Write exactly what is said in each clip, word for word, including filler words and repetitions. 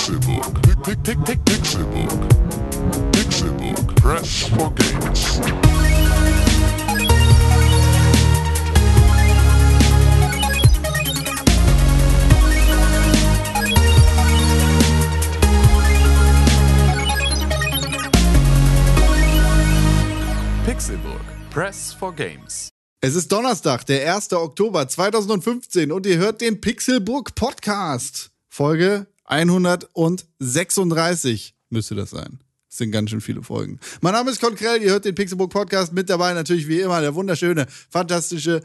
Pixelbook. Pick, pick, pick, Pixelbook. Pixelbook. Press for games. Pixelbook. Press for games. Es ist Donnerstag, der erster Oktober zweitausendfünfzehn und ihr hört den Pixelbook Podcast. Folge hundertsechsunddreißig müsste das sein. Das sind ganz schön viele Folgen. Mein Name ist Konkrell, ihr hört den Pixelbook Podcast. Mit dabei natürlich wie immer der wunderschöne, fantastische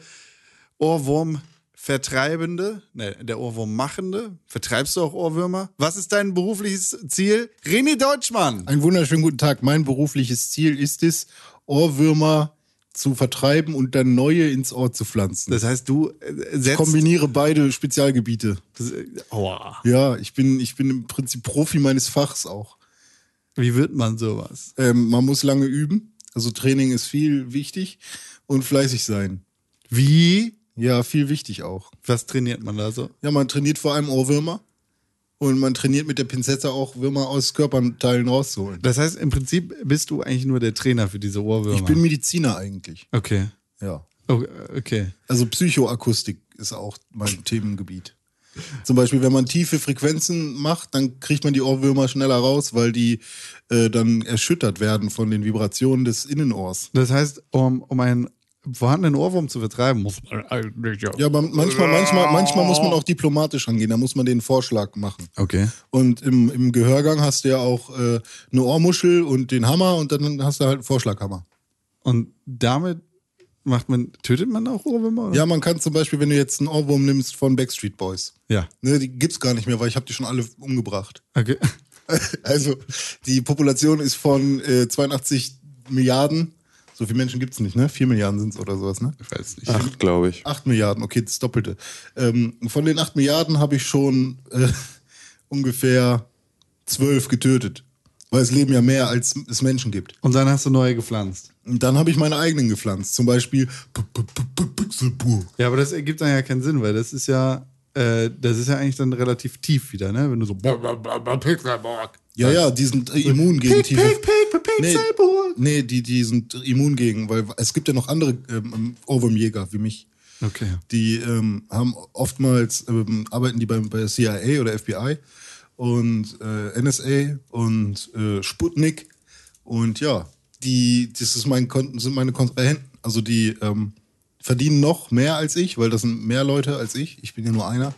Ohrwurm-Vertreibende, ne, der Ohrwurm-Machende. Vertreibst du auch Ohrwürmer? Was ist dein berufliches Ziel? René Deutschmann. Einen wunderschönen guten Tag. Mein berufliches Ziel ist es, Ohrwürmer zu vertreiben und dann neue ins Ohr zu pflanzen. Das heißt, du äh, setzt... Ich kombiniere beide Spezialgebiete. Das, äh, aua. Ja, ich bin, ich bin im Prinzip Profi meines Fachs auch. Wie wird man sowas? Ähm, man muss lange üben. Also Training ist viel wichtig und fleißig sein. Wie? Ja, viel wichtig auch. Was trainiert man da so? Ja, man trainiert vor allem Ohrwürmer. Und man trainiert mit der Pinzette auch, Würmer aus Körperteilen rauszuholen. Das heißt, im Prinzip bist du eigentlich nur der Trainer für diese Ohrwürmer. Ich bin Mediziner eigentlich. Okay. Ja. Oh, okay. Also Psychoakustik ist auch mein Themengebiet. Zum Beispiel, wenn man tiefe Frequenzen macht, dann kriegt man die Ohrwürmer schneller raus, weil die äh, dann erschüttert werden von den Vibrationen des Innenohrs. Das heißt, um, um einen vorhandenen Ohrwurm zu vertreiben, muss man eigentlich ja. Ja, aber manchmal, manchmal, manchmal muss man auch diplomatisch rangehen, da muss man den Vorschlag machen. Okay. Und im, im Gehörgang hast du ja auch äh, eine Ohrmuschel und den Hammer und dann hast du halt einen Vorschlaghammer. Und damit macht man, tötet man auch Ohrwürmer? Oder? Ja, man kann zum Beispiel, wenn du jetzt einen Ohrwurm nimmst von Backstreet Boys. Ja. Ne, die gibt's gar nicht mehr, weil ich habe die schon alle umgebracht. Okay. Also die Population ist von äh, zweiundachtzig Milliarden. So viele Menschen gibt's nicht, ne? Vier Milliarden sind's oder sowas, ne? Ich weiß nicht. Acht, glaube ich. Acht Milliarden, okay, das Doppelte. Ähm, von den acht Milliarden habe ich schon äh, ungefähr zwölf getötet. Weil es leben ja mehr, als es Menschen gibt. Und dann hast du neue gepflanzt. Und dann habe ich meine eigenen gepflanzt. Zum Beispiel Pixelburg. Ja, aber das ergibt dann ja keinen Sinn, weil das ist ja, äh, das ist ja eigentlich dann relativ tief wieder, ne? Wenn du so Pixelburg. Ja, ja, die sind äh, immun gegen Pick, tiefe... pick, pick, pick, Nee, Pixelburg. nee die, die sind immun gegen, weil es gibt ja noch andere ähm, Ohrwurmjäger wie mich. Okay. Die ähm, haben oftmals, ähm, arbeiten die bei, bei C I A oder F B I und äh, N S A und äh, Sputnik. Und ja, die, das ist mein, sind meine Kontrahenten. Also die ähm, verdienen noch mehr als ich, weil das sind mehr Leute als ich. Ich bin ja nur einer.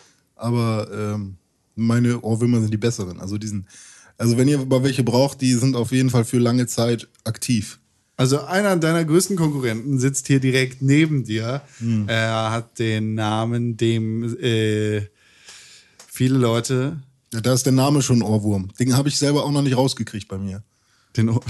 Aber ähm, meine Ohrwürmer sind die besseren. Also die sind, also wenn ihr mal welche braucht, die sind auf jeden Fall für lange Zeit aktiv. Also einer deiner größten Konkurrenten sitzt hier direkt neben dir. Hm. Er hat den Namen, dem äh, viele Leute... Ja, da ist der Name schon Ohrwurm. Den habe ich selber auch noch nicht rausgekriegt bei mir. Den Ohr,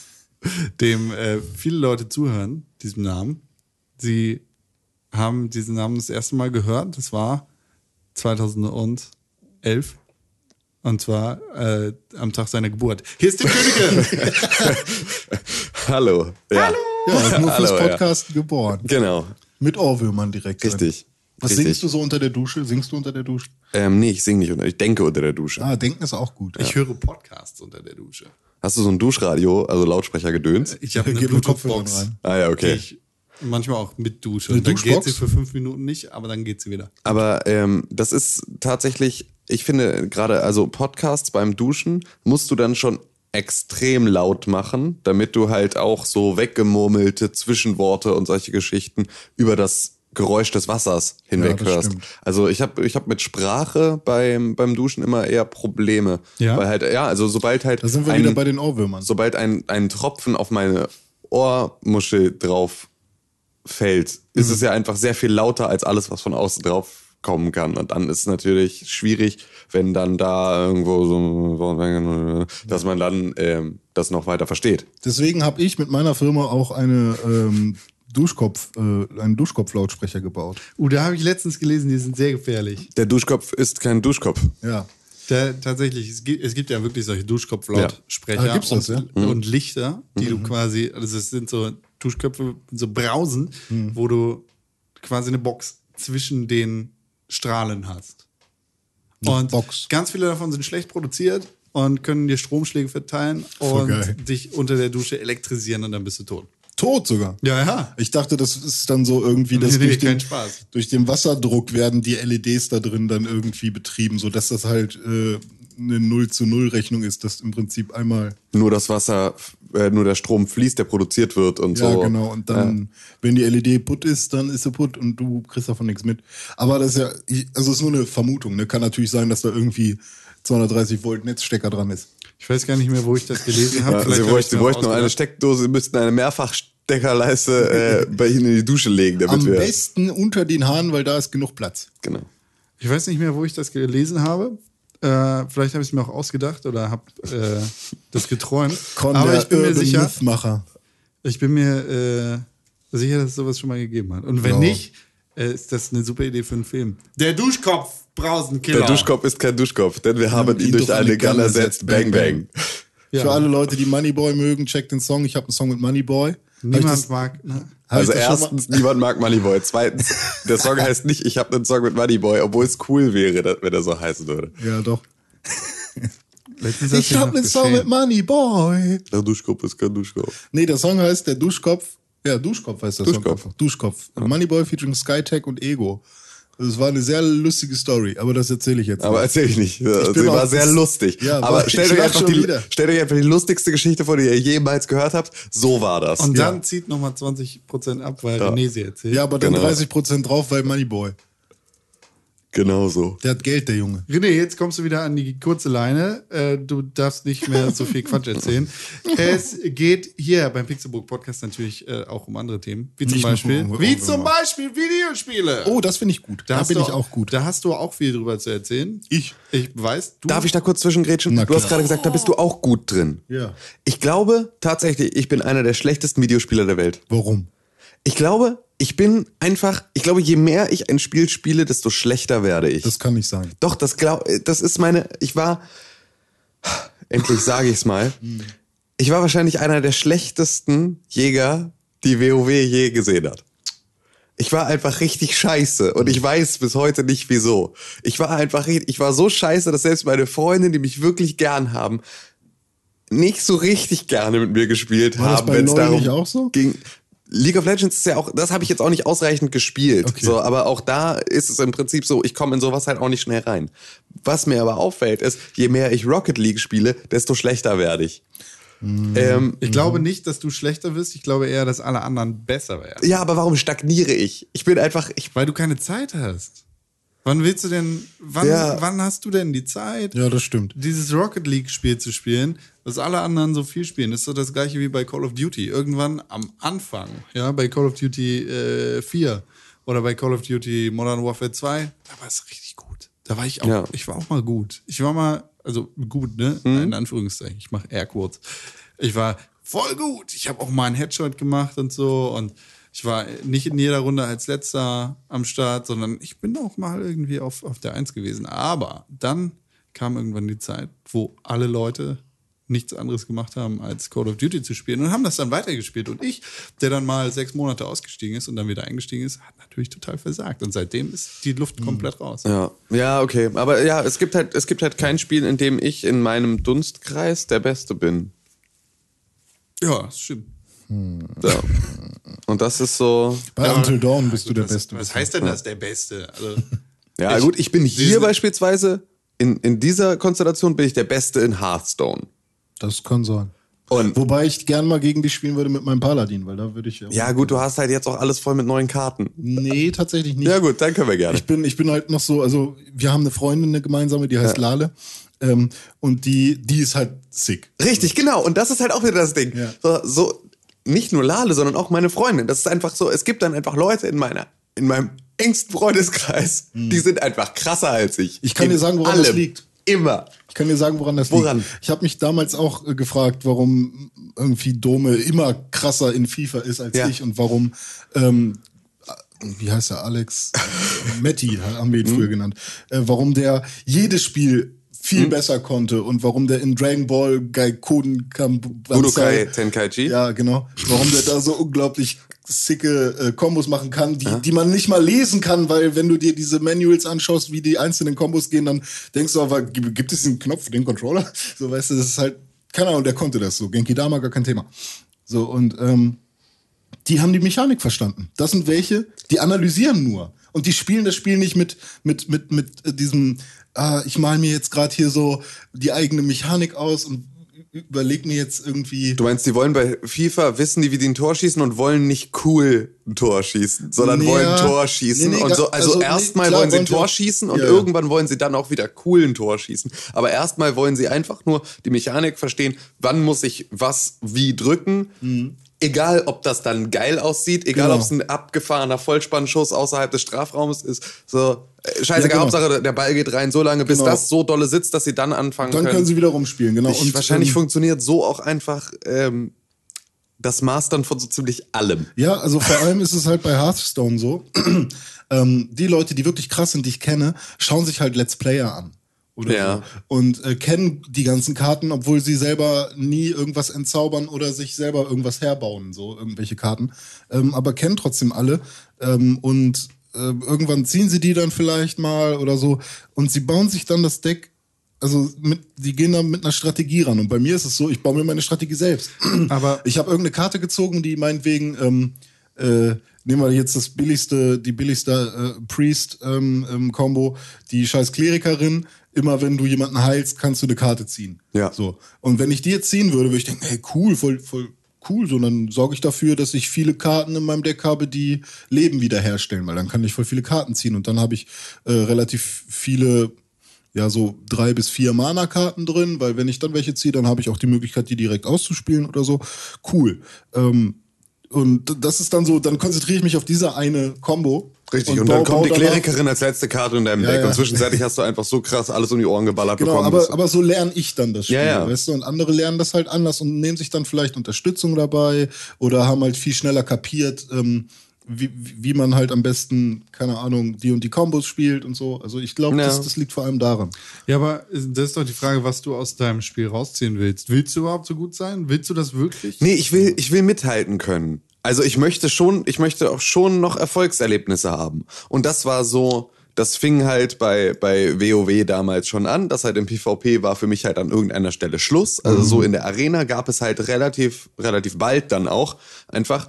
dem äh, viele Leute zuhören, diesem Namen. Sie haben diesen Namen das erste Mal gehört. Das war zweitausendelf. Und zwar äh, am Tag seiner Geburt. Hier ist Tim Königke. Hallo. Ja. Hallo. Ja, ist nur fürs Hallo, Podcast ja. geboren. Genau. Mit Ohrwürmern direkt. Richtig. Drin. Was Richtig. singst du so unter der Dusche? Singst du unter der Dusche? Ähm, nee, ich singe nicht unter, ich denke unter der Dusche. Ah, denken ist auch gut. Ich höre Podcasts unter der Dusche. Hast du so ein Duschradio, also Lautsprechergedöns? Ich habe eine Gib mir Kopfhörer Bluetooth-Box. rein. Ah ja, Die okay. ich manchmal auch mit Dusche. Eine Und dann geht Duschbox? sie für fünf Minuten nicht, aber dann geht sie wieder. Aber ähm, das ist tatsächlich, ich finde gerade, also Podcasts beim Duschen musst du dann schon extrem laut machen, damit du halt auch so weggemurmelte Zwischenworte und solche Geschichten über das Geräusch des Wassers hinweg Ja, das hörst. stimmt. Also ich habe ich hab mit Sprache beim, beim Duschen immer eher Probleme. Ja? Weil halt, ja, also sobald halt Da sind wir ein, wieder bei den Ohrwürmern. sobald ein, ein Tropfen auf meine Ohrmuschel drauf fällt, ist es ja einfach sehr viel lauter als alles, was von außen drauf kommen kann. Und dann ist es natürlich schwierig, wenn dann da irgendwo so, dass man dann ähm, das noch weiter versteht. Deswegen habe ich mit meiner Firma auch eine ähm, Duschkopf, äh, einen Duschkopflautsprecher gebaut. Uh, da habe ich letztens gelesen, die sind sehr gefährlich. Der Duschkopf ist kein Duschkopf. Ja. Da, tatsächlich, es gibt, es gibt ja wirklich solche Duschkopflautsprecher Ja. Ah, gibt's das, und, ja? und Lichter, die du quasi, also es sind so Duschköpfe, so Brausen, wo du quasi eine Box zwischen den Strahlen hast. Und Box. ganz viele davon sind schlecht produziert und können dir Stromschläge verteilen Voll und geil. dich unter der Dusche elektrisieren und dann bist du tot. Tot sogar. Ja, ja. Ich dachte, das ist dann so irgendwie, dass Nee, nee, durch, kein den, Spaß. durch den Wasserdruck werden die L E Ds da drin dann irgendwie betrieben, sodass das halt äh, eine null zu null Rechnung ist, dass im Prinzip einmal. Nur das Wasser, äh, nur der Strom fließt, der produziert wird und Ja, so. genau. Und dann, Ja. wenn die L E D putt ist, dann ist sie putt und du kriegst davon nichts mit. Aber das ist ja, ich, also es ist nur eine Vermutung. Ne? Kann natürlich sein, dass da irgendwie zweihundertdreißig Volt Netzstecker dran ist. Ich weiß gar nicht mehr, wo ich das gelesen habe. Ja, Vielleicht sie hab bräuchten, ich's sie mir auch bräuchten noch eine ausgedacht. Steckdose, sie müssten eine Mehrfachsteckerleiste äh, bei Ihnen in die Dusche legen, damit Am wir. besten unter den Haaren, weil da ist genug Platz. Genau. Ich weiß nicht mehr, wo ich das gelesen habe. Äh, vielleicht habe ich es mir auch ausgedacht oder habe äh, das geträumt. Con Aber der ich bin mir Urban sicher, Mythmacher. ich bin mir äh, sicher, dass es sowas schon mal gegeben hat. Und wenn Ja. nicht, äh, ist das eine super Idee für einen Film. Der Duschkopf, Brausenkiller. Der Duschkopf ist kein Duschkopf, denn wir haben ihn durch eine Gun ersetzt. Bang, bang. Ja. Für alle Leute, die Moneyboy mögen, checkt den Song. Ich habe einen Song mit Moneyboy. Hab ich Niemand das- mag. Ne? hab Also ich das schon mal- erstens, niemand mag Moneyboy. Zweitens, der Song heißt nicht, ich habe einen Song mit Moneyboy, obwohl es cool wäre, dass- wenn er so heißen würde. Ja, doch. Letztens hast Ich du dich habe noch einen Song mit geschämt. Moneyboy. Der Duschkopf ist kein Duschkopf. Nee, der Song heißt Der Duschkopf. Ja, Duschkopf heißt der Duschkopf. Song. einfach. Duschkopf. Moneyboy featuring Skytech und Ego. Das war eine sehr lustige Story, aber das erzähle ich jetzt Aber nicht. erzähl ich nicht. bin Sie auch- war sehr lustig. Ja, aber war- stellt ich euch, lach einfach schon die, wieder. stellt euch einfach die lustigste Geschichte vor, die ihr jemals gehört habt. So war das. Und Ja. dann zieht nochmal zwanzig Prozent ab, weil Ja. René sie erzählt. Ja, aber dann Genau. dreißig Prozent drauf, weil Moneyboy. Genau so. Der hat Geld, der Junge. René, jetzt kommst du wieder an die kurze Leine. Äh, du darfst nicht mehr so viel Quatsch erzählen. Es geht hier beim Pixelbook Podcast natürlich äh, auch um andere Themen. Wie zum Nicht nur Beispiel, um- um- wie um- zum Beispiel Videospiele. Oh, das finde ich gut. Da, hast bin du, ich auch gut. Da hast du auch viel drüber zu erzählen. Ich? Ich weiß, du. Darf ich da kurz zwischengrätschen? Na Du hast klar. gerade gesagt, da bist du auch gut drin. Ja. Ich glaube tatsächlich, ich bin einer der schlechtesten Videospieler der Welt. Warum? Ich glaube, ich bin einfach, ich glaube, je mehr ich ein Spiel spiele, desto schlechter werde ich. Das kann nicht sein. Doch, das glaub, das ist meine, ich war, endlich sage ich es mal, ich war wahrscheinlich einer der schlechtesten Jäger, die WoW je gesehen hat. Ich war einfach richtig scheiße und ich weiß bis heute nicht wieso. Ich war einfach, richtig- ich war so scheiße, dass selbst meine Freunde, die mich wirklich gern haben, nicht so richtig gerne mit mir gespielt War das haben, bei wenn es LoL darum nicht auch so? ging. League of Legends ist ja auch, das habe ich jetzt auch nicht ausreichend gespielt. Okay. So, aber auch da ist es im Prinzip so, ich komme in sowas halt auch nicht schnell rein. Was mir aber auffällt, ist, je mehr ich Rocket League spiele, desto schlechter werde ich. Ähm, ich glaube nicht, dass du schlechter wirst. Ich glaube eher, dass alle anderen besser werden. ja, aber warum stagniere ich? Ich bin einfach, ich, Weil du keine Zeit hast. Wann willst du denn, wann, Ja. wann hast du denn die Zeit, Ja, das stimmt. dieses Rocket League Spiel zu spielen, was alle anderen so viel spielen? Das ist so das gleiche wie bei Call of Duty. Irgendwann am Anfang, ja, bei Call of Duty äh, vier oder bei Call of Duty Modern Warfare zwei, da war es richtig gut. Da war ich auch, Ja. ich war auch mal gut. Ich war mal, also gut, ne? In Anführungszeichen. Ich mache Airquotes. Ich war voll gut. Ich habe auch mal einen Headshot gemacht und so und ich war nicht in jeder Runde als Letzter am Start, sondern ich bin auch mal irgendwie auf, auf der Eins gewesen. Aber dann kam irgendwann die Zeit, wo alle Leute nichts anderes gemacht haben, als Call of Duty zu spielen und haben das dann weitergespielt. Und ich, der dann mal sechs Monate ausgestiegen ist und dann wieder eingestiegen ist, hat natürlich total versagt. Und seitdem ist die Luft komplett raus. ja, ja, okay. Aber ja, es gibt halt, es gibt halt kein Spiel, in dem ich in meinem Dunstkreis der Beste bin. Ja, das stimmt. Ja. Und das ist so, Bei Ja, Until Dawn bist du der was, Beste. Was heißt denn das, der Beste? Also, ja Ich- gut, ich bin hier diese- beispielsweise, in, in dieser Konstellation bin ich der Beste in Hearthstone. Das kann sein. Und Wobei ich gern mal gegen dich spielen würde mit meinem Paladin, weil da würde ich ja gut, du hast halt jetzt auch alles voll mit neuen Karten. Nee, tatsächlich nicht. Ja gut, dann können wir gerne. Ich bin, ich bin halt noch so, also wir haben eine Freundin, eine gemeinsame, die heißt Lale. Ähm, und die, die ist halt sick. Richtig, genau. Und das ist halt auch wieder das Ding. Ja. So, so, nicht nur Lale, sondern auch meine Freundin. Das ist einfach so, es gibt dann einfach Leute in meiner, in meinem engsten Freundeskreis, die sind einfach krasser als ich. Mhm. Ich kann in dir sagen, woran das liegt. Immer. Ich kann dir sagen, woran das Woran? liegt. Ich habe mich damals auch äh, gefragt, warum irgendwie Dome immer krasser in FIFA ist als Ja. ich und warum, ähm, wie heißt er, Alex? Matti haben wir ihn Mhm. früher genannt. Äh, warum der jedes Spiel viel besser konnte und warum der in Dragon Ball Gaikun kam. Budokai Tenkaichi. Ja, genau. Warum der da so unglaublich sicke äh, Kombos machen kann, die, ja. die man nicht mal lesen kann, weil wenn du dir diese Manuals anschaust, wie die einzelnen Kombos gehen, dann denkst du aber, gibt es einen Knopf für den Controller? So, weißt du, das ist halt, keine Ahnung, der konnte das so. Genki Dama, gar kein Thema. So, und ähm, die haben die Mechanik verstanden. Das sind welche, die analysieren nur. Und die spielen das Spiel nicht mit, mit, mit, mit äh, diesem, ah, ich mal mir jetzt gerade hier so die eigene Mechanik aus und überleg mir jetzt irgendwie... Du meinst, die wollen bei FIFA wissen, die wie die ein Tor schießen und wollen nicht cool ein Tor schießen, sondern Nee, wollen ja. ein Tor schießen. Nee, nee, und so, also, also, nee, erstmal klar wollen sie ein wollen sie Tor auch- schießen und Ja, ja. irgendwann wollen sie dann auch wieder cool ein Tor schießen. Aber erstmal wollen sie einfach nur die Mechanik verstehen, wann muss ich was wie drücken. Mhm. Egal, ob das dann geil aussieht, egal, Genau. ob es ein abgefahrener Vollspannschuss außerhalb des Strafraums ist. So, äh, scheißegal, Ja, genau. Hauptsache der Ball geht rein so lange, bis Genau. das so dolle sitzt, dass sie dann anfangen Dann können sie wieder rumspielen, genau. Ich, Und, wahrscheinlich ähm, funktioniert so auch einfach ähm, das Mastern von so ziemlich allem. Ja, also vor allem ist es halt bei Hearthstone so, ähm, die Leute, die wirklich krass sind, die ich kenne, schauen sich halt Let's Player an. Oder Ja. so. Und äh, kennen die ganzen Karten, obwohl sie selber nie irgendwas entzaubern oder sich selber irgendwas herbauen, so irgendwelche Karten. Ähm, aber kennen trotzdem alle. Ähm, und äh, irgendwann ziehen sie die dann vielleicht mal oder so. Und sie bauen sich dann das Deck, also mit, die gehen dann mit einer Strategie ran. Und bei mir ist es so, ich baue mir meine Strategie selbst. Aber Ich habe irgendeine Karte gezogen, die meinetwegen, ähm, äh, nehmen wir jetzt das billigste, die billigste äh, Priest-Kombo, ähm, ähm, die scheiß Klerikerin. Immer wenn du jemanden heilst, kannst du eine Karte ziehen. Ja. So. Und wenn ich die jetzt ziehen würde, würde ich denken, hey, cool, voll, voll cool. So, dann sorge ich dafür, dass ich viele Karten in meinem Deck habe, die Leben wiederherstellen, weil dann kann ich voll viele Karten ziehen. Und dann habe ich äh, relativ viele, ja, so drei bis vier Mana-Karten drin, weil wenn ich dann welche ziehe, dann habe ich auch die Möglichkeit, die direkt auszuspielen oder so. Cool. Ähm, und das ist dann so, dann konzentriere ich mich auf diese eine Combo. Richtig, und, bau- dann bau kommt die danach- Klerikerin als letzte Karte in deinem Ja, Deck. ja. Und zwischenzeitlich hast du einfach so krass alles um die Ohren geballert Genau, bekommen. aber, aber so lerne ich dann das Spiel, Ja, ja. weißt du? Und andere lernen das halt anders und nehmen sich dann vielleicht Unterstützung dabei oder haben halt viel schneller kapiert, ähm, wie, wie man halt am besten, keine Ahnung, die und die Kombos spielt und so. Also ich glaube, Ja. das, das liegt vor allem daran. Ja, aber das ist doch die Frage, was du aus deinem Spiel rausziehen willst. Willst du überhaupt so gut sein? Willst du das wirklich? Nee, ich will, ich will mithalten können. Also ich möchte schon, ich möchte auch schon noch Erfolgserlebnisse haben. Und das war so, das fing halt bei, bei WoW damals schon an. Das halt im PvP war für mich halt an irgendeiner Stelle Schluss. Also so in der Arena gab es halt relativ, relativ bald dann auch einfach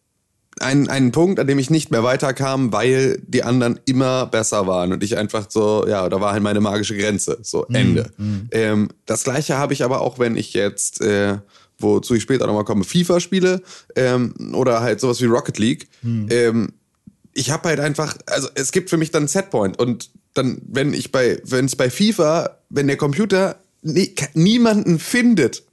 einen, einen Punkt, an dem ich nicht mehr weiterkam, weil die anderen immer besser waren und ich einfach so, ja, da war halt meine magische Grenze, so Ende. Ähm, das Gleiche habe ich aber auch, wenn ich jetzt, äh, wozu ich später nochmal komme, FIFA spiele ähm, oder halt sowas wie Rocket League. Ähm, ich habe halt einfach, also es gibt für mich dann einen Setpoint und dann, wenn ich bei, wenn es bei FIFA, wenn der Computer nie, niemanden findet,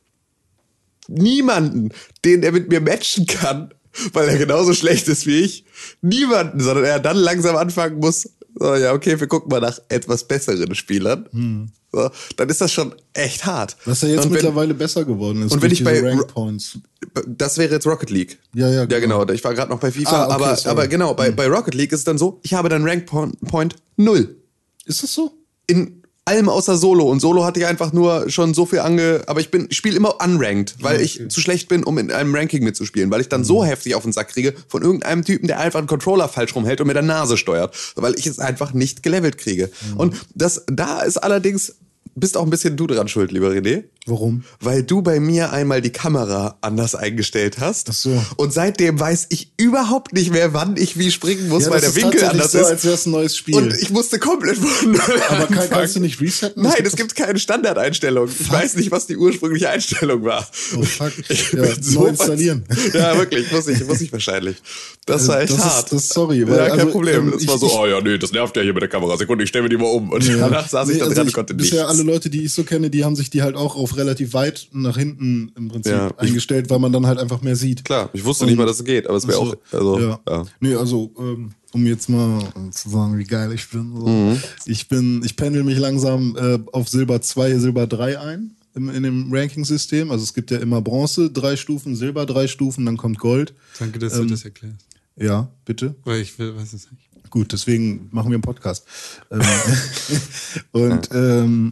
niemanden, den er mit mir matchen kann, weil er genauso schlecht ist wie ich. Niemanden, sondern er dann langsam anfangen muss, so, ja, okay, wir gucken mal nach etwas besseren Spielern. Hm. So, dann ist das schon echt hart. Was ja jetzt Und wenn- mittlerweile besser geworden ist. und wenn durch ich bei diese Rank Ro- Points. Das wäre jetzt Rocket League. Ja, ja, Ja, genau. genau. Ich war gerade noch bei FIFA, Ah, okay, aber, sorry. aber genau, bei, bei Rocket League ist es dann so, ich habe dann Rank Point, Point null. Ist das so? In allem außer Solo. Und Solo hatte ich einfach nur schon so viel ange... Aber ich bin, ich spiele immer unranked, weil okay. ich zu schlecht bin, um in einem Ranking mitzuspielen. Weil ich dann so heftig auf den Sack kriege von irgendeinem Typen, der einfach einen Controller falsch rumhält und mit der Nase steuert. Weil ich es einfach nicht gelevelt kriege. Und das, da ist allerdings... Bist auch ein bisschen du dran schuld, lieber René. Warum? Weil du bei mir einmal die Kamera anders eingestellt hast. Ach so. Und seitdem weiß ich überhaupt nicht mehr, wann ich wie springen muss, weil das der ist Winkel tatsächlich anders so, ist. als wäre es ein neues Spiel. Und ich musste komplett von null aber kann, anfangen. kannst du nicht resetten? Nein, es gibt keine Standardeinstellung. Ich weiß nicht, was die ursprüngliche Einstellung war. Oh, fuck. Ich Ja, bin so neu installieren. fast- Ja, wirklich, muss ich, muss ich wahrscheinlich. Das war echt das hart. Ist, das ist sorry. Weil, ja, kein also, Problem. ähm, das ich- war so, ich- oh ja, nee, das nervt ja hier mit der Kamera. Sekunde, ich stelle mir die mal um. Und danach saß ich Nee, da also dran und ich, konnte nichts. bisher alle Leute, die ich so kenne, die haben sich die halt auch auf relativ weit nach hinten im Prinzip Ja, ich- eingestellt, weil man dann halt einfach mehr sieht. Klar, ich wusste nicht mal, dass es geht, aber es wäre auch, also, ja. ja. Nee, also, ähm, um jetzt mal zu sagen, wie geil ich bin. So. Mhm. Ich bin, ich pendel mich langsam äh, auf Silber zwei, Silber drei ein im, in dem Ranking-System. Also es gibt ja immer Bronze, drei Stufen, Silber, drei Stufen, dann kommt Gold. Danke, dass du das erklärst. Ja, bitte. Weil ich will, weiß es nicht. Gut, deswegen machen wir einen Podcast. Ähm, und ähm,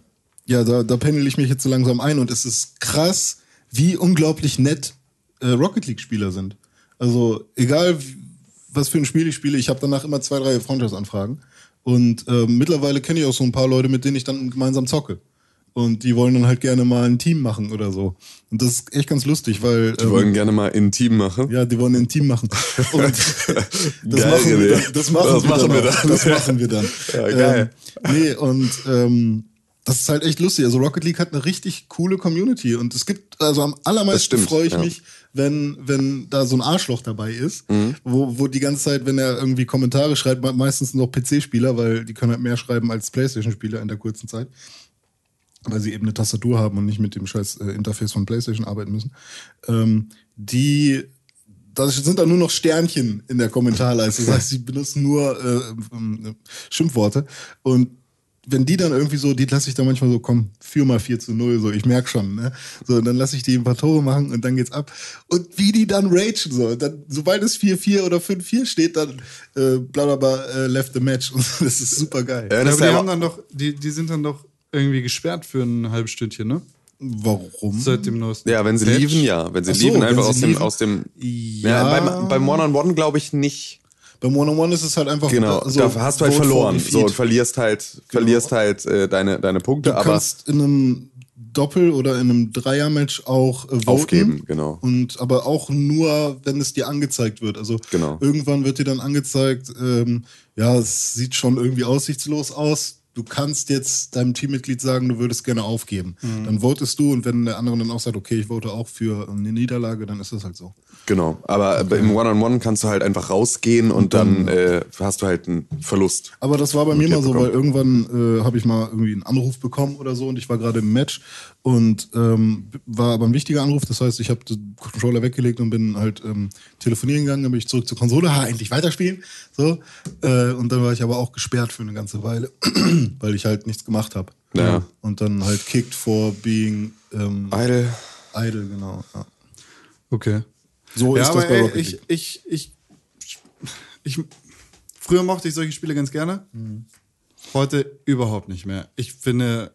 Ja, da, da pendel ich mich jetzt so langsam ein und es ist krass, wie unglaublich nett äh, Rocket League-Spieler sind. Also egal, wie, was für ein Spiel ich spiele, ich habe danach immer zwei, drei Freundschaftsanfragen und äh, mittlerweile kenne ich auch so ein paar Leute, mit denen ich dann gemeinsam zocke. Und die wollen dann halt gerne mal ein Team machen oder so. Und das ist echt ganz lustig, weil... Die ähm, wollen gerne mal ein Team machen? Ja, die wollen ein Team machen. Und das, geil, machen wir dann, das machen das wir machen dann. Wir dann. Das machen wir dann. Ja, geil. Ähm, nee, und ähm, das ist halt echt lustig. Also Rocket League hat eine richtig coole Community. Und es gibt, also am allermeisten freue ich ja. mich, wenn, wenn da so ein Arschloch dabei ist, mhm. wo, wo die ganze Zeit, wenn er irgendwie Kommentare schreibt, meistens noch P C-Spieler, weil die können halt mehr schreiben als PlayStation-Spieler in der kurzen Zeit. Weil sie eben eine Tastatur haben und nicht mit dem scheiß äh, Interface von PlayStation arbeiten müssen. Ähm, die, da sind dann nur noch Sternchen in der Kommentarleiste. Das heißt, sie benutzen nur äh, äh, Schimpfworte. Und wenn die dann irgendwie so, die lasse ich dann manchmal so, komm, vier mal vier zu null, so, ich merk schon, ne? So, und dann lasse ich die ein paar Tore machen und dann geht's ab. Und wie die dann ragen, so. Dann, sobald es vier vier oder fünf vier steht, dann äh, bla bla bla, äh, left the match. Und das ist super geil. Ja, das aber die haben dann doch, die, die sind dann doch irgendwie gesperrt für ein halbes Stündchen, ne? Warum? Seit dem neuesten Ja, wenn sie Patch. lieven, ja. Wenn sie so, lieven, einfach wenn aus sie dem, lieven. aus dem, Ja. ja, beim, beim One-on-One glaube ich nicht. Beim One-on-One ist es halt einfach Genau, so, da hast du halt Vote verloren. for Defeat. So, und verlierst halt, verlierst halt äh, deine, deine Punkte, Du aber kannst in einem Doppel- oder in einem Dreier-Match auch äh, voten. aufgeben, genau. Und aber auch nur, wenn es dir angezeigt wird. Also Genau. irgendwann wird dir dann angezeigt, ähm, ja, es sieht schon irgendwie aussichtslos aus. Du kannst jetzt deinem Teammitglied sagen, du würdest gerne aufgeben. Mhm. Dann votest du und wenn der andere dann auch sagt, okay, ich vote auch für eine Niederlage, dann ist das halt so. Genau, aber okay. im One-on-One kannst du halt einfach rausgehen und, und dann, dann äh, hast du halt einen Verlust. Aber das war bei mir mal so, bekommen. weil irgendwann äh, habe ich mal irgendwie einen Anruf bekommen oder so und ich war gerade im Match und ähm, war aber ein wichtiger Anruf, das heißt, ich habe den Controller weggelegt und bin halt ähm, telefonieren gegangen, dann bin ich zurück zur Konsole, ha, endlich weiterspielen, so, äh, und dann war ich aber auch gesperrt für eine ganze Weile, weil ich halt nichts gemacht habe. Ja. Und dann halt kicked for being ähm, idle. Idle, genau. Ja. Okay. So ja, ist aber das bei ey, Rocket ich, League. ich, ich, ich, früher mochte ich solche Spiele ganz gerne. Mhm. Heute überhaupt nicht mehr. Ich finde,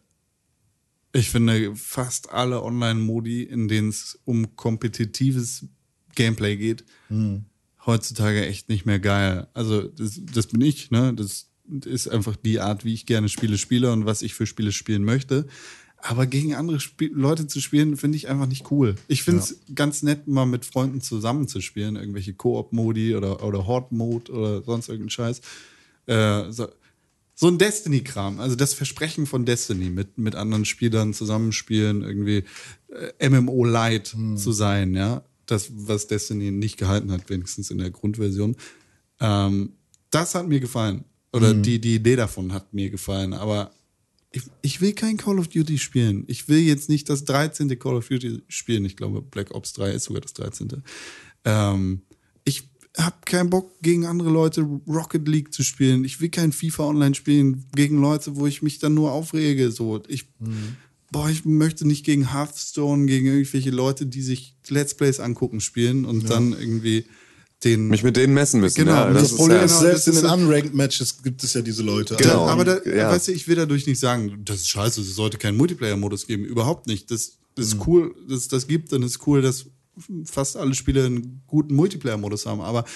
ich finde fast alle Online-Modi, in denen es um kompetitives Gameplay geht, mhm. heutzutage echt nicht mehr geil. Also das, das bin ich, ne? Das ist einfach die Art, wie ich gerne Spiele spiele und was ich für Spiele spielen möchte. Aber gegen andere Sp- Leute zu spielen, finde ich einfach nicht cool. Ich finde es ja. ganz nett, mal mit Freunden zusammen zu spielen. Irgendwelche Koop-Modi oder, oder Horde-Mode oder sonst irgendein Scheiß. Äh, so, so ein Destiny-Kram. Also das Versprechen von Destiny, mit, mit anderen Spielern zusammenspielen, irgendwie äh, M M O-Light hm. zu sein, ja. Das, was Destiny nicht gehalten hat, wenigstens in der Grundversion. Ähm, das hat mir gefallen. Oder hm. die, die Idee davon hat mir gefallen. Aber Ich, ich will kein Call of Duty spielen. Ich will jetzt nicht das dreizehnte Call of Duty spielen. Ich glaube, Black Ops drei ist sogar das dreizehnte. Ähm, ich habe keinen Bock, gegen andere Leute Rocket League zu spielen. Ich will kein FIFA Online spielen gegen Leute, wo ich mich dann nur aufrege. So, ich, mhm. boah, ich möchte nicht gegen Hearthstone, gegen irgendwelche Leute, die sich Let's Plays angucken, spielen und ja. dann irgendwie den mich mit denen messen müssen. Genau, ja, das, das, das Problem ist, ist, ja, selbst das in den ist, Unranked Matches gibt es ja diese Leute. Genau. Aber da, ja. weißt du, ich will dadurch nicht sagen, das ist scheiße, es sollte keinen Multiplayer-Modus geben. Überhaupt nicht. Das, das ist Mhm. cool, dass es das gibt und es ist cool, dass fast alle Spiele einen guten Multiplayer-Modus haben. Aber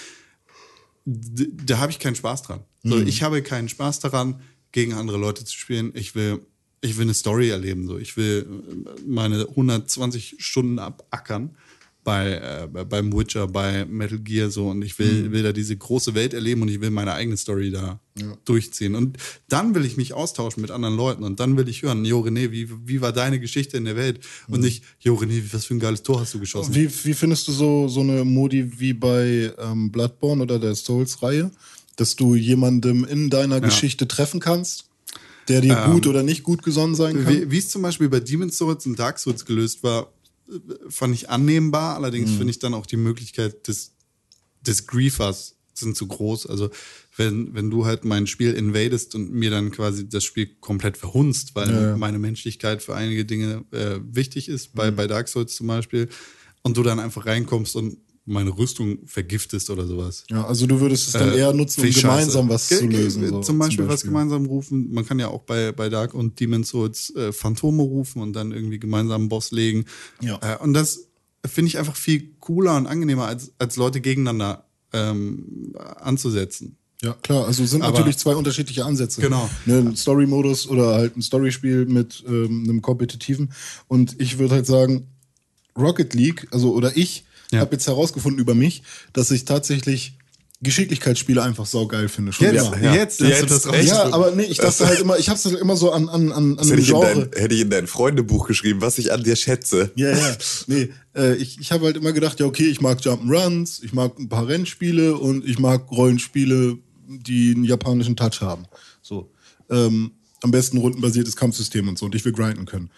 d- da habe ich keinen Spaß dran. So, Mhm. ich habe keinen Spaß daran, gegen andere Leute zu spielen. Ich will, ich will eine Story erleben. So. Ich will meine hundertzwanzig Stunden abackern. Bei, äh, beim Witcher, bei Metal Gear so und ich will, mhm. will da diese große Welt erleben und ich will meine eigene Story da ja. durchziehen. Und dann will ich mich austauschen mit anderen Leuten und dann will ich hören, Jo René, wie, wie war deine Geschichte in der Welt? Mhm. Und nicht, Jo René, was für ein geiles Tor hast du geschossen? Wie, wie findest du so, so eine Modi wie bei ähm, Bloodborne oder der Souls-Reihe, dass du jemandem in deiner ja. Geschichte treffen kannst, der dir ähm, gut oder nicht gut gesonnen sein kann? Wie, wie es zum Beispiel bei Demon's Souls und Dark Souls gelöst war, fand ich annehmbar, allerdings mhm. finde ich dann auch die Möglichkeit des, des Griefers sind zu groß. Also wenn, wenn du halt mein Spiel invadest und mir dann quasi das Spiel komplett verhunzt, weil ja. meine Menschlichkeit für einige Dinge äh, wichtig ist, bei, mhm. bei Dark Souls zum Beispiel, und du dann einfach reinkommst und meine Rüstung vergiftest oder sowas. Ja, also du würdest es dann Äh, eher nutzen, um finde ich gemeinsam scheiße. was Ge- zu ge- lösen. So, zum Beispiel was gemeinsam rufen. Man kann ja auch bei, bei Dark und Demon's Souls äh, Phantome rufen und dann irgendwie gemeinsam einen Boss legen. Ja. Äh, und das finde ich einfach viel cooler und angenehmer, als, als Leute gegeneinander ähm, anzusetzen. Ja, klar, also sind Aber- natürlich zwei unterschiedliche Ansätze. Genau. Ne, ein Story-Modus oder halt ein Storyspiel mit ähm, einem kompetitiven. Und ich würde halt sagen, Rocket League, also oder ich, Ja. habe jetzt herausgefunden über mich, dass ich tatsächlich Geschicklichkeitsspiele einfach saugeil finde. Schon Jetzt, immer. ja. jetzt, hast du Jetzt, das echt? Ja, rausgefunden. aber nee, ich dachte halt immer, ich hab's halt immer so an, an, an, an Das einem hätte ich, in Genre. dein, hätte ich in dein Freundebuch geschrieben, was ich an dir schätze. Ja, ja. Nee, äh, ich, ich habe halt immer gedacht, ja, okay, ich mag Jump'n'Runs, ich mag ein paar Rennspiele und ich mag Rollenspiele, die einen japanischen Touch haben. So. Ähm, am besten rundenbasiertes Kampfsystem und so und ich will grinden können.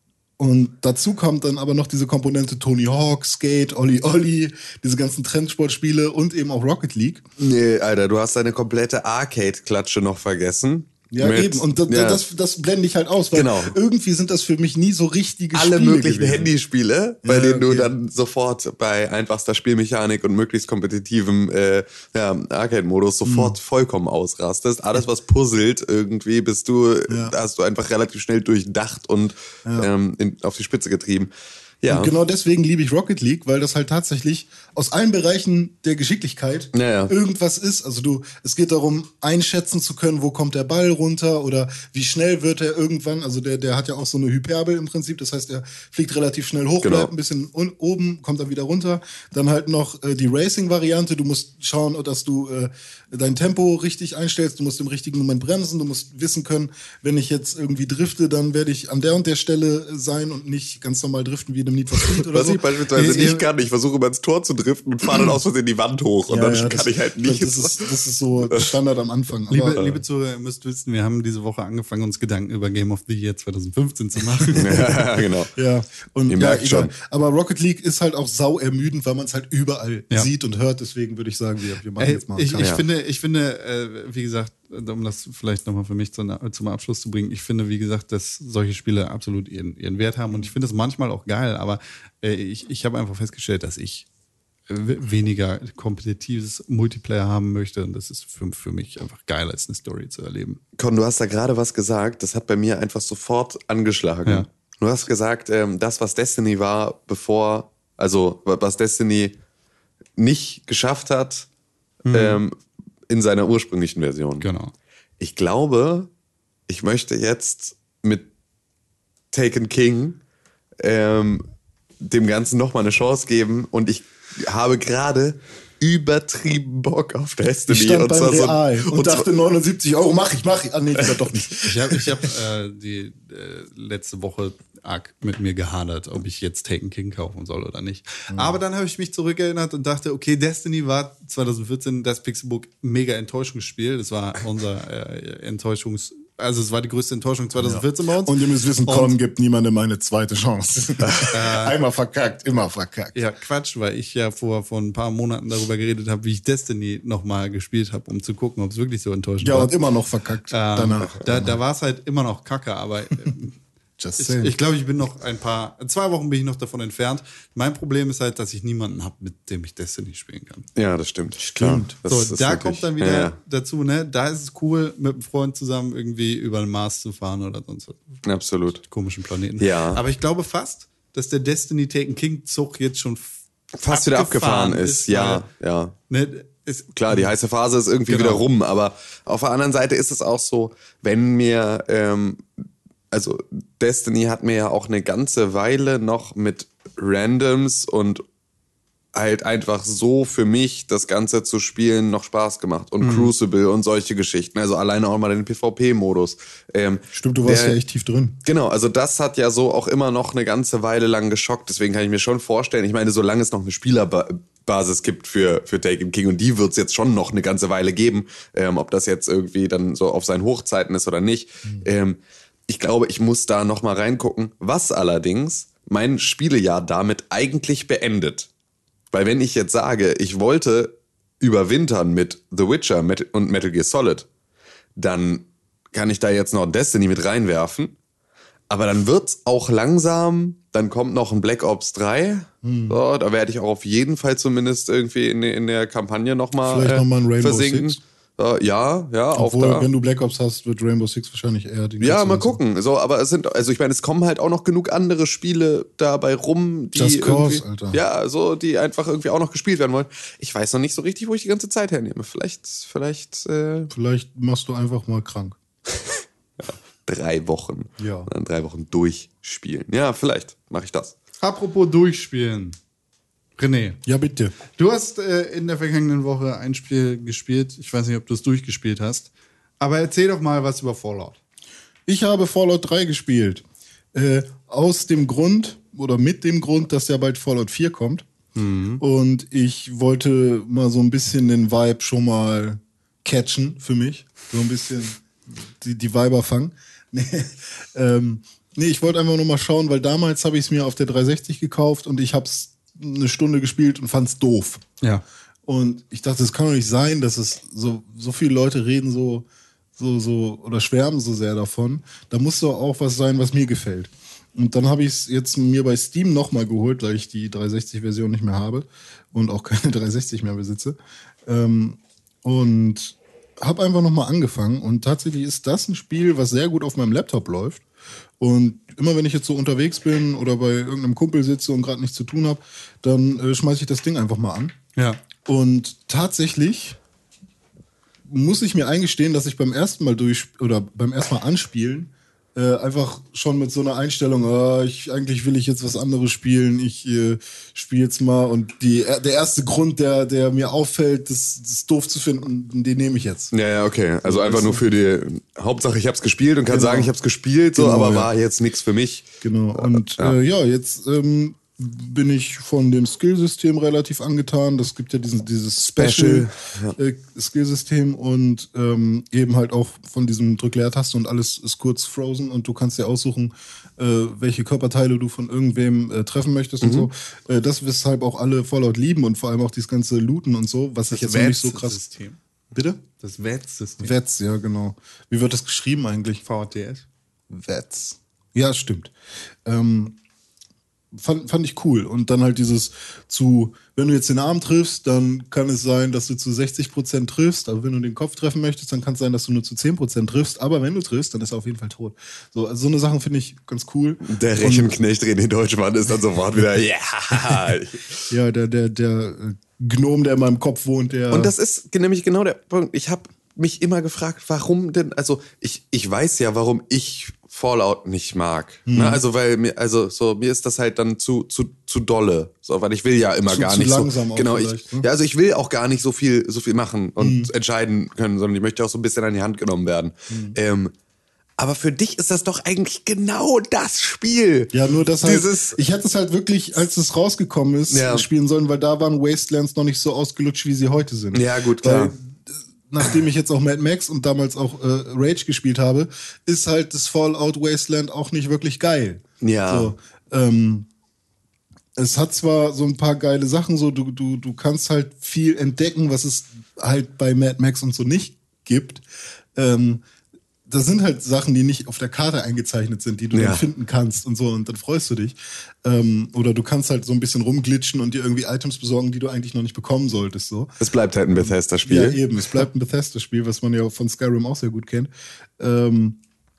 Und dazu kommt dann aber noch diese Komponente Tony Hawk, Skate, Olli Olli, diese ganzen Trendsportspiele und eben auch Rocket League. Nee, Alter, du hast deine komplette Arcade-Klatsche noch vergessen. Ja, Mit- eben. Und das, ja, das, das blende ich halt aus, weil Genau. irgendwie sind das für mich nie so richtige alle Spiele möglichen gewesen. Handyspiele, bei Ja, denen du okay. dann sofort bei einfachster Spielmechanik und möglichst kompetitivem äh, ja, Arcade-Modus sofort vollkommen ausrastest. Alles, was puzzelt irgendwie, bist du, Ja. hast du einfach relativ schnell durchdacht und ähm, in, auf die Spitze getrieben. Ja. Und genau deswegen liebe ich Rocket League, weil das halt tatsächlich aus allen Bereichen der Geschicklichkeit Ja, ja. irgendwas ist. Also du, es geht darum, einschätzen zu können, wo kommt der Ball runter oder wie schnell wird er irgendwann. Also der, der hat ja auch so eine Hyperbel im Prinzip. Das heißt, er fliegt relativ schnell hoch, Genau. bleibt ein bisschen un- oben, kommt dann wieder runter. Dann halt noch äh, die Racing-Variante. Du musst schauen, dass du äh, dein Tempo richtig einstellst. Du musst im richtigen Moment bremsen. Du musst wissen können, wenn ich jetzt irgendwie drifte, dann werde ich an der und der Stelle sein und nicht ganz normal driften wie in einem Need for Speed oder Was so. ich beispielsweise Ihr- ihr- nicht kann, ich versuche immer ins Tor zu driften und fahre dann aus Versehen die Wand hoch und Ja, dann ja, kann das- ich halt nicht. Das ist, das ist so Standard am Anfang. Aber, Liebe, liebe Zuhörer, ihr müsst wissen, wir haben diese Woche angefangen, uns Gedanken über Game of the Year zwanzig fünfzehn zu machen. ja, genau. ja, und Ihr ja, merkt egal. schon. Aber Rocket League ist halt auch sau ermüdend, weil man es halt überall Ja. sieht und hört. Deswegen würde ich sagen, wir, wir machen Ey, jetzt mal. ich, einen ich Cut. finde, ich finde, äh, wie gesagt, um das vielleicht nochmal für mich zu, zum Abschluss zu bringen, ich finde, wie gesagt, dass solche Spiele absolut ihren, ihren Wert haben und ich finde das manchmal auch geil, aber äh, ich, ich habe einfach festgestellt, dass ich äh, weniger kompetitives Multiplayer haben möchte und das ist für, für mich einfach geil, als eine Story zu erleben. Con, du hast da gerade was gesagt, das hat bei mir einfach sofort angeschlagen. Ja. Du hast gesagt, ähm, das, was Destiny war, bevor, also was Destiny nicht geschafft hat, ähm, in seiner ursprünglichen Version. Genau. Ich glaube, ich möchte jetzt mit Taken King ähm, dem Ganzen nochmal eine Chance geben und ich habe gerade übertrieben Bock auf Destiny. Ich stand und beim zwar so- Real und, und zwar- dachte neunundsiebzig Euro, mach ich, mach ich. Ah, nee, lieber doch nicht. Ich habe ich hab, äh, die äh, letzte Woche arg mit mir gehadert, ob ich jetzt Taken King kaufen soll oder nicht. Aber dann habe ich mich zurückerinnert und dachte, okay, Destiny war zwanzig vierzehn das Pixelbook mega Enttäuschungsspiel. Das war unser äh, Enttäuschungs... Also es war die größte Enttäuschung zwanzig vierzehn bei uns. Und ihr müsst wissen, Und- Con gibt niemandem eine zweite Chance. Einmal verkackt, immer verkackt. Ja, Quatsch, weil ich ja vor, vor ein paar Monaten darüber geredet habe, wie ich Destiny nochmal gespielt habe, um zu gucken, ob es wirklich so enttäuschend Ja, war. und immer noch verkackt. Ähm, danach. Da, da war es halt immer noch kacke, aber äh, Just ich, saying. ich glaube, ich bin noch ein paar, zwei Wochen bin ich noch davon entfernt. Mein Problem ist halt, dass ich niemanden habe, mit dem ich Destiny spielen kann. Ja, das stimmt. Stimmt. Das, So, das ist da wirklich- kommt dann wieder Ja, ja. dazu, ne? Da ist es cool, mit einem Freund zusammen irgendwie über den Mars zu fahren oder sonst was. Absolut. Komischen Planeten. Ja. Aber ich glaube fast, dass der Destiny Taken King Zug jetzt schon f- Fast wieder abgefahren ist, ja, weil, ja. Ne, ist, Klar, die heiße Phase ist irgendwie Genau. wieder rum, aber auf der anderen Seite ist es auch so, wenn mir, ähm, also Destiny hat mir ja auch eine ganze Weile noch mit Randoms und halt einfach so für mich das Ganze zu spielen noch Spaß gemacht und Mhm. Crucible und solche Geschichten, also alleine auch mal den PvP-Modus. Ähm, Stimmt, du warst der- ja echt tief drin. Genau, also das hat ja so auch immer noch eine ganze Weile lang geschockt. Deswegen kann ich mir schon vorstellen, ich meine, solange es noch eine Spielerbasis gibt für, für Taken King und die wird es jetzt schon noch eine ganze Weile geben, ähm, ob das jetzt irgendwie dann so auf seinen Hochzeiten ist oder nicht. Ähm, ich glaube, ich muss da noch mal reingucken, was allerdings mein Spielejahr damit eigentlich beendet. Weil wenn ich jetzt sage, ich wollte überwintern mit The Witcher Met- und Metal Gear Solid, dann kann ich da jetzt noch Destiny mit reinwerfen. Aber dann wird's auch langsam, dann kommt noch ein Black Ops drei. Hm. So, da werde ich auch auf jeden Fall zumindest irgendwie in, in der Kampagne nochmal Vielleicht äh, noch mal ein Rainbow versinken. Six. Äh, ja, ja, auch Obwohl, da. wenn du Black Ops hast, wird Rainbow Six wahrscheinlich eher die Ja, kürzeren mal sein. gucken. So, aber es sind, also ich meine, es kommen halt auch noch genug andere Spiele dabei rum, die Just Cause, irgendwie, Alter. ja, so, die einfach irgendwie auch noch gespielt werden wollen. Ich weiß noch nicht so richtig, wo ich die ganze Zeit hernehme. Vielleicht, vielleicht äh, Vielleicht machst du einfach mal krank. drei Wochen. Ja. Und dann drei Wochen durchspielen. Ja, vielleicht mache ich das. Apropos durchspielen. René, Ja, bitte. du hast äh, in der vergangenen Woche ein Spiel gespielt. Ich weiß nicht, ob du es durchgespielt hast. Aber erzähl doch mal was über Fallout. Ich habe Fallout drei gespielt. Äh, aus dem Grund oder mit dem Grund, dass ja bald Fallout vier kommt. Und ich wollte mal so ein bisschen den Vibe schon mal catchen für mich. So ein bisschen die, die Viber fangen. Nee, ähm, nee, ich wollte einfach nur mal schauen, weil damals habe ich es mir auf der dreihundertsechzig gekauft und ich habe es eine Stunde gespielt und fand es doof. Ja. Und ich dachte, es kann doch nicht sein, dass es so, so viele Leute reden so, so, so oder schwärmen so sehr davon. Da muss doch auch was sein, was mir gefällt. Und dann habe ich es jetzt mir bei Steam nochmal geholt, weil ich die dreihundertsechzig-Version nicht mehr habe und auch keine dreihundertsechzig mehr besitze. Ähm, und habe einfach nochmal angefangen. Und tatsächlich ist das ein Spiel, was sehr gut auf meinem Laptop läuft. Und immer wenn ich jetzt so unterwegs bin oder bei irgendeinem Kumpel sitze und gerade nichts zu tun habe, dann äh, schmeiße ich das Ding einfach mal an. Ja. Und tatsächlich muss ich mir eingestehen, dass ich beim ersten Mal durch oder beim ersten Mal anspielen äh, einfach schon mit so einer Einstellung, ah, ich, eigentlich will ich jetzt was anderes spielen, ich äh, spiele jetzt mal und die, der erste Grund, der, der mir auffällt, das, das doof zu finden, den nehme ich jetzt. Ja, ja, okay. Also einfach nur für die Hauptsache, ich habe es gespielt und kann Genau. sagen, ich habe es gespielt, so, Genau, aber ja. war jetzt nichts für mich. Genau. Und Ja. ja, äh, ja jetzt ähm, bin ich von dem Skillsystem relativ angetan. Das gibt ja diesen, dieses Special, Special, äh, Skillsystem und ähm, eben halt auch von diesem Drück-Leertaste und alles ist kurz frozen und du kannst dir aussuchen, äh, welche Körperteile du von irgendwem äh, treffen möchtest und so. Äh, das, weshalb auch alle Fallout lieben und vor allem auch dieses ganze Looten und so, was ich jetzt noch nicht so krass... System. Bitte? Das W E T-System. W E T S, ja genau. Wie wird das geschrieben eigentlich? V D S. W E T S. Ja, stimmt. Ähm, fand, fand ich cool. Und dann halt dieses zu, wenn du jetzt den Arm triffst, dann kann es sein, dass du zu sechzig Prozent triffst. Aber wenn du den Kopf treffen möchtest, dann kann es sein, dass du nur zu zehn Prozent triffst. Aber wenn du triffst, dann ist er auf jeden Fall tot. So, also so eine Sache finde ich ganz cool. Der Rechenknecht René Deutschmann ist dann sofort wieder, ja. Ja, der, der, der äh, Gnom, der in meinem Kopf wohnt, der... Und das ist nämlich genau der Punkt. Ich habe mich immer gefragt, warum denn, also ich, ich weiß ja, warum ich Fallout nicht mag. Mhm. Ne? Also weil mir, also so mir ist das halt dann zu zu zu dolle, so, weil ich will ja immer Zu- gar zu nicht langsam so auch genau. Ich, vielleicht, ne? ja, also ich will auch gar nicht so viel so viel machen und Mhm. entscheiden können, sondern ich möchte auch so ein bisschen an die Hand genommen werden. Mhm. Ähm, aber für dich ist das doch eigentlich genau das Spiel. Ja, nur das halt, Dieses- ich hätte es halt wirklich, als es rausgekommen ist, Ja. spielen sollen, weil da waren Wastelands noch nicht so ausgelutscht, wie sie heute sind. Ja, gut, klar. Weil, äh, nachdem ich jetzt auch Mad Max und damals auch äh, Rage gespielt habe, ist halt das Fallout Wasteland auch nicht wirklich geil. Ja. So, ähm, es hat zwar so ein paar geile Sachen, so du, du, du kannst halt viel entdecken, was es halt bei Mad Max und so nicht gibt. Ähm, das sind halt Sachen, die nicht auf der Karte eingezeichnet sind, die du Ja. dann finden kannst und so und dann freust du dich. Ähm, oder du kannst halt so ein bisschen rumglitschen und dir irgendwie Items besorgen, die du eigentlich noch nicht bekommen solltest. So. Es bleibt halt ein Bethesda-Spiel. Ja, eben. Es bleibt ein Bethesda-Spiel, was man ja von Skyrim auch sehr gut kennt. Ähm,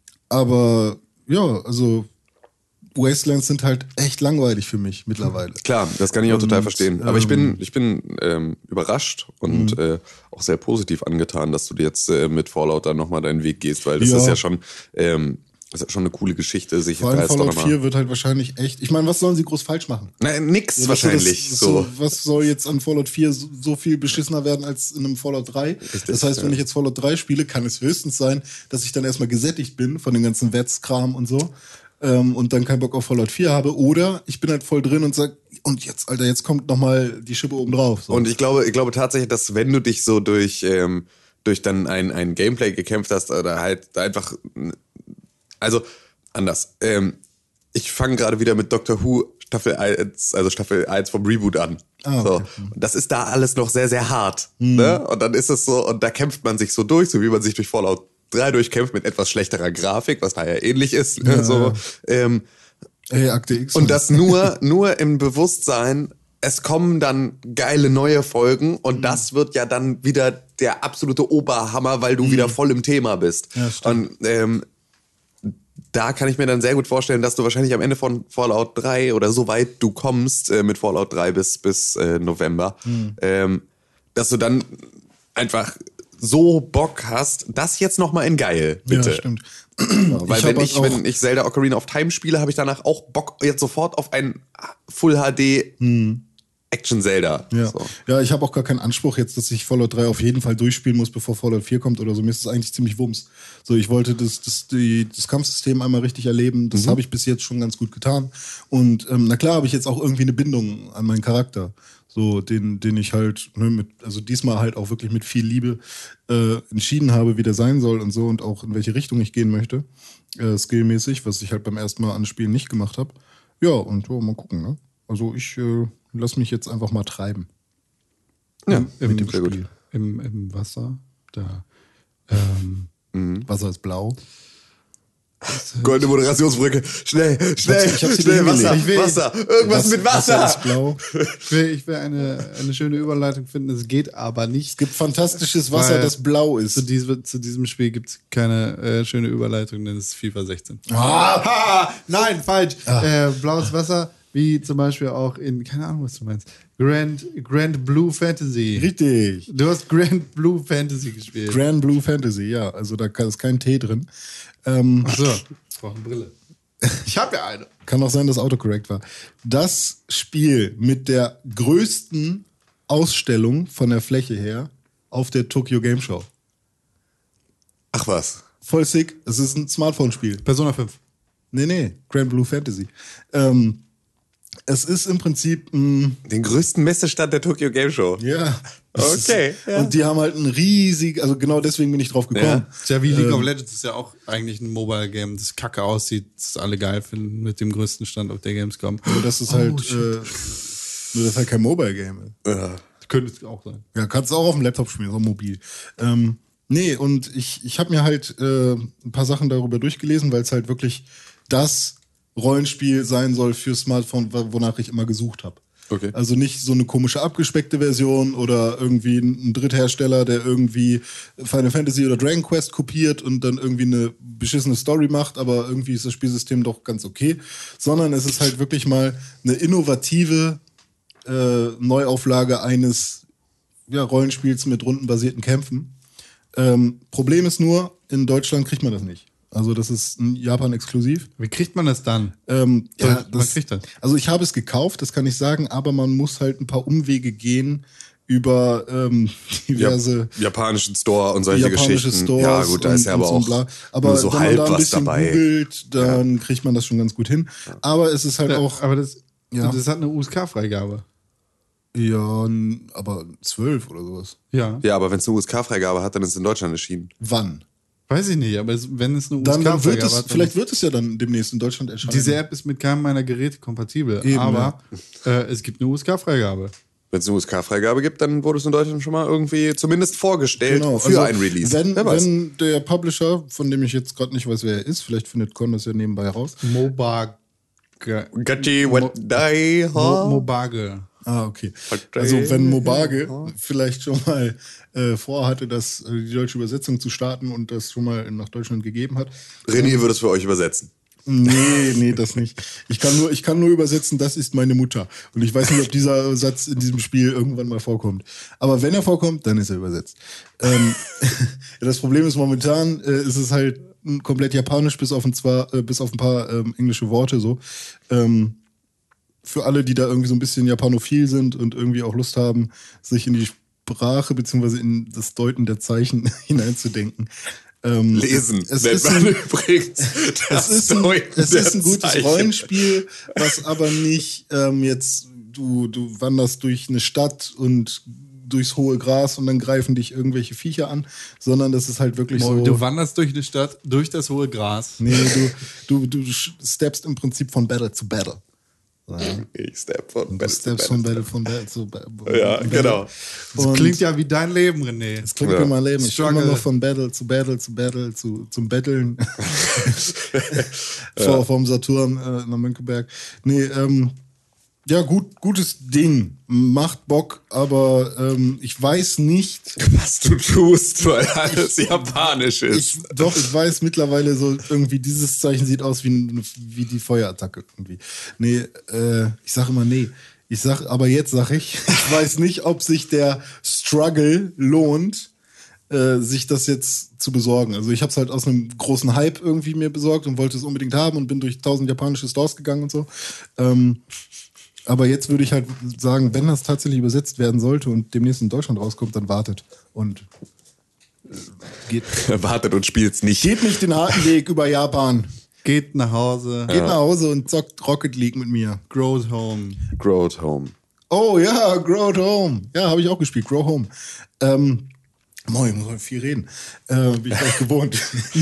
aber ja, also Wastelands sind halt echt langweilig für mich mittlerweile. Klar, das kann ich auch total Und, verstehen. Aber ich bin, ähm, ich bin ähm, überrascht und äh, auch sehr positiv angetan, dass du jetzt äh, mit Fallout dann nochmal deinen Weg gehst, weil das Ja. ist ja schon, ähm, das ist ja schon eine coole Geschichte, sich Vor da allem jetzt doch Fallout nochmal. vier wird halt wahrscheinlich echt. Ich meine, was sollen sie groß falsch machen? Nein, nix So, wahrscheinlich. das- so. Was soll jetzt an Fallout vier so, so viel beschissener werden als in einem Fallout drei? Das heißt, wenn ja. ich jetzt Fallout drei spiele, kann es höchstens sein, dass ich dann erstmal gesättigt bin von dem ganzen W E T S-Kram und so. Ähm, und dann keinen Bock auf Fallout vier habe. Oder ich bin halt voll drin und sag, und jetzt, Alter, jetzt kommt nochmal die Schippe oben drauf. So. Und ich glaube, ich glaube tatsächlich, dass wenn du dich so durch, ähm, durch dann ein, ein Gameplay gekämpft hast oder halt einfach, also anders. Ähm, ich fange gerade wieder mit Doctor Who Staffel eins, also Staffel eins vom Reboot an. Ah, okay. So. Und das ist da alles noch sehr, sehr hart. Ne? Und dann ist es so, und da kämpft man sich so durch, so wie man sich durch Fallout drei durchkämpft mit etwas schlechterer Grafik, was da ja ähnlich ist. Ja, so. Ähm, Ey, Akte X. und das nur, nur im Bewusstsein, es kommen dann geile neue Folgen und mhm. das wird ja dann wieder der absolute Oberhammer, weil du mhm. wieder voll im Thema bist. Ja, stimmt. Und ähm, da kann ich mir dann sehr gut vorstellen, dass du wahrscheinlich am Ende von Fallout drei oder so weit du kommst äh, mit Fallout drei bis, bis äh, November, mhm. ähm, dass du dann einfach so Bock hast, das jetzt nochmal in geil, bitte. Ja, stimmt. Ja, weil ich wenn halt ich, wenn ich Zelda Ocarina of Time spiele, habe ich danach auch Bock jetzt sofort auf ein Full H D hm. Action Zelda. Ja, so. ja, ich habe auch gar keinen Anspruch jetzt, dass ich Fallout drei auf jeden Fall durchspielen muss, bevor Fallout vier kommt oder so. Mir ist es eigentlich ziemlich wumms. So, ich wollte das, das, die, das Kampfsystem einmal richtig erleben. Das mhm. habe ich bis jetzt schon ganz gut getan. Und ähm, na klar habe ich jetzt auch irgendwie eine Bindung an meinen Charakter. So, den, den ich halt, ne, mit, also diesmal halt auch wirklich mit viel Liebe äh, entschieden habe, wie der sein soll und so und auch in welche Richtung ich gehen möchte, äh, skillmäßig, was ich halt beim ersten Mal anspielen nicht gemacht habe. Ja, und oh, mal gucken, ne? Also ich äh, lass mich jetzt einfach mal treiben. Ja, mit im, dem Spiel. Im, im Wasser, da ähm, mhm. Wasser ist blau. Goldene Moderationsbrücke. Schnell, schnell, ich hab's schnell, Wasser, will, Wasser, irgendwas Was, mit Wasser. Wasser ist blau. Ich will, ich will eine, eine schöne Überleitung finden, es geht aber nicht. Es gibt fantastisches Wasser, das blau ist. Zu, diese, zu diesem Spiel gibt es keine äh, schöne Überleitung, denn es ist FIFA sechzehn. Ah. Ha, nein, falsch. Ah. Äh, blaues Wasser, wie zum Beispiel auch in, keine Ahnung, was du meinst, Grand, Grand Blue Fantasy. Richtig. Du hast Grand Blue Fantasy gespielt. Grand Blue Fantasy, ja. Also da ist kein Tee drin. Ähm, Ach so, ich brauche eine Brille. Ich habe ja eine. Kann auch sein, dass Autocorrect war. Das Spiel mit der größten Ausstellung von der Fläche her auf der Tokyo Game Show. Ach was. Voll sick. Es ist ein Smartphone-Spiel. Persona fünf. Nee, nee. Grand Blue Fantasy. Ähm, es ist im Prinzip ein... Den größten Messestand der Tokyo Game Show. Ja. Okay. Ist, ja. Und die haben halt ein riesig... Also genau deswegen bin ich drauf gekommen. Ja. Ist ja wie League Ähm, of Legends ist ja auch eigentlich ein Mobile-Game, das kacke aussieht, das alle geil finden mit dem größten Stand auf der Gamescom. Nur dass es Oh, halt... shit. Äh, nur dass es halt kein Mobile-Game ist. Ja. Könnte es auch sein. Ja, kannst du auch auf dem Laptop spielen, so mobil. Ähm, nee, und ich, ich habe mir halt äh, ein paar Sachen darüber durchgelesen, weil es halt wirklich das Rollenspiel sein soll für Smartphone, wonach ich immer gesucht habe. Okay. Also nicht so eine komische abgespeckte Version oder irgendwie ein Dritthersteller, der irgendwie Final Fantasy oder Dragon Quest kopiert und dann irgendwie eine beschissene Story macht, aber irgendwie ist das Spielsystem doch ganz okay, sondern es ist halt wirklich mal eine innovative äh, Neuauflage eines ja, Rollenspiels mit rundenbasierten Kämpfen. Ähm, Problem ist nur, in Deutschland kriegt man das nicht. Also das ist ein Japan-exklusiv. Wie kriegt man das dann? Ähm, ja, man das, kriegt das. Also ich habe es gekauft, das kann ich sagen, aber man muss halt ein paar Umwege gehen über ähm, diverse Ja, japanischen Store und solche japanische Geschichten. Stores. Ja gut, da und, ist ja aber und so auch bla. Aber nur so wenn man halb da ein was bisschen dabei. googelt, dann kriegt man das schon ganz gut hin. Aber es ist halt Ja, auch, aber das, Ja. das hat eine U S K-Freigabe. ja, n- aber zwölf oder sowas. Ja. Ja, aber wenn es eine U S K-Freigabe hat, dann ist es in Deutschland erschienen. Wann? Weiß ich nicht, aber es, wenn es eine Dann, dann wird U S K-Freigabe es, hat, dann vielleicht wird es ja dann demnächst in Deutschland erscheinen. diese App ist mit keinem meiner Geräte kompatibel, Eben, aber äh, es gibt eine U S K-Freigabe. Wenn es eine U S K-Freigabe gibt, dann wurde es in Deutschland schon mal irgendwie zumindest vorgestellt Genau, für also ein Release. Wenn, Wer weiß. wenn der Publisher, von dem ich jetzt gerade nicht weiß, wer er ist, vielleicht findet Con das ja nebenbei raus. Mobag. Gachi, what die, Mo Mobage. Ah, okay. Okay. Also wenn Mobage vielleicht schon mal äh, vorhatte, das, äh, die deutsche Übersetzung zu starten und das schon mal nach Deutschland gegeben hat. René würde es für euch übersetzen. Nee, nee, das nicht. Ich kann nur, ich kann nur übersetzen, das ist meine Mutter. Und ich weiß nicht, ob dieser Satz in diesem Spiel irgendwann mal vorkommt. Aber wenn er vorkommt, dann ist er übersetzt. Ähm, das Problem ist momentan, äh, ist es halt komplett japanisch, bis auf ein, zwar, äh, bis auf ein paar ähm, englische Worte so. Ähm, für alle, die da irgendwie so ein bisschen japanophil sind und irgendwie auch Lust haben, sich in die Sprache beziehungsweise in das Deuten der Zeichen hineinzudenken. Ähm, Lesen. Es, es, nennt ist man ein, übrigens das es ist ein, Deuten es der ist ein gutes Zeichen. Rollenspiel, was aber nicht ähm, jetzt, du, du wanderst durch eine Stadt und durchs hohe Gras und dann greifen dich irgendwelche Viecher an, sondern das ist halt wirklich so... Du wanderst durch eine Stadt, durch das hohe Gras. Nee, du, du, du steppst im Prinzip von Battle zu Battle. Ja. Ich step von Du Battle zu steppst Battle. von Battle von Battle zu Battle. Ja, genau. Das Und klingt ja wie dein Leben, René. das klingt Ja. wie mein Leben. Ich Struggle. immer noch von Battle zu Battle zu Battle zu, zum Battlen. Vor, vom Saturn äh, nach Mönckeberg. Nee, ähm, ja, gut, gutes Ding. Macht Bock, aber ähm, ich weiß nicht. Was du tust, weil alles japanisch ist. Ich, doch, ich weiß mittlerweile so irgendwie, dieses Zeichen sieht aus wie, ein- wie die Feuerattacke irgendwie. Nee, äh, ich sage immer nee. Ich sag, aber jetzt sag ich, ich weiß nicht, ob sich der Struggle lohnt, äh, sich das jetzt zu besorgen. Also ich habe es halt aus einem großen Hype irgendwie mir besorgt und wollte es unbedingt haben und bin durch tausend japanische Stores gegangen und so. Ähm, aber jetzt würde ich halt sagen, wenn das tatsächlich übersetzt werden sollte und demnächst in Deutschland rauskommt, dann wartet und äh, geht, Wartet und spielt's nicht. geht nicht den harten Weg über Japan. Geht nach Hause. Geht nach Hause und zockt Rocket League mit mir. Growth Home. Growth Home. Oh ja, Grow Home. Ja, habe ich auch gespielt. Grow Home. Ähm, Moin, ich muss heute viel reden. Äh, bin ich gleich gewohnt.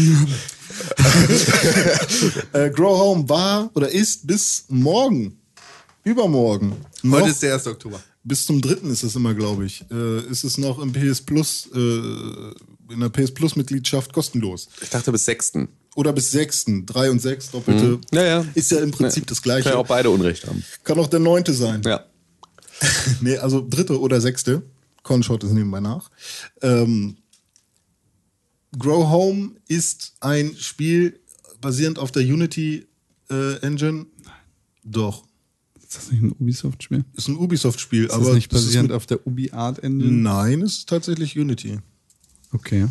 äh, Grow Home war oder ist bis morgen, übermorgen, noch, Heute ist der erste Oktober. bis zum dritten ist es immer, glaube ich, äh, ist es noch im P S Plus, äh, in der P S Plus Mitgliedschaft kostenlos. Ich dachte bis sechsten. Oder bis sechsten drei und sechs doppelte. Ja, ja. Ist ja im Prinzip das Gleiche. Kann ja auch beide Unrecht haben. Kann auch der neunte sein. Ja. Nee, also dritte oder sechste. Con schaut es nebenbei nach. Ähm, Grow Home ist ein Spiel basierend auf der Unity äh, Engine. Doch. Ist das nicht ein Ubisoft-Spiel? Ist ein Ubisoft-Spiel. Ist aber das nicht das ist basierend mit- auf der Ubi-Art Engine? Nein, es ist tatsächlich Unity. Okay.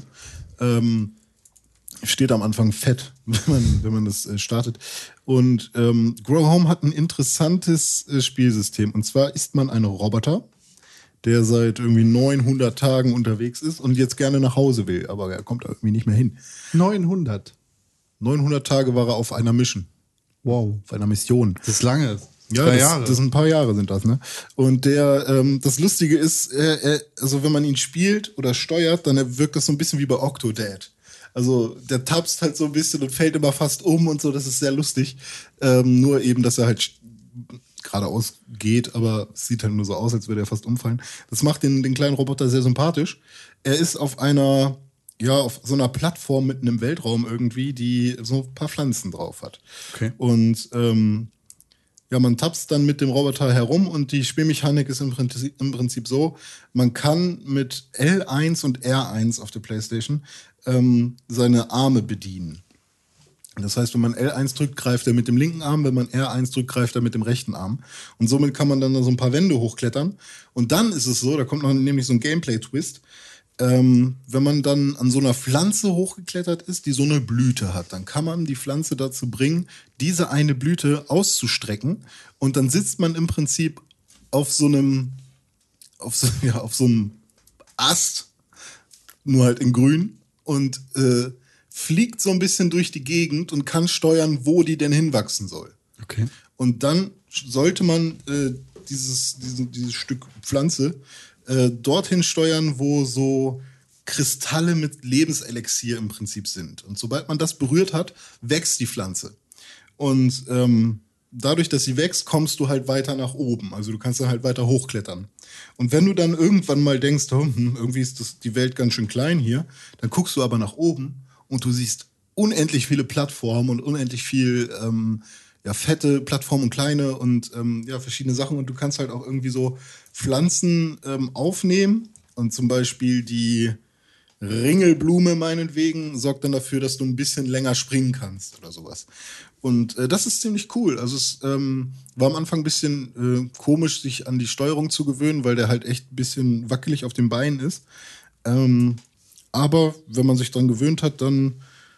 Ähm, steht am Anfang fett, wenn man, wenn man das äh, startet. Und ähm, Grow Home hat ein interessantes äh, Spielsystem. Und zwar ist man ein Roboter, der seit irgendwie neunhundert Tagen unterwegs ist und jetzt gerne nach Hause will. Aber er kommt da irgendwie nicht mehr hin. neunhundert. neunhundert Tage war er auf einer Mission, Wow. auf einer Mission. Das ist lange. Ja, Drei das, Jahre. das sind ein paar Jahre sind das, ne? Und der, ähm, das Lustige ist, er, er, also wenn man ihn spielt oder steuert, dann wirkt das so ein bisschen wie bei Octodad. Also der tapst halt so ein bisschen und fällt immer fast um und so, das ist sehr lustig. Ähm, nur eben, dass er halt sch- geradeaus geht, aber es sieht halt nur so aus, als würde er fast umfallen. Das macht den, den kleinen Roboter sehr sympathisch. Er ist auf einer, ja, auf so einer Plattform mitten im Weltraum irgendwie, die so ein paar Pflanzen drauf hat. Okay. Und ähm, ja, man tapst dann mit dem Roboter herum und die Spielmechanik ist im Prinzip, im Prinzip so, man kann mit L eins und R eins auf der PlayStation ähm, seine Arme bedienen. Das heißt, wenn man L eins drückt, greift er mit dem linken Arm, wenn man R eins drückt, greift er mit dem rechten Arm. Und somit kann man dann so ein paar Wände hochklettern. Und dann ist es so, da kommt noch nämlich so ein Gameplay-Twist, ähm, wenn man dann an so einer Pflanze hochgeklettert ist, die so eine Blüte hat, dann kann man die Pflanze dazu bringen, diese eine Blüte auszustrecken und dann sitzt man im Prinzip auf so einem, auf so, ja, auf so einem Ast, nur halt in grün und äh, fliegt so ein bisschen durch die Gegend und kann steuern, wo die denn hinwachsen soll. Okay. Und dann sollte man äh, dieses, diesen, dieses Stück Pflanze äh, dorthin steuern, wo so Kristalle mit Lebenselixier im Prinzip sind. Und sobald man das berührt hat, wächst die Pflanze. Und ähm, dadurch, dass sie wächst, kommst du halt weiter nach oben. Also du kannst dann halt weiter hochklettern. Und wenn du dann irgendwann mal denkst, oh, hm, irgendwie ist das, die Welt ganz schön klein hier, dann guckst du aber nach oben und du siehst unendlich viele Plattformen und unendlich viel ähm, ja, fette Plattformen und kleine und ähm, ja, verschiedene Sachen. Und du kannst halt auch irgendwie so Pflanzen ähm, aufnehmen. Und zum Beispiel die Ringelblume meinetwegen sorgt dann dafür, dass du ein bisschen länger springen kannst oder sowas. Und äh, das ist ziemlich cool. Also es ähm, war am Anfang ein bisschen äh, komisch, sich an die Steuerung zu gewöhnen, weil der halt echt ein bisschen wackelig auf den Beinen ist. Ähm, aber wenn man sich dran gewöhnt hat, dann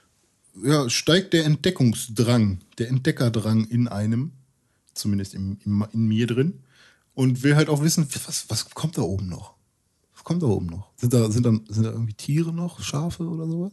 ja, steigt der Entdeckungsdrang, der Entdeckerdrang in einem, zumindest in, in, in mir drin, und will halt auch wissen, was, was kommt da oben noch? Was kommt da oben noch? Sind da, sind da, sind da irgendwie Tiere noch, Schafe oder sowas?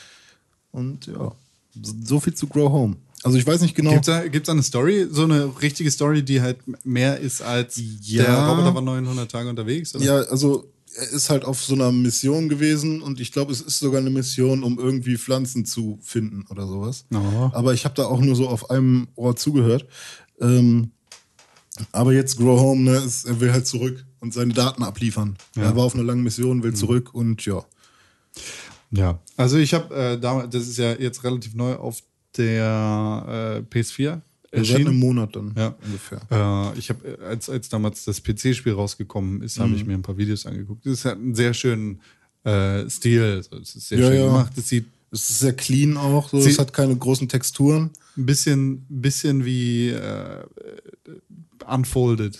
Und ja, so viel zu Grow Home. Also ich weiß nicht genau. Gibt's da, gibt's da eine Story, so eine richtige Story, die halt mehr ist als Ja. der Roboter war neunhundert Tage unterwegs? Oder? Ja, also er ist halt auf so einer Mission gewesen und ich glaube, es ist sogar eine Mission, um irgendwie Pflanzen zu finden oder sowas. Oh. Aber ich habe da auch nur so auf einem Ohr zugehört. Ähm, Aber jetzt Grow Home, ne, ist, er will halt zurück und seine Daten abliefern. Ja. Er war auf einer langen Mission, will zurück und ja. Ja, also ich habe äh, damals, das ist ja jetzt relativ neu auf der äh, P S vier Wir werden im erschienen. Monat dann Ja. ungefähr. Äh, ich habe, als, als damals das P C-Spiel rausgekommen ist, habe ich mir ein paar Videos angeguckt. Das hat einen sehr schönen äh, Stil, also es ist sehr Ja, schön ja. gemacht. Es sieht Es ist sehr clean auch, so. Sie- Es hat keine großen Texturen. ein bisschen, bisschen wie äh, Unfolded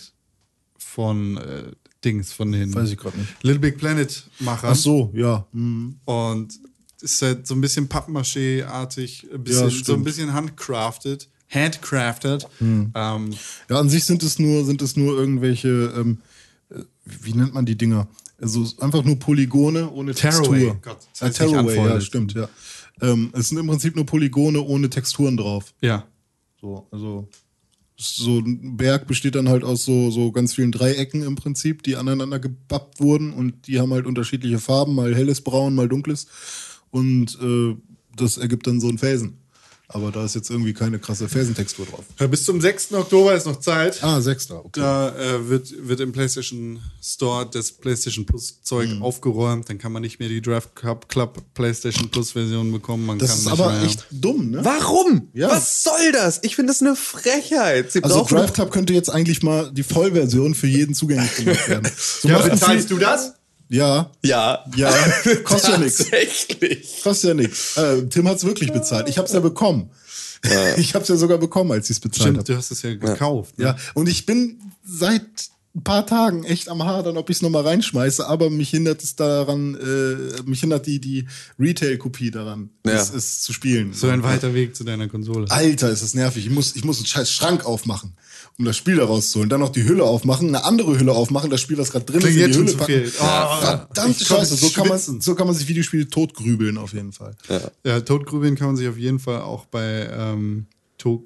von äh, Dings, von den Weiß ich gerade nicht. Little Big Planet Machern. Ach so, ja. Mhm. Und ist halt so ein bisschen Pappmaché-artig, ein bisschen, stimmt. so ein bisschen handcrafted, handcrafted. Hm. Ähm, Ja, an sich sind es nur, sind es nur irgendwelche, ähm, äh, wie nennt man die Dinger? Also einfach nur Polygone ohne Tearaway. Textur. Gott, das Ah, heißt nicht Tearaway, ja, unfolded. stimmt, ja. Ähm, es sind im Prinzip nur Polygone ohne Texturen drauf. ja. So, also so ein Berg besteht dann halt aus so, so ganz vielen Dreiecken im Prinzip, die aneinander gebappt wurden und die haben halt unterschiedliche Farben, mal helles Braun, mal dunkles und äh, das ergibt dann so einen Felsen. Aber da ist jetzt irgendwie keine krasse Felsentextur drauf. Ja, bis zum sechsten Oktober ist noch Zeit. Ah, sechster, okay. Da äh, wird, wird im PlayStation Store das PlayStation Plus Zeug Mhm. aufgeräumt. Dann kann man nicht mehr die Draft Cup Club PlayStation Plus Version bekommen. Man Das kann ist nicht aber mehr, echt dumm, ne? Warum? Ja. Was soll das? Ich finde das eine Frechheit. Sie Also brauchen Drive Club könnte jetzt eigentlich mal die Vollversion für jeden zugänglich gemacht werden. So Ja, machen bezahlst sie- du das? Ja, ja, ja, kostet ja nichts. tatsächlich. Kostet ja nichts. Äh, Tim hat's wirklich bezahlt. Ich hab's ja bekommen. Ich hab's ja sogar bekommen, als ich's bezahlt Stimmt, habe. du hast es ja gekauft. Ne? Ja, und ich bin seit ein paar Tagen echt am Hadern, ob ich es nochmal reinschmeiße, aber mich hindert es daran, äh, mich hindert die, die Retail-Kopie daran, Ja. es, es zu spielen. So ein weiter Weg zu deiner Konsole. Alter, ist das nervig. Ich muss, ich muss einen scheiß Schrank aufmachen, um das Spiel da rauszuholen. Dann noch die Hülle aufmachen, eine andere Hülle aufmachen, das Spiel, das gerade drin Klingt ist, in jetzt die schon Hülle zu viel. packen. Oh, Verdammte ich komm Scheiße, so kann, man, schwitzen. so kann man sich Videospiele totgrübeln auf jeden Fall. Ja, Totgrübeln kann man sich auf jeden Fall auch bei ähm, To...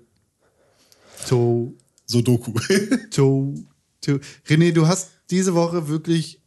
To... So Doku. To... To... René, du hast diese Woche wirklich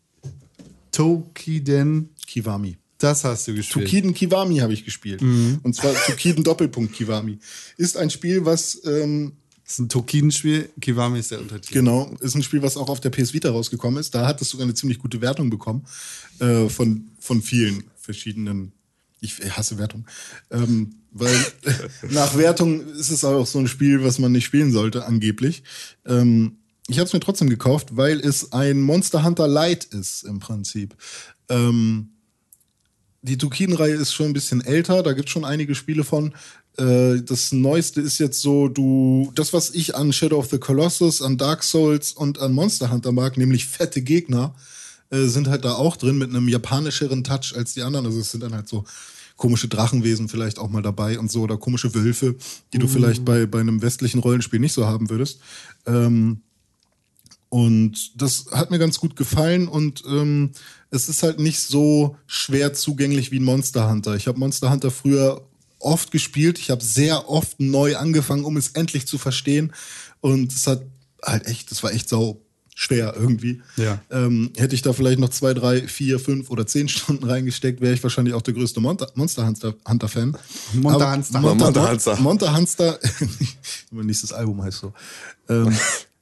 Tokiden... Kiwami. Das hast du gespielt. Tokiden Kiwami habe ich gespielt. Mhm. Und zwar Tokiden Doppelpunkt Kiwami. Ist ein Spiel, was ähm, Das ist ein Tokiden-Spiel. Kiwami ist der Untertitel. genau, ist ein Spiel, was auch auf der P S Vita rausgekommen ist. Da hat es sogar eine ziemlich gute Wertung bekommen äh, von, von vielen verschiedenen. Ich hasse Wertung. Ähm, weil nach Wertung ist es auch so ein Spiel, was man nicht spielen sollte, angeblich. Ähm, ich habe es mir trotzdem gekauft, weil es ein Monster Hunter Light ist im Prinzip. Ähm, die Tokiden-Reihe ist schon ein bisschen älter, da gibt es schon einige Spiele von. Äh, das Neueste ist jetzt so, du, das, was ich an Shadow of the Colossus, an Dark Souls und an Monster Hunter mag, nämlich fette Gegner, äh, sind halt da auch drin mit einem japanischeren Touch als die anderen. Also es sind dann halt so komische Drachenwesen vielleicht auch mal dabei und so, oder komische Wölfe, die du vielleicht bei, bei einem westlichen Rollenspiel nicht so haben würdest. Ähm, Und das hat mir ganz gut gefallen und ähm, es ist halt nicht so schwer zugänglich wie ein Monster Hunter. Ich habe Monster Hunter früher oft gespielt. Ich habe sehr oft neu angefangen, um es endlich zu verstehen. Und es hat halt echt, das war echt sau schwer irgendwie. Ja. Ähm, hätte ich da vielleicht noch zwei, drei, vier, fünf oder zehn Stunden reingesteckt, wäre ich wahrscheinlich auch der größte Monster, Monster Hunter, Hunter Fan. Monster Aber- Hunter. Monster, Monster Monster, Hunter. Monster Hunter. Mein nächstes Album heißt so. Ähm,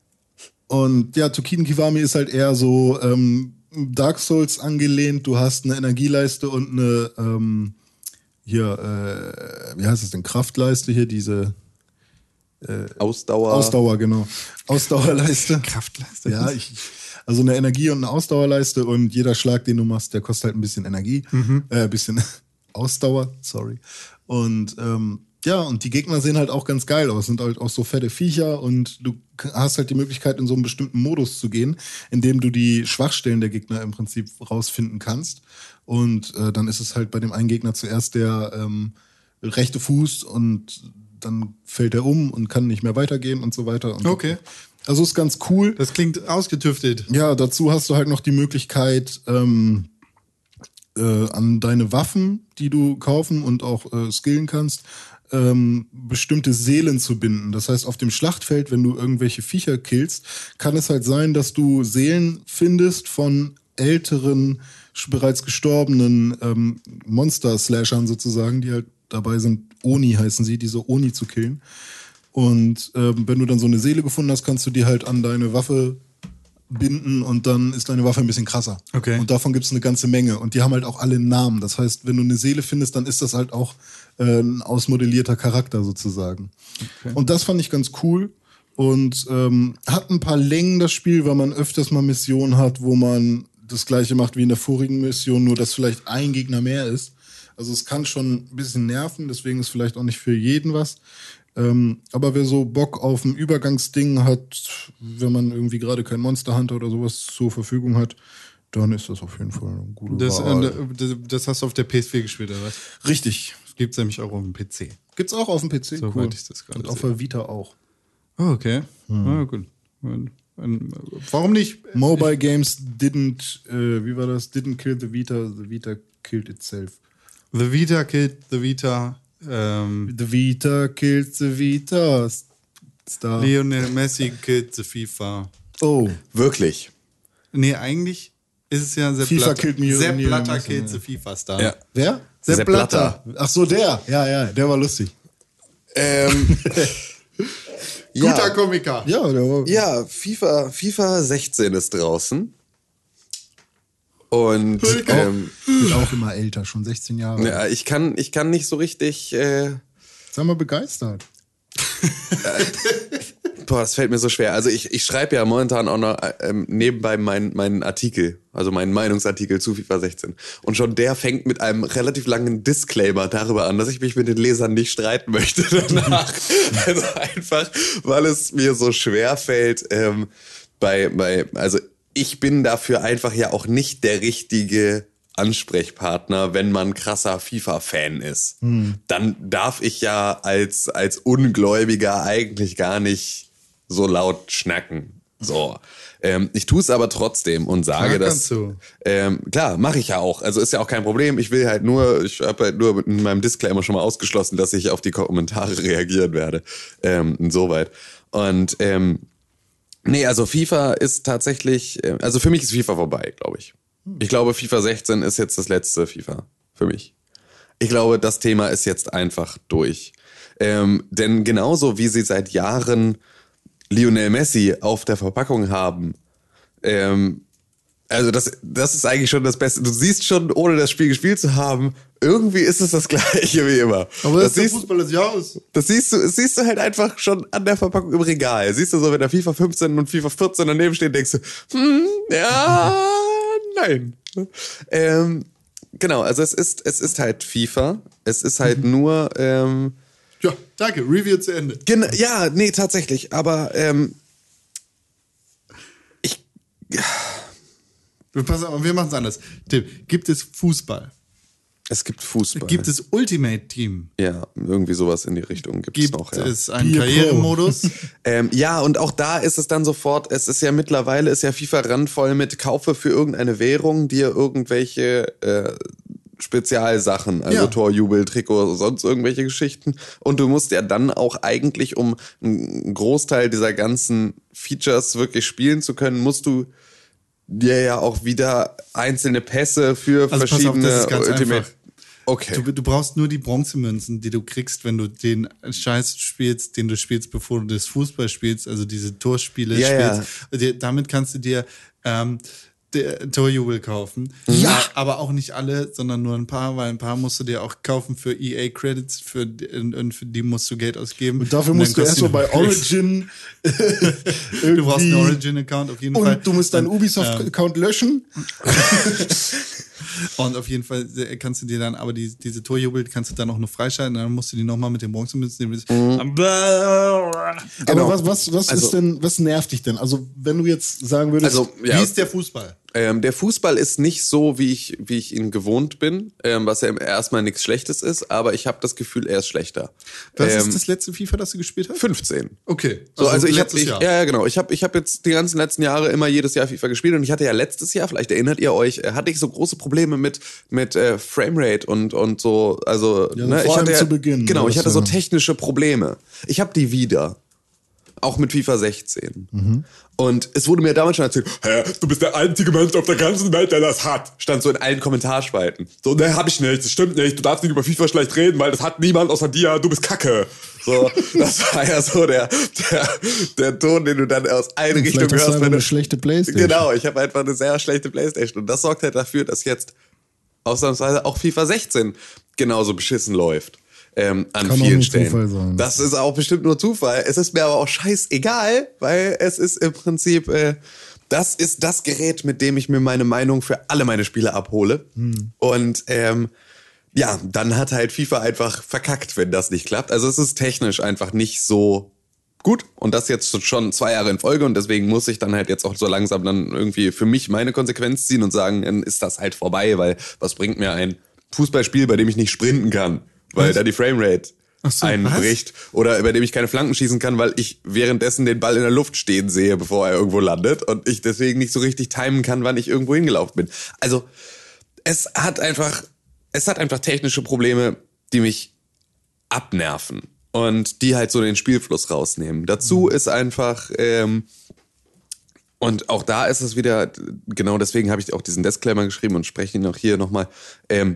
und ja, Tokiden Kiwami ist halt eher so ähm, Dark Souls angelehnt. Du hast eine Energieleiste und eine ähm, hier, äh, wie heißt es denn, Kraftleiste hier, diese Ausdauer. Ausdauer, genau. Ausdauerleiste. Kraftleiste. Ja, ich, also eine Energie- und eine Ausdauerleiste und jeder Schlag, den du machst, der kostet halt ein bisschen Energie, äh, ein bisschen Ausdauer, sorry. Und ähm, ja, und die Gegner sehen halt auch ganz geil aus, sind halt auch so fette Viecher und du k- hast halt die Möglichkeit, in so einen bestimmten Modus zu gehen, in dem du die Schwachstellen der Gegner im Prinzip rausfinden kannst. Und äh, dann ist es halt bei dem einen Gegner zuerst der ähm, rechte Fuß und dann fällt er um und kann nicht mehr weitergehen und so weiter. Und Okay. Also ist ganz cool. Das klingt ausgetüftet. Ja, dazu hast du halt noch die Möglichkeit, ähm, äh, an deine Waffen, die du kaufen und auch äh, skillen kannst, ähm, bestimmte Seelen zu binden. Das heißt, auf dem Schlachtfeld, wenn du irgendwelche Viecher killst, kann es halt sein, dass du Seelen findest von älteren, sch- bereits gestorbenen ähm, Monster-Slashern sozusagen, die halt dabei sind, Oni heißen sie, diese Oni zu killen. Und ähm, wenn du dann so eine Seele gefunden hast, kannst du die halt an deine Waffe binden und dann ist deine Waffe ein bisschen krasser. Okay. Und davon gibt es eine ganze Menge. Und die haben halt auch alle einen Namen. Das heißt, wenn du eine Seele findest, dann ist das halt auch äh, ein ausmodellierter Charakter sozusagen. Okay. Und das fand ich ganz cool. Und ähm, hat ein paar Längen, das Spiel, weil man öfters mal Missionen hat, wo man das gleiche macht wie in der vorigen Mission, nur dass vielleicht ein Gegner mehr ist. Also es kann schon ein bisschen nerven, deswegen ist vielleicht auch nicht für jeden was. Ähm, aber wer so Bock auf ein Übergangsding hat, wenn man irgendwie gerade kein Monster Hunter oder sowas zur Verfügung hat, dann ist das auf jeden Fall eine gute Das, Wahl. äh, das, das hast du auf der P S vier gespielt, oder was? Richtig. Das gibt es nämlich auch auf dem P C. Gibt's auch auf dem P C? So weit ich das gerade Und auf sehe. der Vita auch. Oh, okay. Ah, gut. Und, und, warum nicht? Mobile Games didn't, äh, wie war das? Didn't kill the Vita, the Vita killed itself. The Vita killed the Vita. Ähm, The Vita killed the Vita. Star. Lionel Messi killed the FIFA. Oh. Wirklich. Nee, eigentlich ist es ja Sepp FIFA Blatter. killed me, Sepp Lionel Blatter Messi, killed ja. the FIFA-Star. Ja. Wer? Sepp, Sepp Blatter. Blatter. Ach so, der. Ja, ja, der war lustig. Ähm, ja. Guter Komiker. Ja, der war. Ja, FIFA, FIFA sechzehn ist draußen. Und ähm, Wird auch immer älter, schon sechzehn Jahre. ja, ich, kann, ich kann nicht so richtig. Äh, Sei mal begeistert. boah, das fällt mir so schwer. Also, ich, ich schreibe ja momentan auch noch ähm, nebenbei meinen meinen Artikel, also meinen Meinungsartikel zu FIFA sechzehn. Und schon der fängt mit einem relativ langen Disclaimer darüber an, dass ich mich mit den Lesern nicht streiten möchte danach. Also einfach, weil es mir so schwer fällt, ähm, bei, bei, also ich bin dafür einfach ja auch nicht der richtige Ansprechpartner, wenn man krasser FIFA-Fan ist. Hm. Dann darf ich ja als, als Ungläubiger eigentlich gar nicht so laut schnacken. So. Ähm, ich tue es aber trotzdem und sage, Klar dass. kannst du. Ähm, klar, mache ich ja auch. Also ist ja auch kein Problem. Ich will halt nur, ich habe halt nur mit meinem Disclaimer schon mal ausgeschlossen, dass ich auf die Kommentare reagieren werde. Ähm, insoweit. Und ähm, nee, also FIFA ist tatsächlich, also für mich ist FIFA vorbei, glaube ich. Ich glaube, FIFA sechzehn ist jetzt das letzte FIFA für mich. Ich glaube, das Thema ist jetzt einfach durch. Ähm, denn genauso wie sie seit Jahren Lionel Messi auf der Verpackung haben, ähm, also das, das ist eigentlich schon das Beste. Du siehst schon, ohne das Spiel gespielt zu haben, irgendwie ist es das Gleiche wie immer. Aber das, das ist der siehst, Fußball des Jahres. das siehst du, das siehst du halt einfach schon an der Verpackung im Regal. Siehst du so, wenn da FIFA fünfzehn und FIFA vierzehn daneben stehen, denkst du, hm, ja, nein. Ähm, genau, also es ist, es ist halt FIFA. Es ist halt Mhm. nur, ähm, Ja, danke. Review zu Ende. gen- ja, nee, tatsächlich, aber ähm, ich, Wir, passen auf, wir machen es anders. Tim, gibt es Fußball? es gibt Fußball. Gibt es Ultimate Team? Ja, irgendwie sowas in die Richtung gibt, Gibt es noch, ja. es einen Bier Pro. Karrieremodus? Ähm, ja, und auch da ist es dann sofort, es ist ja mittlerweile, ist ja FIFA randvoll mit Kaufe für irgendeine Währung, dir irgendwelche äh, Spezialsachen, also Ja. Torjubel, Trikot, sonst irgendwelche Geschichten. Und du musst ja dann auch eigentlich, um einen Großteil dieser ganzen Features wirklich spielen zu können, musst du dir ja auch wieder einzelne Pässe für Also pass auf, verschiedene das ist ganz Ultimate. einfach. Okay. Du, du brauchst nur die Bronzemünzen, die du kriegst, wenn du den Scheiß spielst, den du spielst, bevor du das Fußball spielst, also diese Torspiele Ja, spielst. Die, damit kannst du dir ähm, der Torjubel kaufen. Ja. Äh, aber auch nicht alle, sondern nur ein paar, weil ein paar musst du dir auch kaufen für E A Credits, für, und, und für die musst du Geld ausgeben. Und dafür Und musst du dann kostet erstmal die- bei Origin. Du brauchst einen Origin-Account auf jeden Fall. Und du musst deinen Und, Ubisoft-Account löschen. Und auf jeden Fall kannst du dir dann, aber die, diese Torjubel kannst du dann auch nur freischalten, dann musst du die nochmal mit den Bronzemünzen. Mhm. Aber was, was, was Also- ist denn, was nervt dich denn? Also, wenn du jetzt sagen würdest, Also, Wie ja. ist der Fußball? Ähm, der Fußball ist nicht so, wie ich, wie ich ihn gewohnt bin, ähm, was ja erstmal nichts Schlechtes ist, aber ich habe das Gefühl, er ist schlechter. Was ähm, ist das letzte FIFA, das du gespielt hast? fünfzehn. Okay. So, also, ich habe, letztes ich, Jahr. ja, ja, genau. Ich habe, ich habe jetzt die ganzen letzten Jahre immer jedes Jahr FIFA gespielt und ich hatte ja letztes Jahr, vielleicht erinnert ihr euch, äh, hatte ich so große Probleme mit mit äh, Framerate und und so, also Ja, ne, vor ich allem hatte ja, zu Beginn, genau, ne, ich das hatte so ja- technische Probleme. Ich habe die wieder. auch mit FIFA sechzehn. Mhm. Und es wurde mir damals schon erzählt, hä, du bist der einzige Mensch auf der ganzen Welt, der das hat. Stand so in allen Kommentarspalten. So, ne, hab ich nicht, das stimmt nicht, du darfst nicht über FIFA schlecht reden, weil das hat niemand außer dir, du bist Kacke. So, das war ja so der, der, der Ton, den du dann aus allen Richtungen hörst. Wenn du eine schlechte Playstation. Genau, ich habe einfach eine sehr schlechte Playstation. Und das sorgt halt dafür, dass jetzt ausnahmsweise auch FIFA sechzehn genauso beschissen läuft. Ähm, an Kann vielen auch nur Stellen. Zufall sein. Das ist auch bestimmt nur Zufall. Es ist mir aber auch scheißegal, weil es ist im Prinzip, äh, das ist das Gerät, mit dem ich mir meine Meinung für alle meine Spiele abhole. Hm. Und ähm, ja, dann hat halt FIFA einfach verkackt, wenn das nicht klappt. Also es ist technisch einfach nicht so gut. Und das jetzt schon zwei Jahre in Folge. Und deswegen muss ich dann halt jetzt auch so langsam dann irgendwie für mich meine Konsequenz ziehen und sagen, dann ist das halt vorbei, weil was bringt mir ein Fußballspiel, bei dem ich nicht sprinten kann? Weil was? Da die Framerate so, einbricht. Was? Oder bei dem ich keine Flanken schießen kann, weil ich währenddessen den Ball in der Luft stehen sehe, bevor er irgendwo landet. Und ich deswegen nicht so richtig timen kann, wann ich irgendwo hingelaufen bin. Also es hat einfach, es hat einfach technische Probleme, die mich abnerven. Und die halt so den Spielfluss rausnehmen. Dazu mhm. ist einfach, ähm, und auch da ist es wieder, genau deswegen habe ich auch diesen Disclaimer geschrieben und spreche ihn auch hier nochmal, ähm,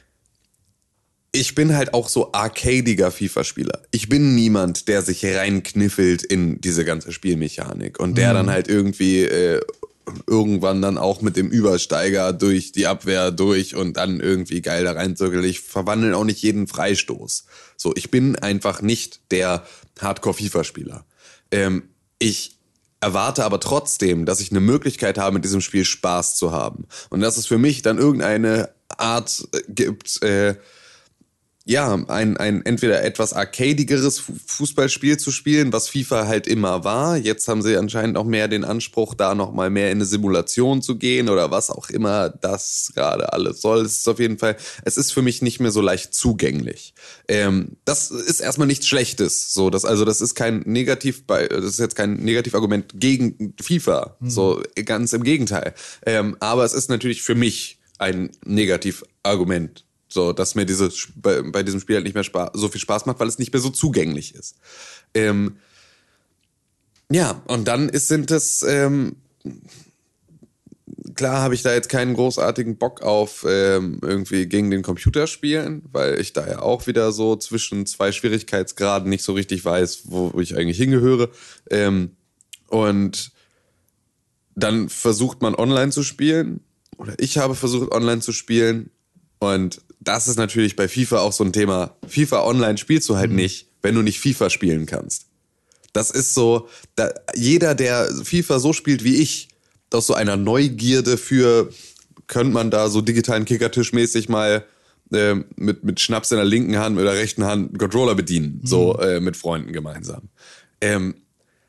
ich bin halt auch so arcadiger FIFA-Spieler. Ich bin niemand, der sich reinkniffelt in diese ganze Spielmechanik und der mhm. dann halt irgendwie äh, irgendwann dann auch mit dem Übersteiger durch die Abwehr durch und dann irgendwie geil da reinzirkelt. Ich verwandle auch nicht jeden Freistoß. So, ich bin einfach nicht der Hardcore-FIFA-Spieler. Ähm, ich erwarte aber trotzdem, dass ich eine Möglichkeit habe, mit diesem Spiel Spaß zu haben. Und dass es für mich dann irgendeine Art gibt, äh, ja, ein, ein entweder etwas arcadigeres Fußballspiel zu spielen, was FIFA halt immer war. Jetzt haben sie anscheinend auch mehr den Anspruch, da nochmal mehr in eine Simulation zu gehen oder was auch immer das gerade alles soll. Es ist auf jeden Fall, es ist für mich nicht mehr so leicht zugänglich. Ähm, das ist erstmal nichts Schlechtes. So, das, also das ist kein Negativ, das ist jetzt kein Negativargument gegen FIFA. Mhm. So, ganz im Gegenteil. Ähm, aber es ist natürlich für mich ein Negativargument. So, dass mir dieses, bei, bei diesem Spiel halt nicht mehr Spaß, so viel Spaß macht, weil es nicht mehr so zugänglich ist. Ähm, ja, und dann ist, sind das, ähm, klar habe ich da jetzt keinen großartigen Bock auf ähm, irgendwie gegen den Computer spielen, weil ich da ja auch wieder so zwischen zwei Schwierigkeitsgraden nicht so richtig weiß, wo ich eigentlich hingehöre. Ähm, und dann versucht man online zu spielen, oder ich habe versucht online zu spielen. Und das ist natürlich bei FIFA auch so ein Thema. FIFA online spielst du halt mhm. nicht, wenn du nicht FIFA spielen kannst. Das ist so, da, jeder, der FIFA so spielt wie ich, aus so einer Neugierde für, könnte man da so digitalen Kickertisch-mäßig mal äh, mit, mit Schnaps in der linken Hand oder rechten Hand einen Controller bedienen, mhm. so äh, mit Freunden gemeinsam. Ähm,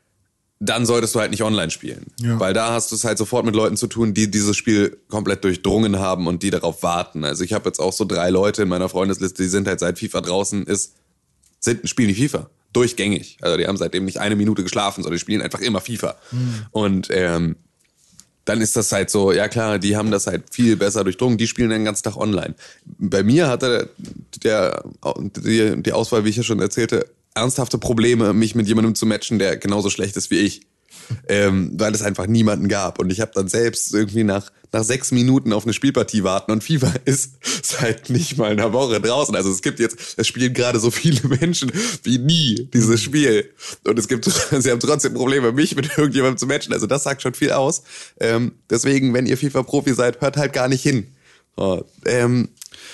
dann solltest du halt nicht online spielen. Ja. Weil da hast du es halt sofort mit Leuten zu tun, die dieses Spiel komplett durchdrungen haben und die darauf warten. Also ich habe jetzt auch so drei Leute in meiner Freundesliste, die sind halt seit FIFA draußen, ist, sind, spielen die FIFA. Durchgängig. Also die haben seitdem nicht eine Minute geschlafen, sondern die spielen einfach immer FIFA. Mhm. Und ähm, dann ist das halt so, ja klar, die haben das halt viel besser durchdrungen, die spielen den ganzen Tag online. Bei mir hatte der, die, die Auswahl, wie ich ja schon erzählte, ernsthafte Probleme, mich mit jemandem zu matchen, der genauso schlecht ist wie ich. Ähm, weil es einfach niemanden gab. Und ich habe dann selbst irgendwie nach, nach sechs Minuten auf eine Spielpartie warten und FIFA ist seit nicht mal einer Woche draußen. Also es gibt jetzt, es spielen gerade so viele Menschen wie nie dieses Spiel. Und es gibt, sie haben trotzdem Probleme, mich mit irgendjemandem zu matchen. Also das sagt schon viel aus. Ähm, deswegen, wenn ihr FIFA-Profi seid, hört halt gar nicht hin. Oh, ähm,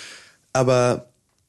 aber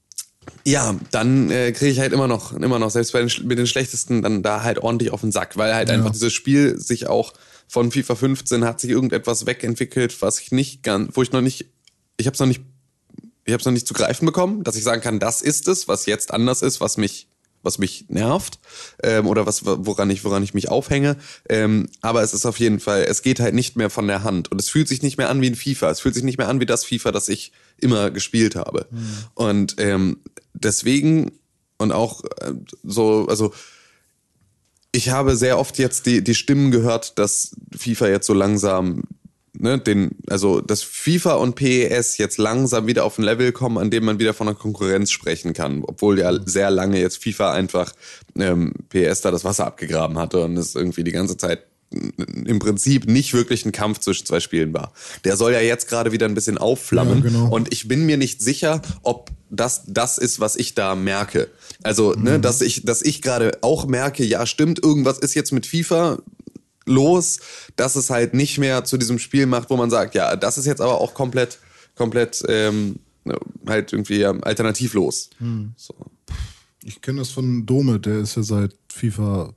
ja, dann äh, kriege ich halt immer noch, immer noch, selbst bei den, mit den Schlechtesten, dann da halt ordentlich auf den Sack, weil halt ja. einfach dieses Spiel sich auch von FIFA fünfzehn hat sich irgendetwas wegentwickelt, was ich nicht ganz, wo ich noch nicht, ich habe es noch nicht, ich habe es noch nicht zu greifen bekommen, dass ich sagen kann, das ist es, was jetzt anders ist, was mich, was mich nervt ähm, oder was, woran ich, woran ich mich aufhänge. Ähm, aber es ist auf jeden Fall, es geht halt nicht mehr von der Hand und es fühlt sich nicht mehr an wie ein FIFA. Es fühlt sich nicht mehr an wie das FIFA, das ich immer gespielt habe. Mhm. Und ähm, deswegen und auch äh, so, also ich habe sehr oft jetzt die, die Stimmen gehört, dass FIFA jetzt so langsam ne, den, also dass FIFA und P E S jetzt langsam wieder auf ein Level kommen, an dem man wieder von einer Konkurrenz sprechen kann, obwohl ja sehr lange jetzt FIFA einfach ähm, P E S da das Wasser abgegraben hatte und es irgendwie die ganze Zeit im Prinzip nicht wirklich ein Kampf zwischen zwei Spielen war. Der soll ja jetzt gerade wieder ein bisschen aufflammen. Ja, genau. Und ich bin mir nicht sicher, ob das das ist, was ich da merke. Also, ne, dass ich, dass ich gerade auch merke, ja, stimmt, irgendwas ist jetzt mit FIFA los, dass es halt nicht mehr zu diesem Spiel macht, wo man sagt, ja, das ist jetzt aber auch komplett, komplett ähm, halt irgendwie ja, alternativlos. Hm. So. Ich kenne das von Dome, der ist ja seit FIFA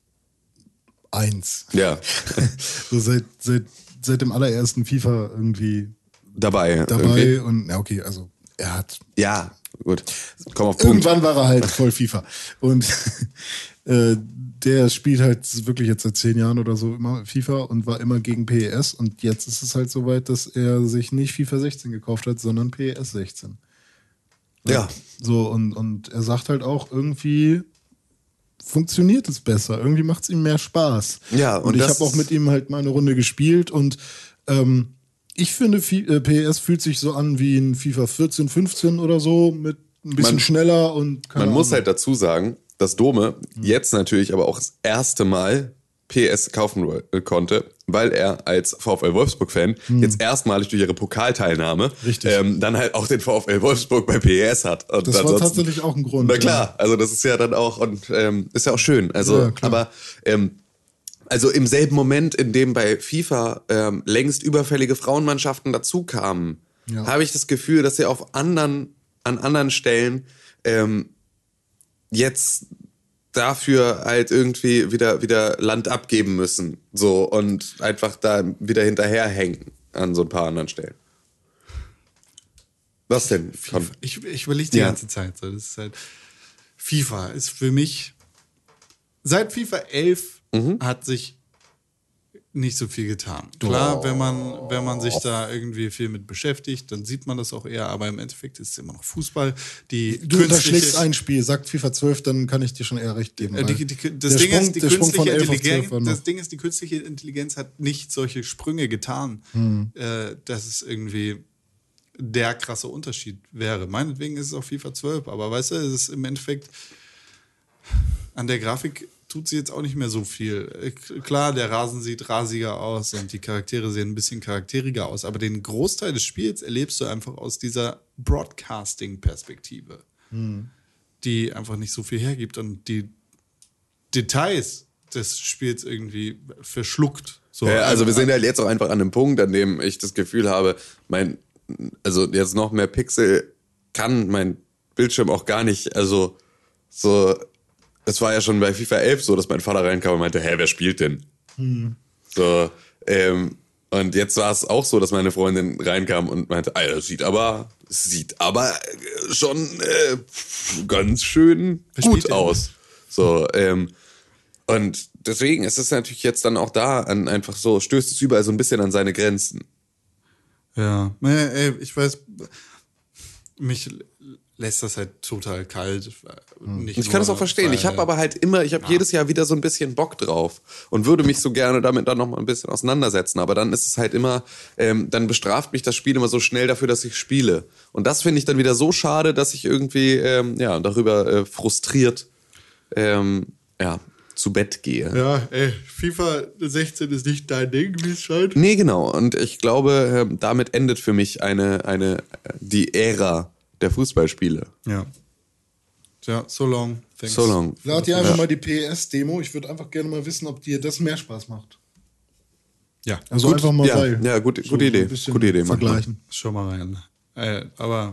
eins. Ja. So seit, seit, seit dem allerersten FIFA irgendwie Dabei. dabei. Irgendwie. Und ja, okay, also er hat. Ja, gut. Komm auf Punkt. Irgendwann war er halt voll FIFA. Und äh, der spielt halt wirklich jetzt seit zehn Jahren oder so immer FIFA und war immer gegen P E S. Und jetzt ist es halt so weit, dass er sich nicht FIFA sechzehn gekauft hat, sondern P E S sechzehn. Ja. So, und, und er sagt halt auch, irgendwie funktioniert es besser. Irgendwie macht es ihm mehr Spaß. Ja, und, und ich das habe auch mit ihm halt mal eine Runde gespielt und ähm, ich finde, F- äh, P E S fühlt sich so an wie ein FIFA vierzehn, fünfzehn oder so, mit ein bisschen Man- schneller und keine Man muss Ahnung. halt dazu sagen, dass Dome jetzt natürlich aber auch das erste Mal P S kaufen äh, konnte, weil er als VfL Wolfsburg-Fan jetzt erstmalig durch ihre Pokalteilnahme Richtig. ähm, dann halt auch den VfL Wolfsburg bei P S hat. Und Das war ansonsten- tatsächlich auch ein Grund. Na klar, also das ist ja dann auch und ähm, ist ja auch schön. Also, Ja, klar. aber ähm, also im selben Moment, in dem bei FIFA ähm, längst überfällige Frauenmannschaften dazu kamen, Ja. habe ich das Gefühl, dass sie auf anderen, an anderen Stellen ähm, jetzt dafür halt irgendwie wieder, wieder Land abgeben müssen. So und einfach da wieder hinterherhängen an so ein paar anderen Stellen. Was denn? Komm. Ich, ich überlege die Ja. ganze Zeit so. Das ist halt, FIFA ist für mich, seit FIFA elf Mhm. hat sich nicht so viel getan. Klar, wenn man, wenn man sich da irgendwie viel mit beschäftigt, dann sieht man das auch eher, aber im Endeffekt ist es immer noch Fußball. Die Du unterschlägst ein Spiel, sagt FIFA zwölf, dann kann ich dir schon eher recht geben. Äh, weil die, die, das, der Ding Sprung- ist, die der Sprung von künstliche elf auf Intelligenz, zwölf war noch- das Ding ist, die künstliche Intelligenz hat nicht solche Sprünge getan, Hm. äh, dass es irgendwie der krasse Unterschied wäre. Meinetwegen ist es auch FIFA zwölf, aber weißt du, es ist im Endeffekt an der Grafik tut sie jetzt auch nicht mehr so viel. Äh, Klar, der Rasen sieht rasiger aus und die Charaktere sehen ein bisschen charakteriger aus, aber den Großteil des Spiels erlebst du einfach aus dieser Broadcasting-Perspektive, die einfach nicht so viel hergibt und die Details des Spiels irgendwie verschluckt. So, Ja, also wir sind halt jetzt auch einfach an einem Punkt, an dem ich das Gefühl habe, mein, also jetzt noch mehr Pixel kann mein Bildschirm auch gar nicht, also so, es war ja schon bei FIFA elf so, dass mein Vater reinkam und meinte, hä, wer spielt denn? So, ähm, und jetzt war es auch so, dass meine Freundin reinkam und meinte, Alter, das sieht aber, es sieht aber äh, schon äh, ganz schön Wer spielt gut denn? aus. So, ähm, und deswegen ist es natürlich jetzt dann auch da an einfach so, stößt es überall so ein bisschen an seine Grenzen. Ja, nee, ey, ich weiß, mich lässt das halt total kalt. Nicht Ich kann nur, das auch verstehen. Ich weil- habe aber halt immer, ich habe jedes Jahr wieder so ein bisschen Bock drauf und würde mich so gerne damit dann noch mal ein bisschen auseinandersetzen. Aber dann ist es halt immer, ähm, dann bestraft mich das Spiel immer so schnell dafür, dass ich spiele. Und das finde ich dann wieder so schade, dass ich irgendwie ähm, ja darüber äh, frustriert ähm, ja zu Bett gehe. Ja, ey, FIFA sechzehn ist nicht dein Ding, wie es scheint. Nee, genau. Und ich glaube, ähm, damit endet für mich eine eine äh, die Ära der Fußballspiele. Ja. Ja, so long. Thanks. So long. Lad dir einfach mal die P E S-Demo. Ich würde einfach gerne mal wissen, ob dir das mehr Spaß macht. Ja, Also Gut, einfach mal ja, weil. ja, gute- So- gute so Idee. ein bisschen Gute Idee, mach mal. vergleichen. schau mal rein. Äh, aber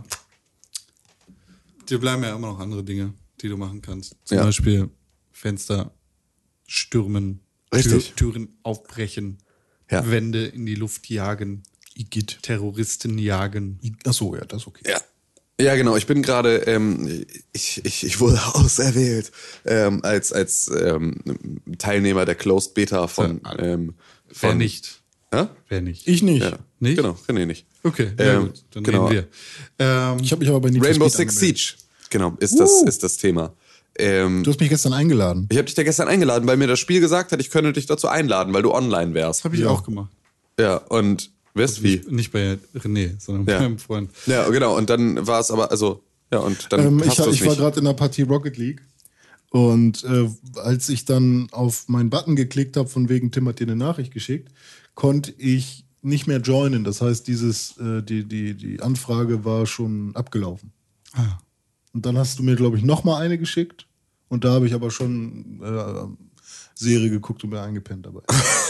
dir bleiben ja immer noch andere Dinge, die du machen kannst. Zum Ja. Beispiel Fenster stürmen, Richtig. Tür, Türen aufbrechen, Ja. Wände in die Luft jagen, Igitt. Terroristen jagen. Achso, ja, das ist okay. Ja. Ja, genau. Ich bin gerade, ähm, ich, ich, ich wurde auserwählt ähm, als, als ähm, Teilnehmer der Closed Beta von. Ja, Ähm, Wer von nicht? Ja? Wer nicht? Ich nicht. Ja. Nicht? Genau, René nicht. Okay, ja Ähm, gut, dann genau. reden wir. Ähm, Ich habe mich aber bei Need for Rainbow Speed Six angemeldet. Siege. Genau, ist das, ist das Thema. Ähm, Du hast mich gestern eingeladen. ich habe dich da gestern eingeladen, weil mir das Spiel gesagt hat, ich könnte dich dazu einladen, weil du online wärst. Habe ich Ja. auch gemacht. Ja, und Was, wie? Nicht, nicht bei René, sondern Ja. bei meinem Freund. Ja, genau. Und dann war es aber, also, ja, und dann Ähm, hast ich du es ich war nicht. gerade in der Partie Rocket League und äh, als ich dann auf meinen Button geklickt habe, von wegen Tim hat dir eine Nachricht geschickt, konnte ich nicht mehr joinen. Das heißt, dieses, äh, die, die, die Anfrage war schon abgelaufen. Ah. Und dann hast du mir, glaube ich, nochmal eine geschickt und da habe ich aber schon äh, Serie geguckt und mir eingepennt dabei.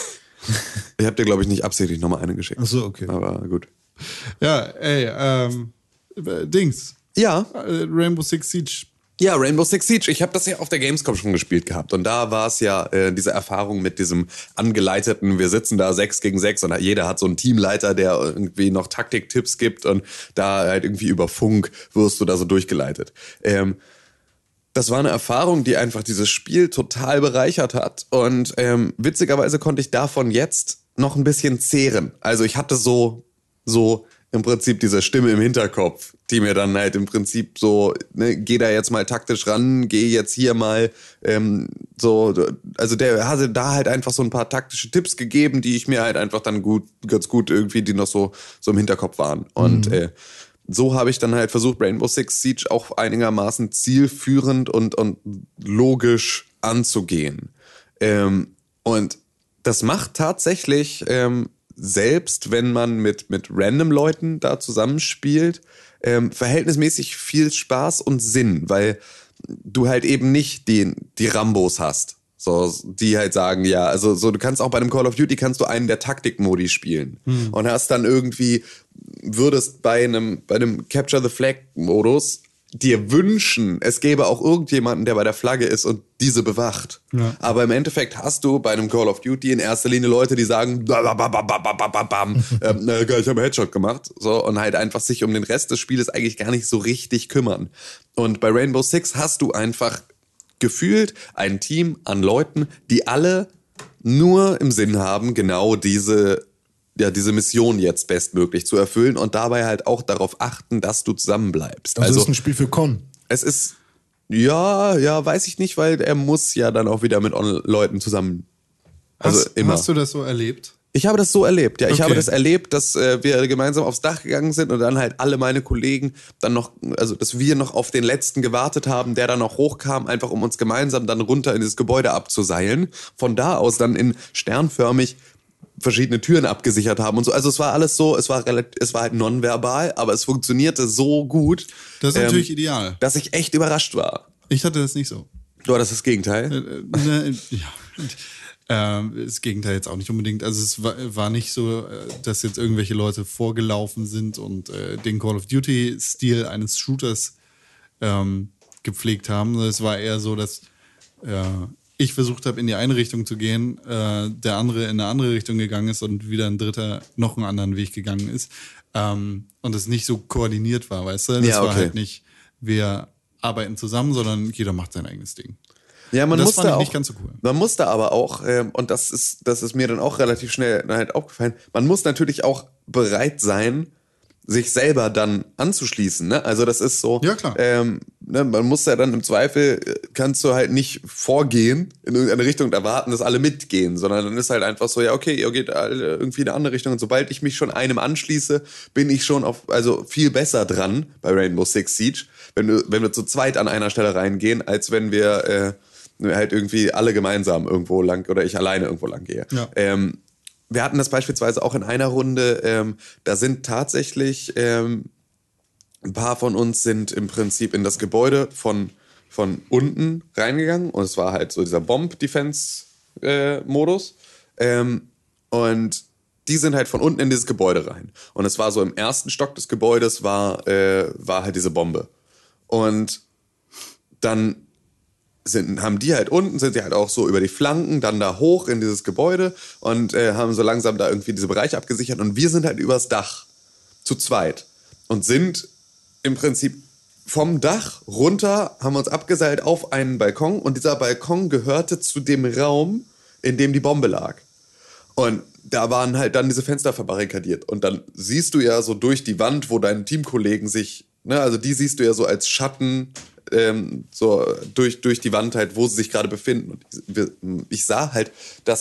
Ich habe dir, glaube ich, nicht absichtlich nochmal eine geschickt. Ach so, okay. Aber gut. Ja, ey, ähm, äh, Dings. Ja, Äh, Rainbow Six Siege. Ja, Rainbow Six Siege. Ich habe das ja auf der Gamescom schon gespielt gehabt. Und da war es ja äh, diese Erfahrung mit diesem angeleiteten, wir sitzen da sechs gegen sechs und jeder hat so einen Teamleiter, der irgendwie noch Taktiktipps gibt und da halt irgendwie über Funk wirst du da so durchgeleitet. Ähm, das war eine Erfahrung, die einfach dieses Spiel total bereichert hat. Und ähm, witzigerweise konnte ich davon jetzt noch ein bisschen zehren. Also ich hatte so, so im Prinzip diese Stimme im Hinterkopf, die mir dann halt im Prinzip so, ne, geh da jetzt mal taktisch ran, geh jetzt hier mal ähm, so, also der hatte da halt einfach so ein paar taktische Tipps gegeben, die ich mir halt einfach dann gut, ganz gut irgendwie, die noch so, so im Hinterkopf waren. Und mhm. äh, so habe ich dann halt versucht, Rainbow Six Siege auch einigermaßen zielführend und, und logisch anzugehen. Ähm, und das macht tatsächlich, ähm, selbst wenn man mit, mit random Leuten da zusammenspielt, ähm, verhältnismäßig viel Spaß und Sinn, weil du halt eben nicht die, die Rambos hast. So, die halt sagen, ja, also so, du kannst auch bei einem Call of Duty kannst du einen der Taktikmodi spielen hm. und hast dann irgendwie, würdest bei einem, bei einem Capture the Flag Modus dir wünschen, es gäbe auch irgendjemanden, der bei der Flagge ist und diese bewacht. Ja. Aber im Endeffekt hast du bei einem Call of Duty in erster Linie Leute, die sagen, bam, bam, bam, bam, bam, bam, ähm, na, ich habe einen Headshot gemacht. So, und halt einfach sich um den Rest des Spieles eigentlich gar nicht so richtig kümmern. Und bei Rainbow Six hast du einfach gefühlt ein Team an Leuten, die alle nur im Sinn haben, genau diese ja, diese Mission jetzt bestmöglich zu erfüllen und dabei halt auch darauf achten, dass du zusammenbleibst. Also, also ist ein Spiel für Con. Es ist, ja, ja, weiß ich nicht, weil er muss ja dann auch wieder mit Leuten zusammen. Also hast, immer. Hast du das so erlebt? Ich habe das so erlebt, ja. Ich okay. habe das erlebt, dass äh, wir gemeinsam aufs Dach gegangen sind und dann halt alle meine Kollegen dann noch, also dass wir noch auf den letzten gewartet haben, der dann noch hochkam, einfach um uns gemeinsam dann runter in dieses Gebäude abzuseilen. Von da aus dann in sternförmig verschiedene Türen abgesichert haben und so. Also es war alles so, es war relativ, es war halt nonverbal, aber es funktionierte so gut. Das ist ähm, natürlich ideal. Dass ich echt überrascht war. Ich hatte das nicht so. Du hattest das Gegenteil? Äh, ne, ja. Äh, das Gegenteil jetzt auch nicht unbedingt. Also es war, war nicht so, dass jetzt irgendwelche Leute vorgelaufen sind und äh, den Call of Duty-Stil eines Shooters ähm, gepflegt haben. Es war eher so, dass äh, ich versucht habe, in die eine Richtung zu gehen, äh, der andere in eine andere Richtung gegangen ist und wieder ein Dritter noch einen anderen Weg gegangen ist. Ähm, und es nicht so koordiniert war, weißt du? Das ja, okay. war halt nicht, wir arbeiten zusammen, sondern jeder macht sein eigenes Ding. Ja, man das musste fand ich auch, nicht ganz so cool. Man musste aber auch, ähm, und das ist, das ist mir dann auch relativ schnell halt aufgefallen, man muss natürlich auch bereit sein, sich selber dann anzuschließen, ne? Also das ist so, ja, klar. Ähm, ne, man muss ja dann im Zweifel, kannst du halt nicht vorgehen in irgendeine Richtung und erwarten, dass alle mitgehen, sondern dann ist halt einfach so, ja okay, ihr geht alle irgendwie in eine andere Richtung und sobald ich mich schon einem anschließe, bin ich schon auf, also viel besser dran bei Rainbow Six Siege, wenn wir, wenn wir zu zweit an einer Stelle reingehen, als wenn wir äh, halt irgendwie alle gemeinsam irgendwo lang oder ich alleine irgendwo lang gehe. Ja. Ähm, Wir hatten das beispielsweise auch in einer Runde, ähm, da sind tatsächlich ähm, ein paar von uns sind im Prinzip in das Gebäude von, von unten reingegangen und es war halt so dieser Bomb-Defense-Modus äh, ähm, und die sind halt von unten in dieses Gebäude rein und es war so im ersten Stock des Gebäudes war, äh, war halt diese Bombe und dann Sind, haben die halt unten, sind sie halt auch so über die Flanken, dann da hoch in dieses Gebäude und äh, haben so langsam da irgendwie diese Bereiche abgesichert und wir sind halt übers Dach zu zweit und sind im Prinzip vom Dach runter, haben uns abgeseilt auf einen Balkon und dieser Balkon gehörte zu dem Raum, in dem die Bombe lag. Und da waren halt dann diese Fenster verbarrikadiert und dann siehst du ja so durch die Wand, wo deine Teamkollegen sich, ne, also die siehst du ja so als Schatten Ähm, so durch, durch die Wand halt, wo sie sich gerade befinden. Und ich, ich sah halt, dass sich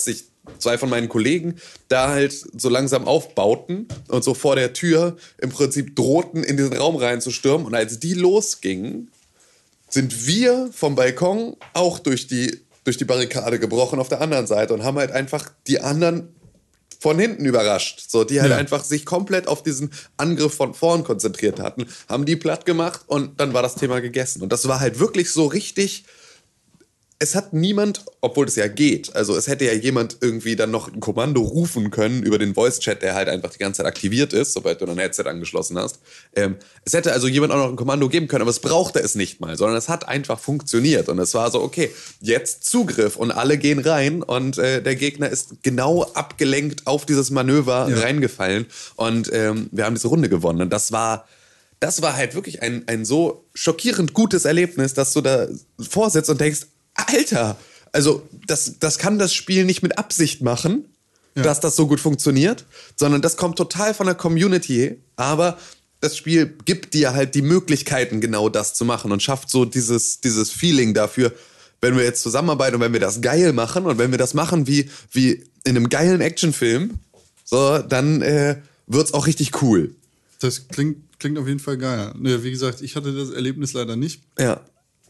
zwei von meinen Kollegen da halt so langsam aufbauten und so vor der Tür im Prinzip drohten, in diesen Raum reinzustürmen. Und als die losgingen, sind wir vom Balkon auch durch die, durch die Barrikade gebrochen auf der anderen Seite und haben halt einfach die anderen von hinten überrascht. So, die halt Ja. einfach sich komplett auf diesen Angriff von vorn konzentriert hatten, haben die platt gemacht und dann war das Thema gegessen. Und das war halt wirklich so richtig. Es hat niemand, obwohl das ja geht, also es hätte ja jemand irgendwie dann noch ein Kommando rufen können über den Voice-Chat, der halt einfach die ganze Zeit aktiviert ist, sobald du dein Headset angeschlossen hast. Ähm, es hätte also jemand auch noch ein Kommando geben können, aber es brauchte es nicht mal, sondern es hat einfach funktioniert. Und es war so, okay, jetzt Zugriff und alle gehen rein und äh, der Gegner ist genau abgelenkt auf dieses Manöver Ja. reingefallen und ähm, wir haben diese Runde gewonnen. Und das war... Das war halt wirklich ein, ein so schockierend gutes Erlebnis, dass du da vorsitzt und denkst, Alter, also das, das kann das Spiel nicht mit Absicht machen, Ja. dass das so gut funktioniert, sondern das kommt total von der Community, aber das Spiel gibt dir halt die Möglichkeiten, genau das zu machen und schafft so dieses, dieses Feeling dafür, wenn wir jetzt zusammenarbeiten und wenn wir das geil machen und wenn wir das machen wie, wie in einem geilen Actionfilm, so, dann äh, wird's auch richtig cool. Das klingt, klingt auf jeden Fall geil. Ne, wie gesagt, ich hatte das Erlebnis leider nicht. Ja.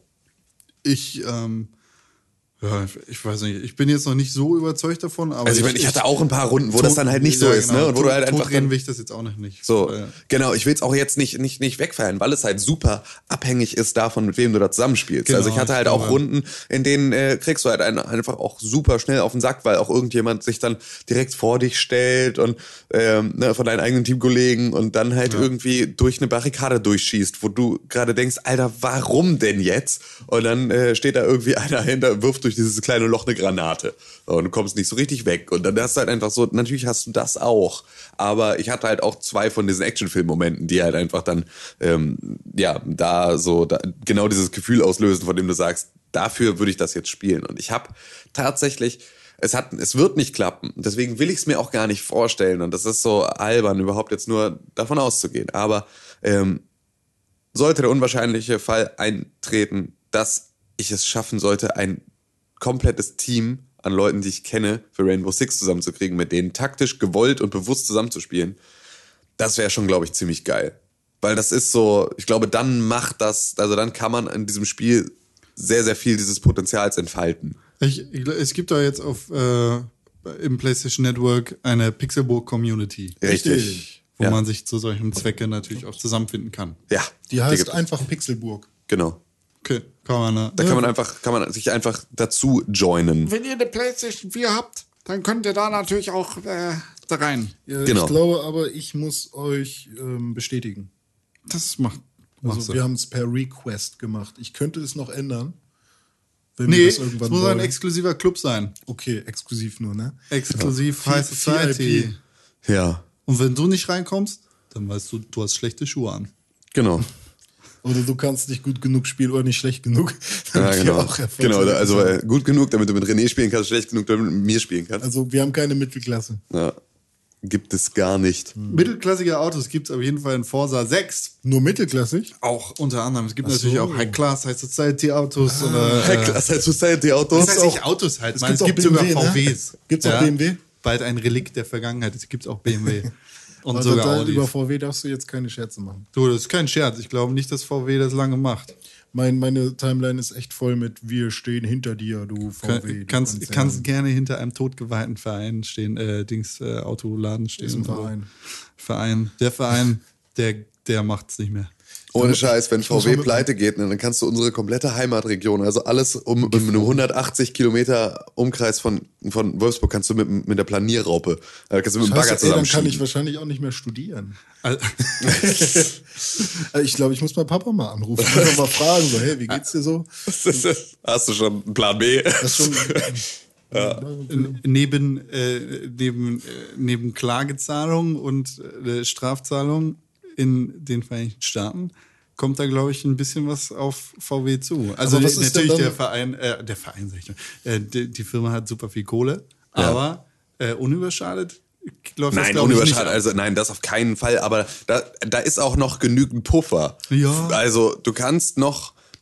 Ich, ähm, ja, ich weiß nicht, ich bin jetzt noch nicht so überzeugt davon, aber Also ich meine, ich hatte auch ein paar Runden, wo das dann halt nicht so ja, ist, genau. ne? Und wo du halt einfach Totreden dann, will ich das jetzt auch noch nicht. so, Äh, genau, ich will es auch jetzt nicht, nicht, nicht wegfallen, weil es halt super abhängig ist davon, mit wem du da zusammenspielst. Genau, also ich hatte halt ich auch glaube- Runden, in denen äh, kriegst du halt einen, einfach auch super schnell auf den Sack, weil auch irgendjemand sich dann direkt vor dich stellt und ähm, ne, von deinen eigenen Teamkollegen und dann halt irgendwie durch eine Barrikade durchschießt, wo du gerade denkst, Alter, warum denn jetzt? Und dann äh, steht da irgendwie einer hinter, wirft durch dieses kleine Loch eine Granate. So, und du kommst nicht so richtig weg. Und dann hast du halt einfach so, natürlich hast du das auch. Aber ich hatte halt auch zwei von diesen Actionfilm-Momenten, die halt einfach dann, ähm, ja, da so, da, genau dieses Gefühl auslösen, von dem du sagst, dafür würde ich das jetzt spielen. Und ich habe tatsächlich, es hat, es wird nicht klappen. Deswegen will ich es mir auch gar nicht vorstellen. Und das ist so albern, überhaupt jetzt nur davon auszugehen. Aber ähm, sollte der unwahrscheinliche Fall eintreten, dass ich es schaffen sollte, ein komplettes Team an Leuten, die ich kenne, für Rainbow Six zusammenzukriegen, mit denen taktisch gewollt und bewusst zusammenzuspielen, das wäre schon, glaube ich, ziemlich geil. Weil das ist so, ich glaube, dann macht das, also dann kann man in diesem Spiel sehr, sehr viel dieses Potenzials entfalten. ich, ich, es gibt da jetzt auf äh, im PlayStation Network eine Pixelburg-Community, Richtig. wo Ja. man sich zu solchen Zwecken natürlich auch zusammenfinden kann. Ja. Die heißt gibt es. einfach Pixelburg. Genau. Okay, kann man, äh, Da kann man einfach, kann man sich einfach dazu joinen. Wenn ihr eine PlayStation vier habt, dann könnt ihr da natürlich auch äh, da rein. Ja, Genau. Ich glaube aber, ich muss euch ähm, bestätigen. das macht, macht Also Sinn. wir haben es per Request gemacht. Ich könnte es noch ändern, wenn Nee, wir es das irgendwann muss wollen. ein exklusiver Club sein. Okay, exklusiv nur, ne? Exklusiv Ja. High V- Society. V I P. Ja. Und wenn du nicht reinkommst, dann weißt du, du hast schlechte Schuhe an. Genau. Oder du kannst nicht gut genug spielen oder nicht schlecht genug. Ja, damit wir genau. auch Erfolg Genau, haben. also äh, gut genug, damit du mit René spielen kannst, schlecht genug, damit du mit mir spielen kannst. Also wir haben keine Mittelklasse. Ja. Gibt es gar nicht. Mittelklassige Autos gibt es auf jeden Fall in Forza sechs. Nur mittelklassig? Auch unter anderem. Es gibt Ach natürlich so. auch High-Class, High-Society-Autos. oder Hey, Class halt Society-Autos. Das heißt nicht Autos halt, es man, es gibt gibt auch sogar B M W, ne? V Ws. Gibt's auch B M W? Bald ein Relikt der Vergangenheit. Es gibt auch B M W. Und Also sogar da, Audi. über V W darfst du jetzt keine Scherze machen. Du, das ist kein Scherz. Ich glaube nicht, dass V W das lange macht. Mein, meine Timeline ist echt voll mit wir stehen hinter dir, du V W. Kann, du kannst, Konzern. kannst gerne hinter einem totgeweihten Verein stehen, äh, Dings, äh, Autoladen stehen. Ist ein und so. Verein. Verein. Der Verein, der, der macht's nicht mehr. Ohne Scheiß, wenn muss V W mal mit- pleite geht, ne, dann kannst du unsere komplette Heimatregion, also alles um, um einem hundertachtzig Kilometer Umkreis von, von Wolfsburg, kannst du mit, mit der Planierraupe, äh, kannst du mit dem Bagger Scheiße, ey, dann kann ich zusammenschieben. wahrscheinlich auch nicht mehr studieren. Al- Äh, Ich glaube, ich muss meinen Papa mal anrufen und mal fragen, so, hey, wie geht's dir so? Hast du schon einen Plan B? Das ist schon, N- Neben, äh, neben, äh, neben Klagezahlung und äh, Strafzahlung in den Vereinigten Staaten kommt da, glaube ich, ein bisschen was auf V W zu. Also Aber was die- ist denn natürlich dann- der Verein, äh, der Verein, sag ich nur, äh, die, die Firma hat super viel Kohle, Ja. aber äh, unüberschadet läuft das, Nein, glaube ich, nicht. unüberschadet, also nein, das auf keinen Fall, aber da, da ist auch noch genügend Puffer. Ja. Also du kannst noch,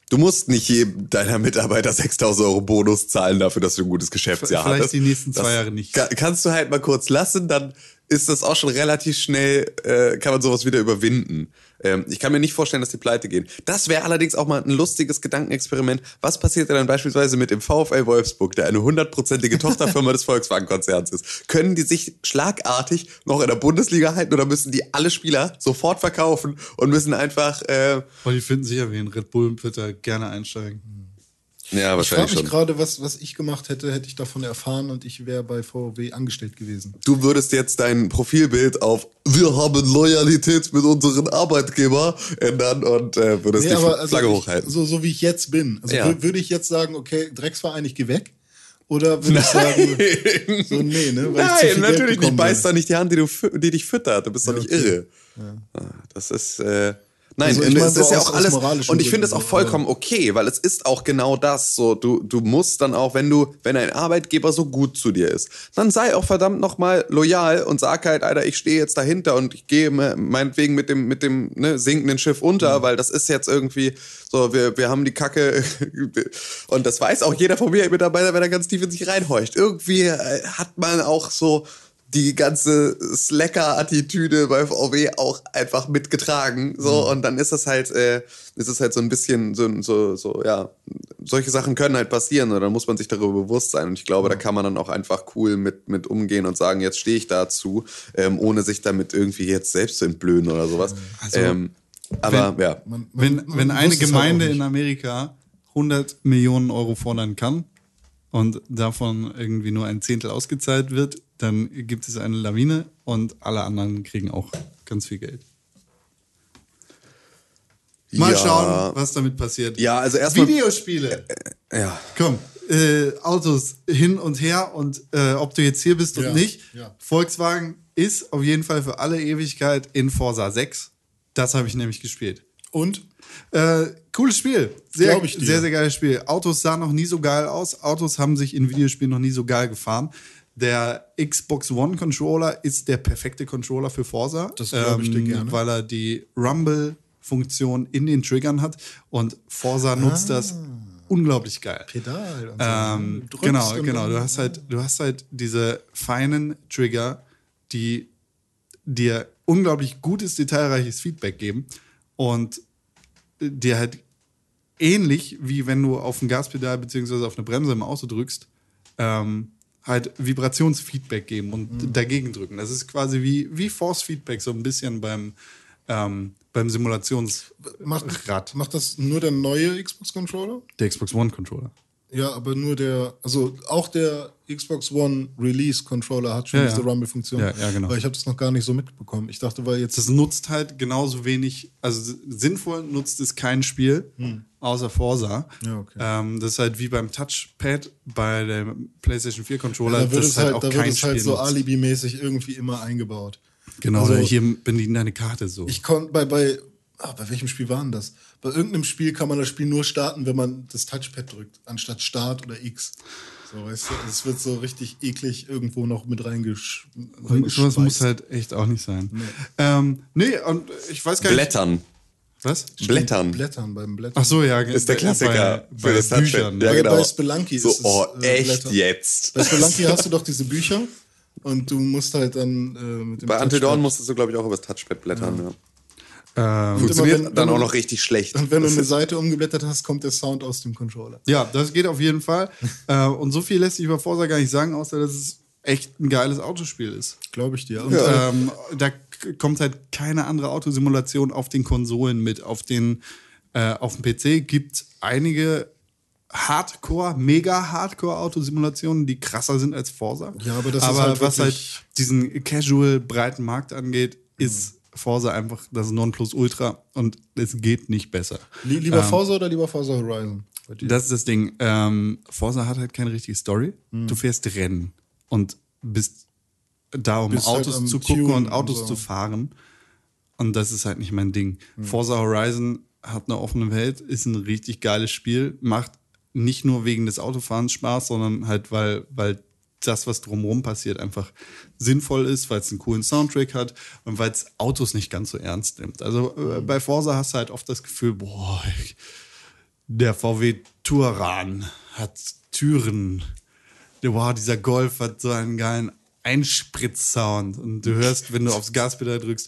Du musst nicht jedem deiner Mitarbeiter sechstausend Euro Bonus zahlen dafür, dass du ein gutes Geschäftsjahr Vielleicht hattest. die nächsten zwei Das Jahre nicht. ka- Kannst du halt mal kurz lassen, dann ist das auch schon relativ schnell, äh, kann man sowas wieder überwinden. Ähm, ich kann mir nicht vorstellen, dass die pleite gehen. Das wäre allerdings auch mal ein lustiges Gedankenexperiment. Was passiert denn dann beispielsweise mit dem VfL Wolfsburg, der eine hundertprozentige Tochterfirma des Volkswagen-Konzerns ist? Können die sich schlagartig noch in der Bundesliga halten oder müssen die alle Spieler sofort verkaufen und müssen einfach... Äh, Boah, die finden sicher wie ein Red Bull, wird da gerne einsteigen. ja, Ich frage wahrscheinlich mich schon. gerade, was, was ich gemacht hätte, hätte ich davon erfahren und ich wäre bei V W angestellt gewesen. Du würdest jetzt dein Profilbild auf "Wir haben Loyalität mit unseren Arbeitgeber" ändern und äh, würdest Nee, die aber also Flagge ich, hochhalten. so, so wie ich jetzt bin. Also Ja. wür- würde ich jetzt sagen, okay, Drecksverein, ich geh weg? Oder würde ich sagen, so nee, ne? Weil ich zu Nein, viel Geld natürlich nicht. bekommen Beiß würde. da nicht die Hand, die, du, fü- die dich füttert. Du bist doch Ja, nicht okay. irre. Ah, Das ist... Äh, Nein, Also ich und meine es so ist ja aus- auch aus alles, moralischen und ich finde es Gründen auch so, vollkommen okay, weil es ist auch genau das, so, du, du musst dann auch, wenn du, wenn ein Arbeitgeber so gut zu dir ist, dann sei auch verdammt nochmal loyal und sag halt, Alter, ich stehe jetzt dahinter und ich gehe me- meinetwegen mit dem, mit dem, ne, sinkenden Schiff unter, weil das ist jetzt irgendwie so, wir, wir haben die Kacke und das weiß auch jeder von mir Mitarbeiter, wenn er ganz tief in sich reinhorcht. Irgendwie äh, hat man auch so die ganze Slacker-Attitüde bei V W auch einfach mitgetragen, so, Mhm. und dann ist das halt, äh, ist es halt so ein bisschen, so, so, so, ja, solche Sachen können halt passieren, und dann muss man sich darüber bewusst sein, und ich glaube, da kann man dann auch einfach cool mit, mit umgehen und sagen, jetzt stehe ich dazu, ähm, ohne sich damit irgendwie jetzt selbst zu entblöden oder sowas. Also, ähm, aber, ja. Man- man- Wenn, man wenn eine wusste es halt Gemeinde auch nicht. in Amerika hundert Millionen Euro fordern kann und davon irgendwie nur ein Zehntel ausgezahlt wird, dann gibt es eine Lawine und alle anderen kriegen auch ganz viel Geld. Mal ja, schauen, was damit passiert. Ja, also erstmal, Videospiele. ja. Komm, äh, Autos hin und her und äh, ob du jetzt hier bist Ja, und nicht. ja. Volkswagen ist auf jeden Fall für alle Ewigkeit in Forza sechs. Das habe ich nämlich gespielt. Und? Äh, cooles Spiel. Sehr, Glaub ich dir. sehr, sehr geiles Spiel. Autos sahen noch nie so geil aus. Autos haben sich in Videospielen noch nie so geil gefahren. Der Xbox One Controller ist der perfekte Controller für Forza. Das glaub ich dir gerne. Weil er die Rumble-Funktion in den Triggern hat. Und Forza nutzt Ah. das unglaublich geil. Pedal und so. Ähm, Du drückst genau, und genau. dann- Du hast halt, du hast halt diese feinen Trigger, die dir unglaublich gutes, detailreiches Feedback geben und dir halt ähnlich wie wenn du auf ein Gaspedal beziehungsweise auf eine Bremse im Auto drückst, ähm, halt Vibrationsfeedback geben und Mhm. dagegen drücken. Das ist quasi wie, wie Force-Feedback, so ein bisschen beim, ähm, beim Simulationsrad. Macht, macht das nur der neue Xbox-Controller? Der Xbox One-Controller. Ja, aber nur der, also auch der Xbox One Release-Controller hat schon Ja, diese ja. Rumble-Funktion. Ja, ja, genau. Weil ich habe das noch gar nicht so mitbekommen. Ich dachte, weil jetzt... Das nutzt halt genauso wenig, also sinnvoll nutzt es kein Spiel, außer Forza. Ja, okay. Ähm, das ist halt wie beim Touchpad bei dem PlayStation vier Controller, da wird das es ist halt halt, auch da wird kein es halt Spiel so nutzt. alibimäßig irgendwie immer eingebaut. Genau, Also- oder hier bedienen deine Karte so. Ich konnte bei, bei, ah, bei welchem Spiel war denn das? Bei irgendeinem Spiel kann man das Spiel nur starten, wenn man das Touchpad drückt, anstatt Start oder X. So, weißt du, es wird so richtig eklig irgendwo noch mit reingesch und sowas muss reingespeist. halt echt auch nicht sein. Nee, ähm, nee und ich weiß gar nicht. Blättern. Was? Blättern. Blättern beim Blättern. Ach so, ja. Ist der Klassiker Bei, für bei das Touchpad. Büchern. Ja, Bei- genau. bei Spelunky so, ist es, oh, äh, echt Blätter. jetzt? Bei Spelunky hast du doch diese Bücher und du musst halt dann äh, mit dem Bei Until Touchpad- Dawn musstest du, glaube ich, auch über das Touchpad blättern. Ja. Ähm, Funktioniert immer, wenn- dann wenn auch du- noch richtig schlecht. Und wenn du eine Seite umgeblättert hast, kommt der Sound aus dem Controller. ja, das geht auf jeden Fall. äh, und so viel lässt sich über Forza gar nicht sagen, außer dass es echt ein geiles Autospiel ist. Glaube ich dir. Und, Ja. äh, Ähm, da k- kommt halt keine andere Autosimulation auf den Konsolen mit. Auf den äh, auf dem P C gibt es einige Hardcore, mega Hardcore Autosimulationen, die krasser sind als Forza. Ja, aber das ist aber halt was halt wirklich- diesen casual breiten Markt angeht, ist Forza einfach das Nonplusultra und es geht nicht besser. li- lieber Forza oder lieber Forza Horizon? Bei dir? Das ist das Ding. Ähm, Forza hat halt keine richtige Story. Du fährst Rennen und bist da, um Bist halt Autos am zu gucken Tunen und und Autos so. zu fahren. Und das ist halt nicht mein Ding. Forza Horizon hat eine offene Welt, ist ein richtig geiles Spiel, macht nicht nur wegen des Autofahrens Spaß, sondern halt, weil, weil das, was drumherum passiert, einfach sinnvoll ist, weil es einen coolen Soundtrack hat und weil es Autos nicht ganz so ernst nimmt. Also äh, bei Forza hast du halt oft das Gefühl, boah, ich, Der V W Touran hat Türen. Wow, dieser Golf hat so einen geilen Einspritz-Sound. Und du hörst, wenn du aufs Gaspedal drückst,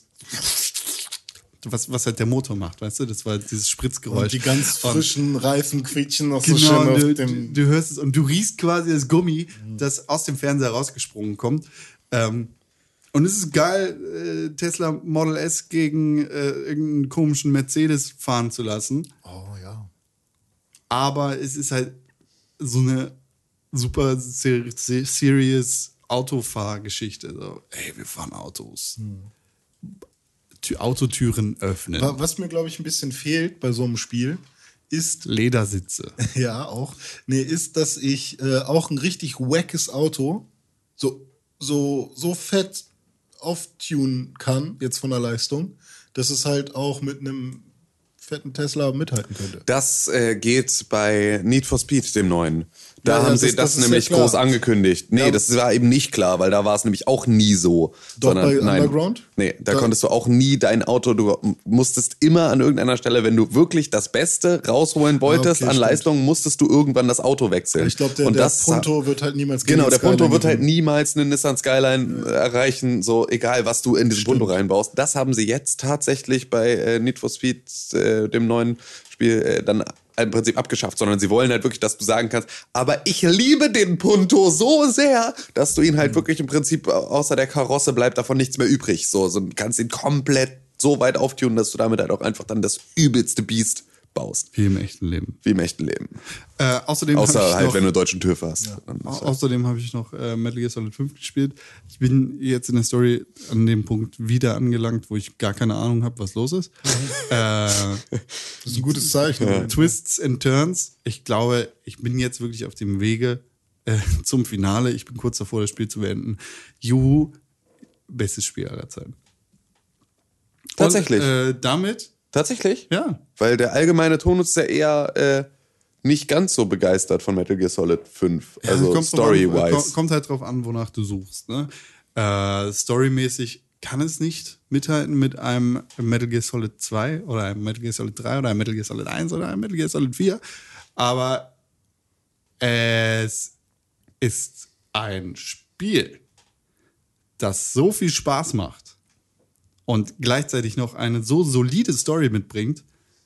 was, was halt der Motor macht, weißt du? Das war dieses Spritzgeräusch. Und die ganz frischen Reifen quietschen noch so Genau, schön auf du, dem... du hörst es und du riechst quasi das Gummi, das aus dem Fernseher rausgesprungen kommt. Ähm, und es ist geil, äh, Tesla Model S gegen äh, irgendeinen komischen Mercedes fahren zu lassen. Oh ja. Aber es ist halt so eine super ser ser serious Autofahrgeschichte. So, ey, wir fahren Autos. Hm. Autotüren öffnen. Was mir, glaube ich, ein bisschen fehlt bei so einem Spiel, ist... Ledersitze. Ja, auch. Nee, ist, dass ich äh, auch ein richtig wackes Auto so, so, so fett auftunen kann, jetzt von der Leistung, dass es halt auch mit einem fetten Tesla mithalten könnte. Das äh, geht bei Need for Speed, dem neuen. Da Ja, haben ja, sie das- das, das ist nämlich ja klar. groß angekündigt. Nee, Ja. das war eben nicht klar, weil da war es nämlich auch nie so. Doch sondern, bei nein, Underground? Nee, da, Da- konntest du auch nie dein Auto, du musstest immer an irgendeiner Stelle, wenn du wirklich das Beste rausholen wolltest okay, an stimmt. Leistung, musstest du irgendwann das Auto wechseln. Ich glaube, der, Und der das Punto wird halt niemals gegen Genau, den der Punto Skyline wird halt gewinnen. niemals einen Nissan Skyline äh, erreichen, so egal, was du in diesen Punto reinbaust. Das haben sie jetzt tatsächlich bei äh, Need for Speed, äh, dem neuen Spiel, äh, dann im Prinzip abgeschafft, sondern sie wollen halt wirklich, dass du sagen kannst, aber ich liebe den Punto so sehr, dass du ihn halt wirklich im Prinzip außer der Karosse bleibt davon nichts mehr übrig. So, so kannst ihn komplett so weit auftunen, dass du damit halt auch einfach dann das übelste Biest baust. Wie im echten Leben. Wie im echten Leben. Äh, außerdem hab Außer ich halt, noch, wenn du deutschen TÜV hast. Dann ist au- halt- außerdem habe ich noch äh, Metal Gear Solid fünf gespielt. Ich bin jetzt in der Story an dem Punkt wieder angelangt, wo ich gar keine Ahnung habe, was los ist. äh, Das ist ein gutes Zeichen. Twists and Turns. Ich glaube, ich bin jetzt wirklich auf dem Wege äh, zum Finale. Ich bin kurz davor, das Spiel zu beenden. Juhu, bestes Spiel aller Zeiten. Tatsächlich. Und, äh, damit, Tatsächlich? ja, Weil der allgemeine Tonus ist ja eher äh, nicht ganz so begeistert von Metal Gear Solid fünf. Ja, Also kommt drauf an, story-wise. kommt, kommt halt drauf an, wonach du suchst. Ne? Äh, storymäßig kann es nicht mithalten mit einem Metal Gear Solid zwei oder einem Metal Gear Solid drei oder einem Metal Gear Solid eins oder einem Metal Gear Solid vier. Aber es ist ein Spiel, das so viel Spaß macht und gleichzeitig noch eine so solide Story mitbringt,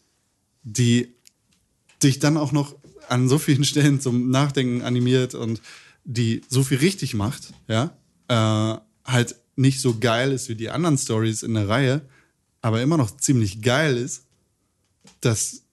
die dich dann auch noch an so vielen Stellen zum Nachdenken animiert und die so viel richtig macht, ja, äh, halt nicht so geil ist wie die anderen Stories in der Reihe, aber immer noch ziemlich geil ist, dass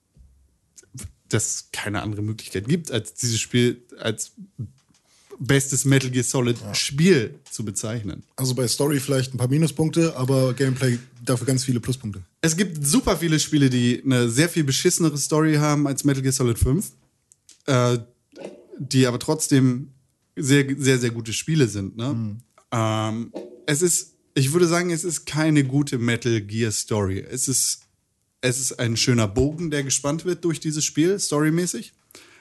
das keine andere Möglichkeit gibt, als dieses Spiel als bestes Metal Gear Solid Spiel zu bezeichnen. Also bei Story vielleicht ein paar Minuspunkte, aber Gameplay dafür ganz viele Pluspunkte. Es gibt super viele Spiele, die eine sehr viel beschissenere Story haben als Metal Gear Solid fünf, äh, die aber trotzdem sehr, sehr, sehr gute Spiele sind. Ne? Mhm. Ähm, es ist, ich würde sagen, es ist keine gute Metal Gear Story. Es ist, es ist ein schöner Bogen, der gespannt wird durch dieses Spiel, storymäßig.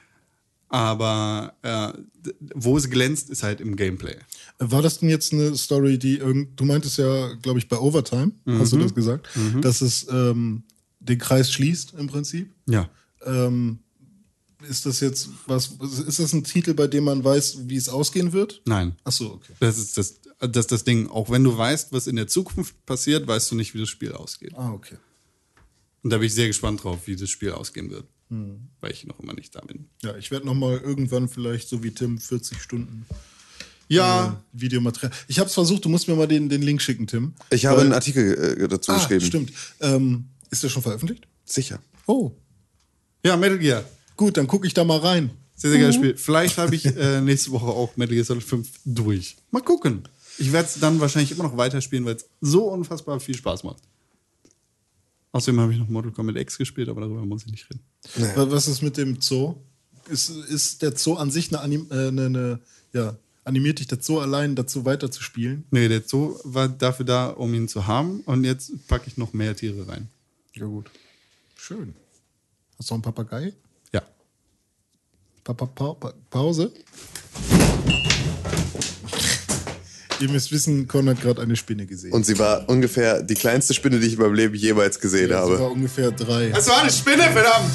Aber äh, d- wo es glänzt, ist halt im Gameplay. War das denn jetzt eine Story, die irgend, du meintest ja, glaube ich, bei Overtime, hast du das gesagt, dass es ähm, den Kreis schließt im Prinzip? Ja. Ähm, ist das jetzt was, ist das ein Titel, bei dem man weiß, wie es ausgehen wird? Nein. Ach so, okay. Das ist das, das ist das Ding. Auch wenn du weißt, was in der Zukunft passiert, weißt du nicht, wie das Spiel ausgeht. Ah, okay. Und da bin ich sehr gespannt drauf, wie das Spiel ausgehen wird. Weil ich noch immer nicht da bin. Ja, ich werde noch mal irgendwann vielleicht, so wie Tim, vierzig Stunden Ja, äh, Videomaterial. Ich habe es versucht, du musst mir mal den, den Link schicken, Tim. Ich habe Weil- einen Artikel äh, dazu ah, geschrieben. stimmt. Ähm, ist der schon veröffentlicht? Sicher. Oh, ja, Metal Gear. gut, dann gucke ich da mal rein. Sehr, sehr geiles Spiel. Vielleicht habe ich äh, nächste Woche auch Metal Gear Solid fünf durch. Mal gucken. Ich werde es dann wahrscheinlich immer noch weiterspielen, weil es so unfassbar viel Spaß macht. Außerdem habe ich noch Mortal Kombat X gespielt, aber darüber muss ich nicht reden. Wa- Was ist mit dem Zoo? Ist, ist der Zoo an sich eine, Anim äh, eine, eine ja, animiert dich der Zoo allein dazu weiter zu spielen? Nee, der Zoo war dafür da, um ihn zu haben. Und jetzt packe ich noch mehr Tiere rein. Ja, gut. Schön. Hast du noch einen Papagei? Ja. Pa pa pa pa Pause? Ihr müsst wissen, Con hat gerade eine Spinne gesehen. Und sie war ungefähr die kleinste Spinne, die ich in meinem Leben jemals gesehen ja, sie habe. war ungefähr drei. Das war eine Spinne, verdammt!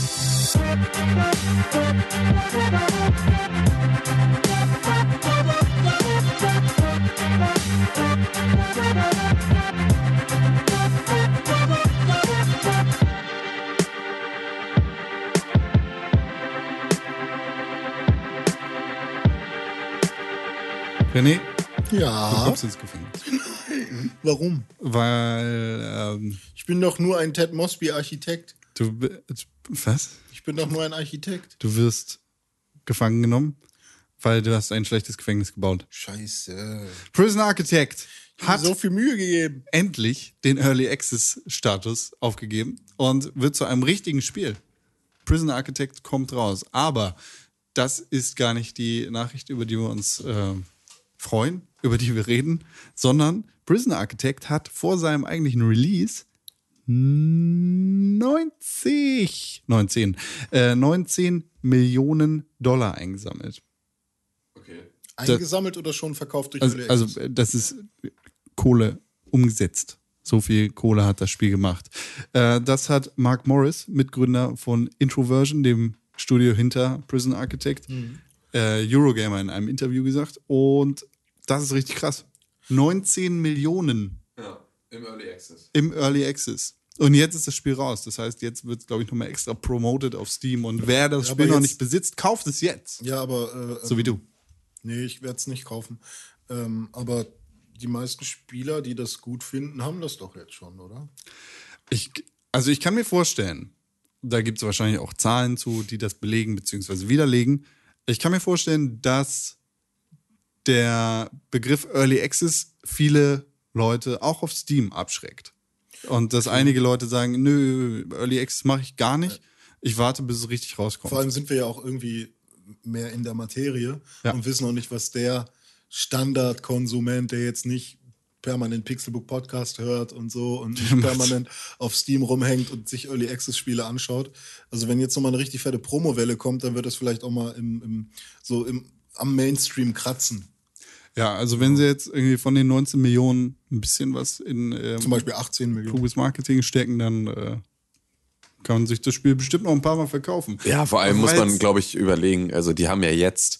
René, du Ja, kommst ins Gefängnis. warum? Weil ähm, Ich bin doch nur ein Ted Mosby-Architekt. du. bi- Was? Ich bin doch nur ein Architekt. Du wirst gefangen genommen, weil du hast ein schlechtes Gefängnis gebaut. Scheiße. Prison Architect hat So viel Mühe gegeben. endlich den Early Access Status aufgegeben und wird zu einem richtigen Spiel. Prison Architect kommt raus. Aber das ist gar nicht die Nachricht, über die wir uns äh, freuen, über die wir reden, sondern Prison Architect hat vor seinem eigentlichen Release neunzig, neunzehn, äh, neunzehn Millionen Dollar eingesammelt. Eingesammelt oder schon verkauft durch Also, Early also Access? äh, das ist Kohle umgesetzt. So viel Kohle hat das Spiel gemacht. Äh, das hat Mark Morris, Mitgründer von Introversion, dem Studio hinter Prison Architect, äh, Eurogamer in einem Interview gesagt. Und das ist richtig krass. neunzehn Millionen Ja, im Early Access. im Early Access. Und jetzt ist das Spiel raus. Das heißt, jetzt wird es, glaube ich, nochmal extra promoted auf Steam. Und wer das Ja, Spiel aber noch jetzt- nicht besitzt, kauft es jetzt. Ja, aber. Äh, So wie du. Nee, ich werde es nicht kaufen. Ähm, aber die meisten Spieler, die das gut finden, haben das doch jetzt schon, oder? Ich, also ich kann mir vorstellen, da gibt es wahrscheinlich auch Zahlen zu, die das belegen bzw. widerlegen. Ich kann mir vorstellen, dass der Begriff Early Access viele Leute auch auf Steam abschreckt. Und dass einige Leute sagen, nö, Early Access mache ich gar nicht. Ich warte, bis es richtig rauskommt. Vor allem sind wir ja auch irgendwie mehr in der Materie Ja. und wissen auch nicht, was der Standardkonsument, der jetzt nicht permanent Pixelbook Podcast hört und so und nicht permanent auf Steam rumhängt und sich Early Access Spiele anschaut. Also wenn jetzt nochmal eine richtig fette Promowelle kommt, dann wird das vielleicht auch mal im, im, so im, am Mainstream kratzen. Ja, also wenn sie jetzt irgendwie von den neunzehn Millionen ein bisschen was in ähm, Zum Beispiel achtzehn Millionen. kluges Marketing stecken, dann äh, kann man sich das Spiel bestimmt noch ein paar Mal verkaufen. Ja, vor allem muss man, Weil's- glaube ich, überlegen, also die haben ja jetzt,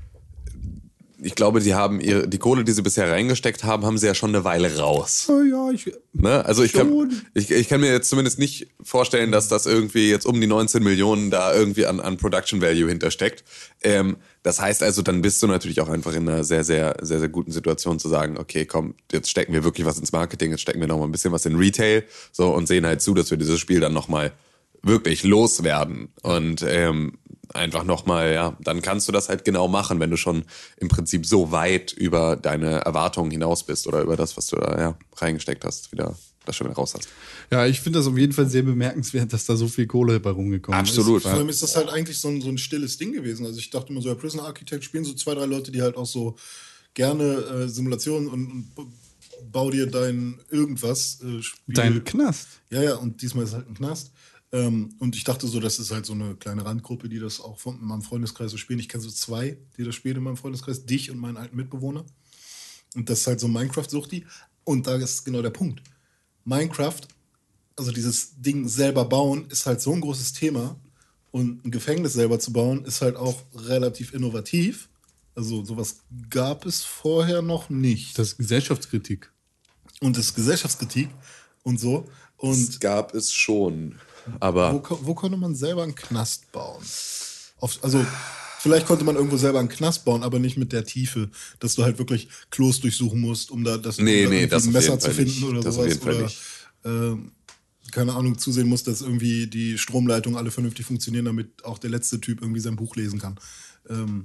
ich glaube, die haben ihre, die Kohle, die sie bisher reingesteckt haben, haben sie ja schon eine Weile raus. Oh ja, ich, Ne? Also ich kann, Schon. ich, ich kann mir jetzt zumindest nicht vorstellen, dass das irgendwie jetzt um die neunzehn Millionen da irgendwie an, an Production Value hintersteckt. Ähm, das heißt also, dann bist du natürlich auch einfach in einer sehr, sehr, sehr, sehr guten Situation zu sagen, okay, komm, jetzt stecken wir wirklich was ins Marketing, jetzt stecken wir noch mal ein bisschen was in Retail, so, und sehen halt zu, dass wir dieses Spiel dann noch mal wirklich loswerden und ähm, einfach nochmal, ja, dann kannst du das halt genau machen, wenn du schon im Prinzip so weit über deine Erwartungen hinaus bist oder über das, was du da ja, reingesteckt hast, wieder das schon wieder raus hast. ja, ich finde das auf jeden Fall sehr bemerkenswert, dass da so viel Kohle bei rumgekommen Absolut. ist. Vor allem ist das halt eigentlich so ein, so ein stilles Ding gewesen. Also ich dachte immer so, ja, Prison Architect spielen so zwei, drei Leute, die halt auch so gerne äh, Simulationen und, und b- bau dir dein irgendwas äh, Spiel. Dein Knast. Ja, ja, und diesmal ist halt ein Knast. Ähm, und ich dachte so, das ist halt so eine kleine Randgruppe, die das auch von in meinem Freundeskreis so spielen. Ich kenne so zwei, die das spielen in meinem Freundeskreis, dich und meinen alten Mitbewohner. Und das ist halt so Minecraft-Suchti. Und da ist genau der Punkt. Minecraft, also dieses Ding selber bauen, ist halt so ein großes Thema. Und ein Gefängnis selber zu bauen, ist halt auch relativ innovativ. Also sowas gab es vorher noch nicht. Das ist Gesellschaftskritik. Und das ist Gesellschaftskritik und so. Und Das gab es schon, aber Wo, ko- wo konnte man selber einen Knast bauen? Auf, also, vielleicht konnte man irgendwo selber einen Knast bauen, aber nicht mit der Tiefe, dass du halt wirklich Klos durchsuchen musst, um da das, Nee, um da nee, irgendwie das ein auf Messer jeden zu Fall finden nicht. oder Das auf sowas. jeden Fall oder, nicht. ähm, keine Ahnung, zusehen musst, dass irgendwie die Stromleitungen alle vernünftig funktionieren, damit auch der letzte Typ irgendwie sein Buch lesen kann. Ähm,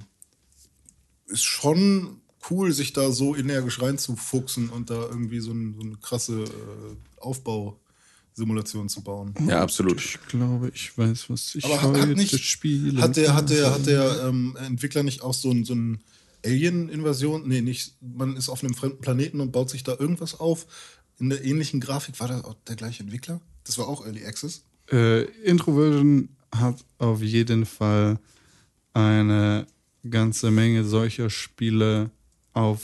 ist schon cool, sich da so energisch reinzufuchsen und da irgendwie so, ein, so eine krasse äh, Aufbausimulation zu bauen. ja, absolut. Ich glaube, ich weiß, was ich Aber hat, heute hat nicht, spiele. hat der, hat der, hat der ähm, Entwickler nicht auch so ein, so ein Alien-Invasion? Nee, nicht. Man ist auf einem fremden Planeten und baut sich da irgendwas auf. In der ähnlichen Grafik war das auch der gleiche Entwickler? Das war auch Early Access. Äh, Introversion hat auf jeden Fall eine ganze Menge solcher Spiele auf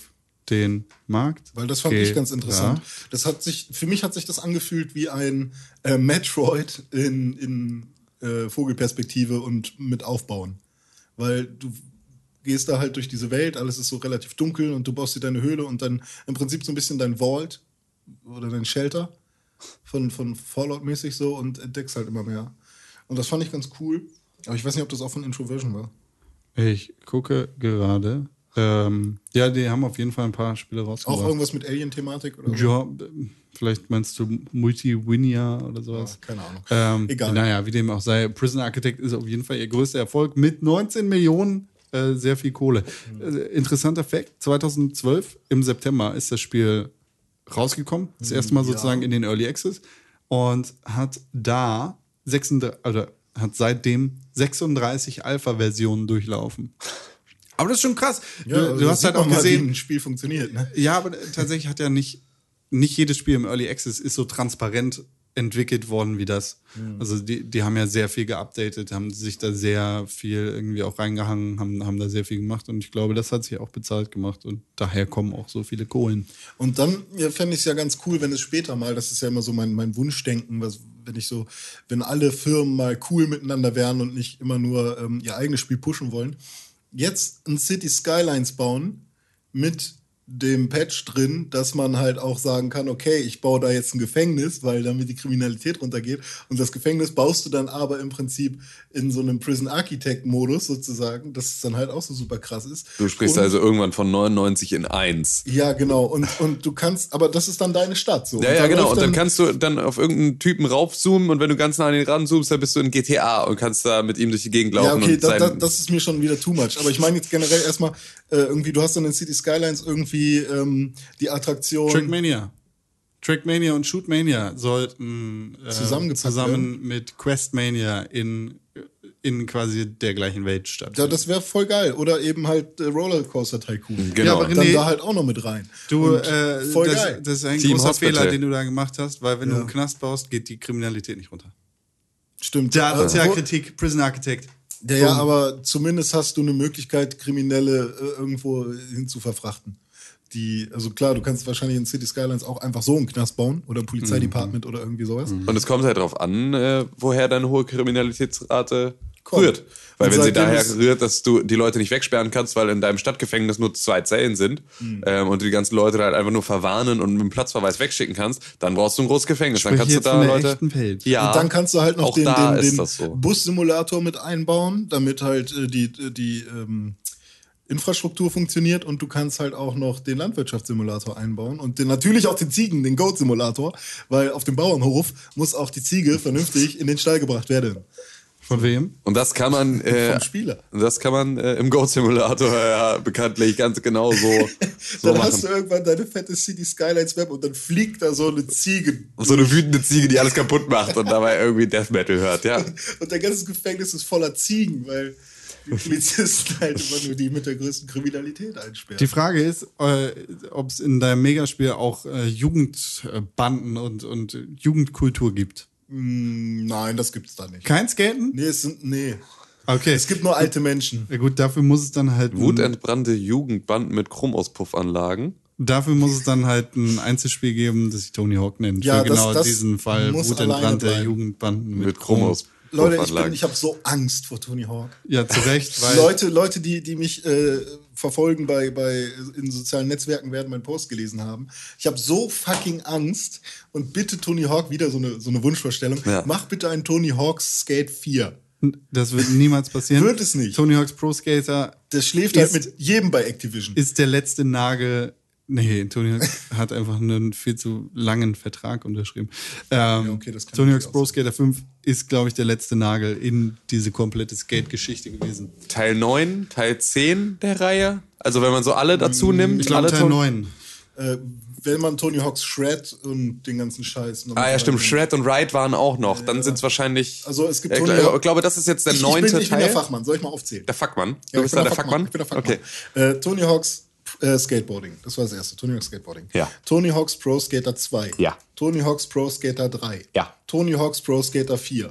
den Markt. Weil das fand ich ganz interessant. Das hat sich, für mich hat sich das angefühlt wie ein äh, Metroid in, in äh, Vogelperspektive und mit Aufbauen. Weil du gehst da halt durch diese Welt, alles ist so relativ dunkel und du baust dir deine Höhle und dann im Prinzip so ein bisschen dein Vault oder dein Shelter von, von Fallout-mäßig so und entdeckst halt immer mehr. Und das fand ich ganz cool. Aber ich weiß nicht, ob das auch von Introversion war. Ich gucke gerade. Ähm, ja, die haben auf jeden Fall ein paar Spiele rausgebracht. Auch irgendwas mit Alien-Thematik oder so? Ja, vielleicht meinst du Multi-Winia oder sowas. Ja, keine Ahnung. Ähm, Egal. Naja, wie dem auch sei, Prison Architect ist auf jeden Fall ihr größter Erfolg mit neunzehn Millionen, äh, sehr viel Kohle. Mhm. Äh, interessanter Fakt, zweitausendzwölf im September ist das Spiel rausgekommen, das erste Mal Ja. sozusagen in den Early Access und hat da sechsunddreißig, oder hat seitdem sechsunddreißig Alpha-Versionen durchlaufen. Aber das ist schon krass. Ja, du, also du hast sieht halt auch man mal, gesehen, wie ein Spiel funktioniert, ne? ja, aber tatsächlich hat ja nicht, nicht jedes Spiel im Early Access ist so transparent entwickelt worden wie das. Mhm. Also die, die haben ja sehr viel geupdatet, haben sich da sehr viel irgendwie auch reingehangen, haben, haben da sehr viel gemacht und ich glaube, das hat sich auch bezahlt gemacht und daher kommen auch so viele Kohlen. Und dann ja, fände ich es ja ganz cool, wenn es später mal, das ist ja immer so mein, mein Wunschdenken, was, wenn ich so, wenn alle Firmen mal cool miteinander wären und nicht immer nur ähm, ihr eigenes Spiel pushen wollen, jetzt ein City Skylines bauen mit dem Patch drin, dass man halt auch sagen kann, okay, ich baue da jetzt ein Gefängnis, weil damit die Kriminalität runtergeht. Und das Gefängnis baust du dann aber im Prinzip in so einem Prison Architect-Modus sozusagen, dass es dann halt auch so super krass ist. Du sprichst und, also irgendwann von neunundneunzig in eins. Ja, genau. Und, und du kannst, aber das ist dann deine Stadt. So. Ja, und ja, genau. läuft Und dann kannst du dann auf irgendeinen Typen raufzoomen und wenn du ganz nah an den ranzoomst, dann bist du in G T A und kannst da mit ihm durch die Gegend laufen. Ja, okay, und da, da, sein- das ist mir schon wieder too much. Aber ich meine jetzt generell erstmal, äh, irgendwie, du hast dann in City Skylines irgendwie ähm, die Attraktion. Trackmania. Trackmania und Shootmania sollten äh, Zusammengepackt zusammen mit Questmania in, in quasi der gleichen Welt Ja, stattfinden. das wäre voll geil. Oder eben halt äh, Rollercoaster Tycoon. Genau. Ja, aber Dann René, da halt auch noch mit rein. Du, Und äh, voll das, geil. das ist ein Team großer Hospital. Fehler, den du da gemacht hast, weil wenn Ja. du einen Knast baust, geht die Kriminalität nicht runter. Stimmt. Da ist Äh, ja wo- Kritik, Prison Architect. Ja, ja, aber zumindest hast du eine Möglichkeit, Kriminelle äh, irgendwo hin zu verfrachten. Die, also klar, du kannst wahrscheinlich in City Skylines auch einfach so einen Knast bauen oder ein Polizeidepartment oder irgendwie sowas. Und es kommt halt drauf an, äh, woher deine hohe Kriminalitätsrate Kommt. rührt. Weil Und wenn sie seitdem daher ist- rührt, dass du die Leute nicht wegsperren kannst, weil in deinem Stadtgefängnis nur zwei Zellen sind Mhm. ähm, und du die ganzen Leute halt einfach nur verwarnen und mit einem Platzverweis wegschicken kannst, dann brauchst du ein großes Gefängnis. Dann spreche kannst du jetzt da von der Leute. echten Welt. Ja, Und dann kannst du halt noch auch den, da den, ist den das so. Bussimulator mit einbauen, damit halt äh, die, die ähm, Infrastruktur funktioniert und du kannst halt auch noch den Landwirtschaftssimulator einbauen und den, natürlich auch den Ziegen, den Goat-Simulator, weil auf dem Bauernhof muss auch die Ziege vernünftig in den Stall gebracht werden. Von wem? Und das kann man, äh, Vom Spieler. das kann man äh, im Goat Simulator ja, bekanntlich ganz genau so, so Dann hast du machen. irgendwann deine fette City Skylines Web und dann fliegt da so eine Ziege. Und so eine wütende Ziege, die alles kaputt macht und dabei irgendwie Death Metal hört, ja. Und dein ganzes Gefängnis ist voller Ziegen, weil die Polizisten halt immer nur die mit der größten Kriminalität einsperren. Die Frage ist, äh, ob es in deinem Megaspiel auch äh, Jugendbanden und, und Jugendkultur gibt. Mm, Nein, das gibt's da nicht. Kein Skaten? Nee, es sind, nee. Okay. Es gibt nur alte Menschen. Ja gut, dafür muss es dann halt ein, Wutentbrannte Jugendbanden mit Chromauspuffanlagen. dafür muss es dann halt ein Einzelspiel geben, das sich Tony Hawk nennt. Ja, Für das- genau das diesen Fall muss wutentbrannte alleine bleiben. Jugendbanden mit, Mit Chrom. Chromauspuff. Leute, ich, bin- Anlagen. ich habe so Angst vor Tony Hawk. Ja, zu Recht, weil Leute, Leute, die, die mich äh, verfolgen bei, bei in sozialen Netzwerken, werden meinen Post gelesen haben. Ich habe so fucking Angst und bitte Tony Hawk, wieder so eine, so eine Wunschvorstellung, Ja. mach bitte einen Tony Hawk's Skate vier. das wird niemals passieren. Wird es nicht. Tony Hawk's Pro Skater Der schläft Ist- halt mit jedem bei Activision. ist der letzte Nagel. Nee, Tony Hawk hat einfach einen viel zu langen Vertrag unterschrieben. Ähm, okay, das kann Tony natürlich Hawk's Pro Skater fünf ist, glaube ich, der letzte Nagel in diese komplette Skate-Geschichte gewesen. Teil neun, Teil zehn der Reihe. Also wenn man so alle dazu nimmt. Ich glaube, alle Teil Ton- neun. Äh, wenn man Tony Hawk's Shred und den ganzen Scheiß noch Ah mit ja, stimmt. reinnimmt. Shred und Ride waren auch noch. Dann sind es wahrscheinlich. Also es gibt Ja, ich Tony glaube, Hawk- ich glaube, das ist jetzt der ich, neunte ich bin, ich bin Teil. der Fachmann. Soll ich mal aufzählen? Der Fuckmann. Du Ja, bist da der Fuckmann? Ich bin der Fachmann. Okay. Äh, Tony Hawk's äh, Skateboarding. Das war das erste. Tony Hawk's Skateboarding. Ja. Tony Hawk's Pro Skater zwei. Ja. Tony Hawk's Pro Skater drei. Ja. Mhm. Tony Hawk's Pro Skater vier.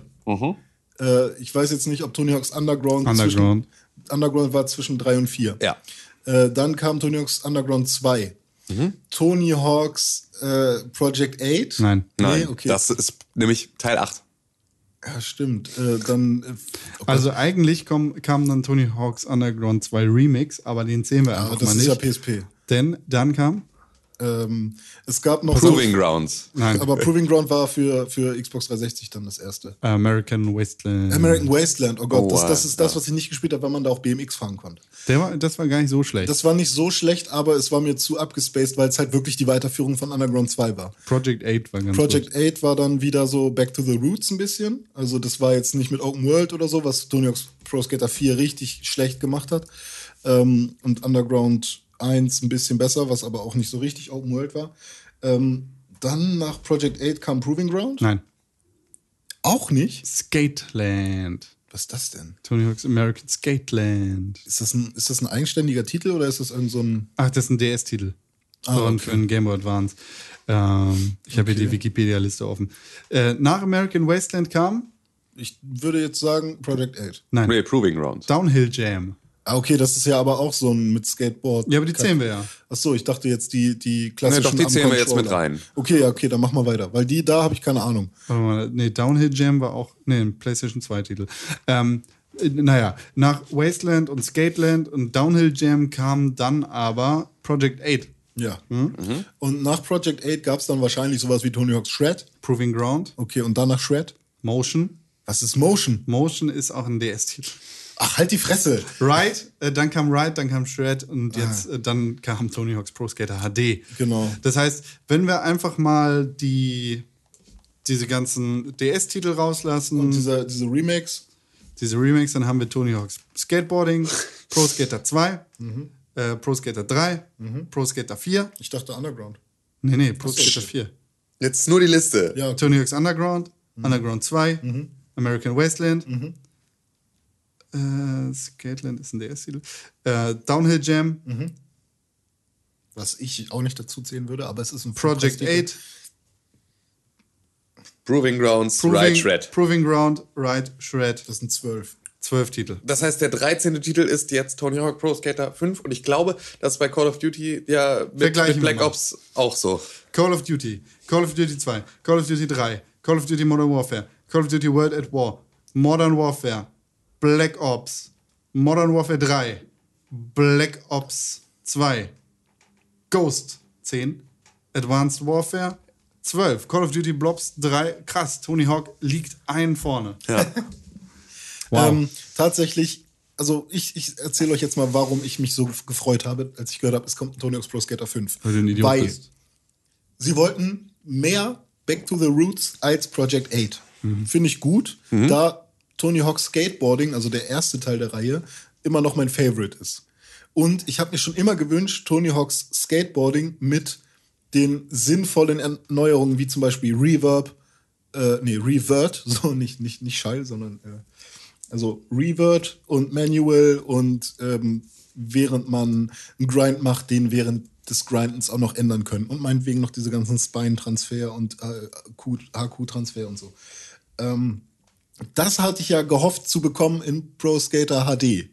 Äh, ich weiß jetzt nicht, ob Tony Hawk's Underground Underground. Zwischen, Underground war zwischen drei und vier. Ja. Äh, dann kam Tony Hawk's Underground zwei. Tony Hawk's äh, Project acht? Nein. Nein, Nee, okay. das ist nämlich Teil acht. Ja, stimmt. Äh, dann. Äh, Also eigentlich komm, kam dann Tony Hawk's Underground zwei Remix, aber den sehen wir aber einfach das mal ist nicht. ja P S P. Denn dann kam. Ähm, es gab noch. Proving Grounds. Nein. Aber Proving Ground war für, für Xbox dreihundertsechzig dann das erste. American Wasteland. American Wasteland, oh Gott, Oh, das, das wow. ist das, was ich nicht gespielt habe, weil man da auch B M X fahren konnte. Der war, das war gar nicht so schlecht. Das war nicht so schlecht, aber es war mir zu abgespaced, weil es halt wirklich die Weiterführung von Underground zwei war. Project acht war ganz Project gut. acht war dann wieder so Back to the Roots ein bisschen. Also das war jetzt nicht mit Open World oder so, was Tony Hawk's Pro Skater vier richtig schlecht gemacht hat. Ähm, und Underground eins ein bisschen besser, was aber auch nicht so richtig Open World war. Ähm, dann nach Project acht kam Proving Ground. Nein. Auch nicht. Skateland. Was ist das denn? Tony Hawk's American Skateland. Ist das ein, ist das ein eigenständiger Titel oder ist das irgend so ein... Ach, das ist ein D S-Titel. Ah, So, und okay. für einen Game Boy Advance. Ähm, ich habe hier die Wikipedia-Liste offen. Äh, nach American Wasteland kam. Ich würde jetzt sagen Project acht. Nein. Nee, Proving Grounds. Downhill Jam. Ah, okay, das ist ja aber auch so ein mit Skateboard. Ja, aber die zählen wir ja. Achso, ich dachte jetzt die, die klassischen. Nee, doch, die am zählen wir jetzt mit Controller. rein. Okay, ja, okay, dann machen wir weiter. Weil die, da habe ich keine Ahnung. Warte mal, nee, Downhill Jam war auch, nee, ein PlayStation zwei Titel. Ähm, äh, naja, nach Wasteland und Skateland und Downhill Jam kam dann aber Project acht. Ja. Hm? Und nach Project acht gab es dann wahrscheinlich sowas wie Tony Hawk's Shred. Proving Ground, Okay, und danach Shred. Motion. Was ist Motion? Motion ist auch ein D S-Titel. Ach, halt die Fresse. Ride, äh, dann kam Ride, dann kam Shred und jetzt äh, dann kam Tony Hawk's Pro Skater H D. Genau. Das heißt, wenn wir einfach mal die diese ganzen D S-Titel rauslassen, Und dieser, diese Remakes. diese Remakes, dann haben wir Tony Hawk's Skateboarding, Pro Skater zwei, äh, Pro Skater drei, Pro Skater vier. Ich dachte Underground. Nee, nee, Pro Ach so, Skater shit. vier. Jetzt nur die Liste. Ja, okay. Tony Hawk's Underground, Underground zwei, American Wasteland, äh, Skateland ist ein D S-Titel, äh, Downhill Jam, Was ich auch nicht dazu zählen würde, aber es ist ein Project Vollpreistitel. acht, Proving Grounds, Proving, Ride Shred. Proving Ground, Ride, Shred, Das sind zwölf. zwölf Titel. Das heißt, der dreizehnte Titel ist jetzt Tony Hawk Pro Skater fünf und ich glaube, das ist bei Call of Duty ja mit, Vergleichen mit Black wir mal. Ops auch so. Call of Duty, Call of Duty zwei, Call of Duty drei, Call of Duty Modern Warfare, Call of Duty World at War, Modern Warfare, Black Ops, Modern Warfare drei, Black Ops zwei, Ghost zehn, Advanced Warfare zwölf, Call of Duty Blobs drei. Krass, Tony Hawk liegt einen vorne. Ja. Wow. Ähm, tatsächlich, also ich, ich erzähle euch jetzt mal, warum ich mich so gefreut habe, als ich gehört habe, es kommt ein Tony Hawk's Pro Skater fünf. Weil du ein Idiot Weil bist. sie wollten mehr Back to the Roots als Project acht. Finde ich gut, da Tony Hawk's Skateboarding, also der erste Teil der Reihe, immer noch mein Favorite ist. Und ich habe mir schon immer gewünscht, Tony Hawk's Skateboarding mit den sinnvollen Erneuerungen, wie zum Beispiel Reverb, äh, nee, Revert, so nicht, nicht, nicht Schall, sondern äh, also Revert und Manual und ähm, während man einen Grind macht, den während des Grindens auch noch ändern können. Und meinetwegen noch diese ganzen Spine-Transfer und äh, H Q-Transfer und so. Ähm, das hatte ich ja gehofft zu bekommen in Pro Skater H D.